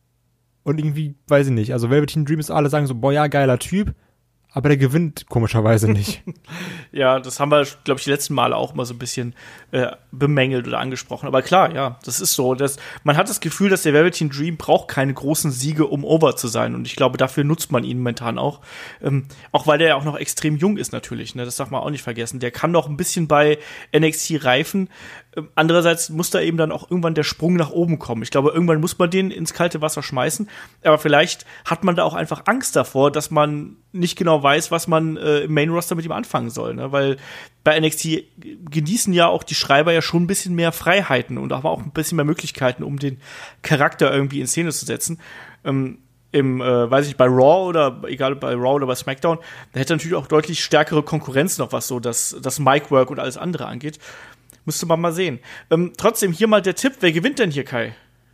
und irgendwie, weiß ich nicht, also Velveteen Dream ist alle sagen so, boah, ja, geiler Typ, aber der gewinnt komischerweise nicht. Ja, das haben wir, glaube ich, die letzten Male auch mal so ein bisschen äh, bemängelt oder angesprochen. Aber klar, ja, das ist so. Das, man hat das Gefühl, dass der Velveteen Dream braucht keine großen Siege, um over zu sein. Und ich glaube, dafür nutzt man ihn momentan auch. Ähm, auch weil der ja auch noch extrem jung ist natürlich. Ne? Das darf man auch nicht vergessen. Der kann noch ein bisschen bei N X T reifen. Ähm, andererseits muss da eben dann auch irgendwann der Sprung nach oben kommen. Ich glaube, irgendwann muss man den ins kalte Wasser schmeißen. Aber vielleicht hat man da auch einfach Angst davor, dass man nicht genau weiß, was man äh, im Main-Roster mit ihm anfangen soll, ne? Weil bei N X T genießen ja auch die Schreiber ja schon ein bisschen mehr Freiheiten und aber auch ein bisschen mehr Möglichkeiten, um den Charakter irgendwie in Szene zu setzen. Ähm, im, äh, weiß ich, bei Raw oder egal bei Raw oder bei SmackDown, da hätte natürlich auch deutlich stärkere Konkurrenz noch, was so das, das Mic-Work und alles andere angeht. Müsste man mal sehen. Ähm, trotzdem hier mal der Tipp, wer gewinnt denn hier, Kai?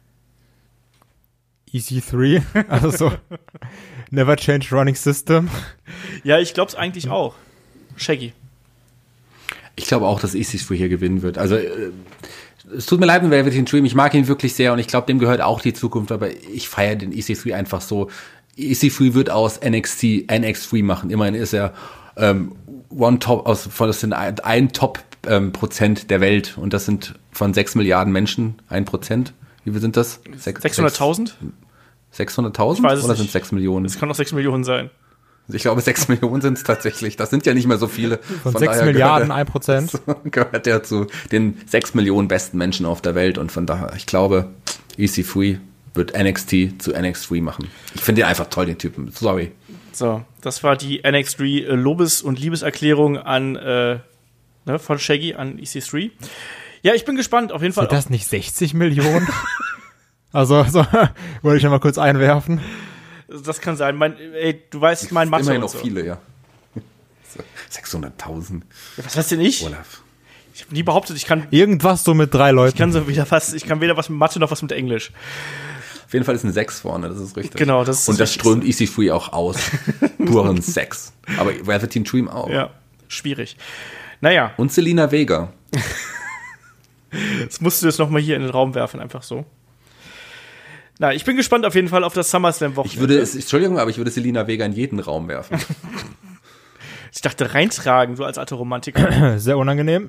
E C drei, also so Never Change Running System. Ja, ich glaube es eigentlich auch. Shaggy. Ich glaube auch, dass E C drei hier gewinnen wird. Also äh, es tut mir leid mit Velveteen Dream, ich mag ihn wirklich sehr und ich glaube, dem gehört auch die Zukunft, aber ich feiere den E C drei einfach so. E C drei wird aus N X T N X drei machen. Immerhin ist er ähm, One Top aus von das sind ein, ein Top ähm, Prozent der Welt und das sind von sechs Milliarden Menschen ein Prozent. Wie viel sind das? sechshunderttausend? sechshunderttausend? Oder sind es sechs Millionen? Es kann auch sechs Millionen sein. Ich glaube, sechs Millionen sind es tatsächlich. Das sind ja nicht mehr so viele. Von, von sechs Milliarden, ein Prozent. Gehört er zu den sechs Millionen besten Menschen auf der Welt. Und von daher, ich glaube, E C drei wird N X T zu N X drei machen. Ich finde ihn einfach toll, den Typen. Sorry. So, das war die N X drei Lobes- und Liebeserklärung an, äh, ne, von Shaggy an E C drei. Ja, ich bin gespannt, auf jeden Fall. Sind das nicht sechzig Millionen? Also, so, wollte ich noch mal kurz einwerfen. Das kann sein. Mein, ey, du weißt, mein Mathe Immerhin noch so. viele, ja. sechshunderttausend. Ja, was heißt denn ich? Olaf. Ich habe nie behauptet, ich kann. Irgendwas so mit drei Leuten. Ich kann so wieder was, ich kann weder was mit Mathe noch was mit Englisch. Auf jeden Fall ist ein sechs vorne, das ist richtig. Genau, das ist Und das das strömt E C drei auch aus. Puren Sex. Aber Velveteen Dream auch. Ja, schwierig. Naja. Und Selina Vega. Das musst du jetzt noch mal hier in den Raum werfen, einfach so. Na, ich bin gespannt auf jeden Fall auf das SummerSlam-Wochenende. Ich würde es, Entschuldigung, aber ich würde Selina Vega in jeden Raum werfen. Ich dachte, reintragen, so als alte Romantiker. Sehr unangenehm.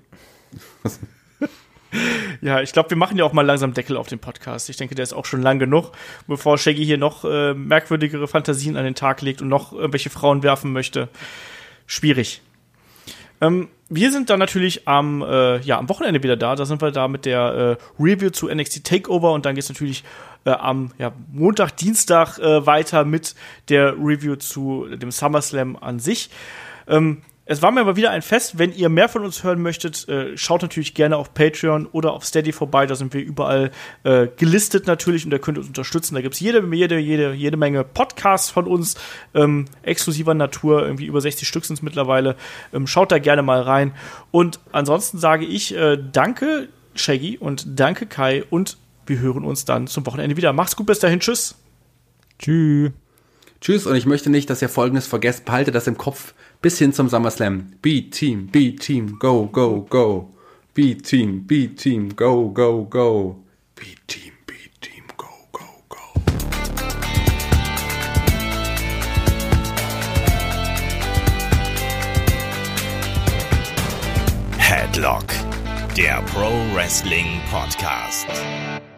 Ja, ich glaube, wir machen ja auch mal langsam Deckel auf den Podcast. Ich denke, der ist auch schon lang genug, bevor Shaggy hier noch äh, merkwürdigere Fantasien an den Tag legt und noch irgendwelche Frauen werfen möchte. Schwierig. Ähm, wir sind dann natürlich am, äh, ja, am Wochenende wieder da. Da sind wir da mit der äh, Review zu N X T Takeover und dann geht's natürlich äh, am ja, Montag, Dienstag äh, weiter mit der Review zu dem SummerSlam an sich. Ähm, es war mir aber wieder ein Fest. Wenn ihr mehr von uns hören möchtet, äh, schaut natürlich gerne auf Patreon oder auf Steady vorbei. Da sind wir überall äh, gelistet natürlich und da könnt ihr uns unterstützen. Da gibt's jede, jede, jede, jede Menge Podcasts von uns, ähm, exklusiver Natur. Irgendwie über sechzig Stück sind's mittlerweile. Ähm, schaut da gerne mal rein. Und ansonsten sage ich äh, danke, Shaggy, und danke, Kai. Und wir hören uns dann zum Wochenende wieder. Macht's gut, bis dahin. Tschüss. Tschüss. Tschüss, und ich möchte nicht, dass ihr Folgendes vergesst. Behaltet das im Kopf bis hin zum SummerSlam. B-Team, B-Team, go, go, go. B-Team, B-Team, go, go, go. B-Team, B-Team, go, go, go. Headlock, der Pro Wrestling Podcast.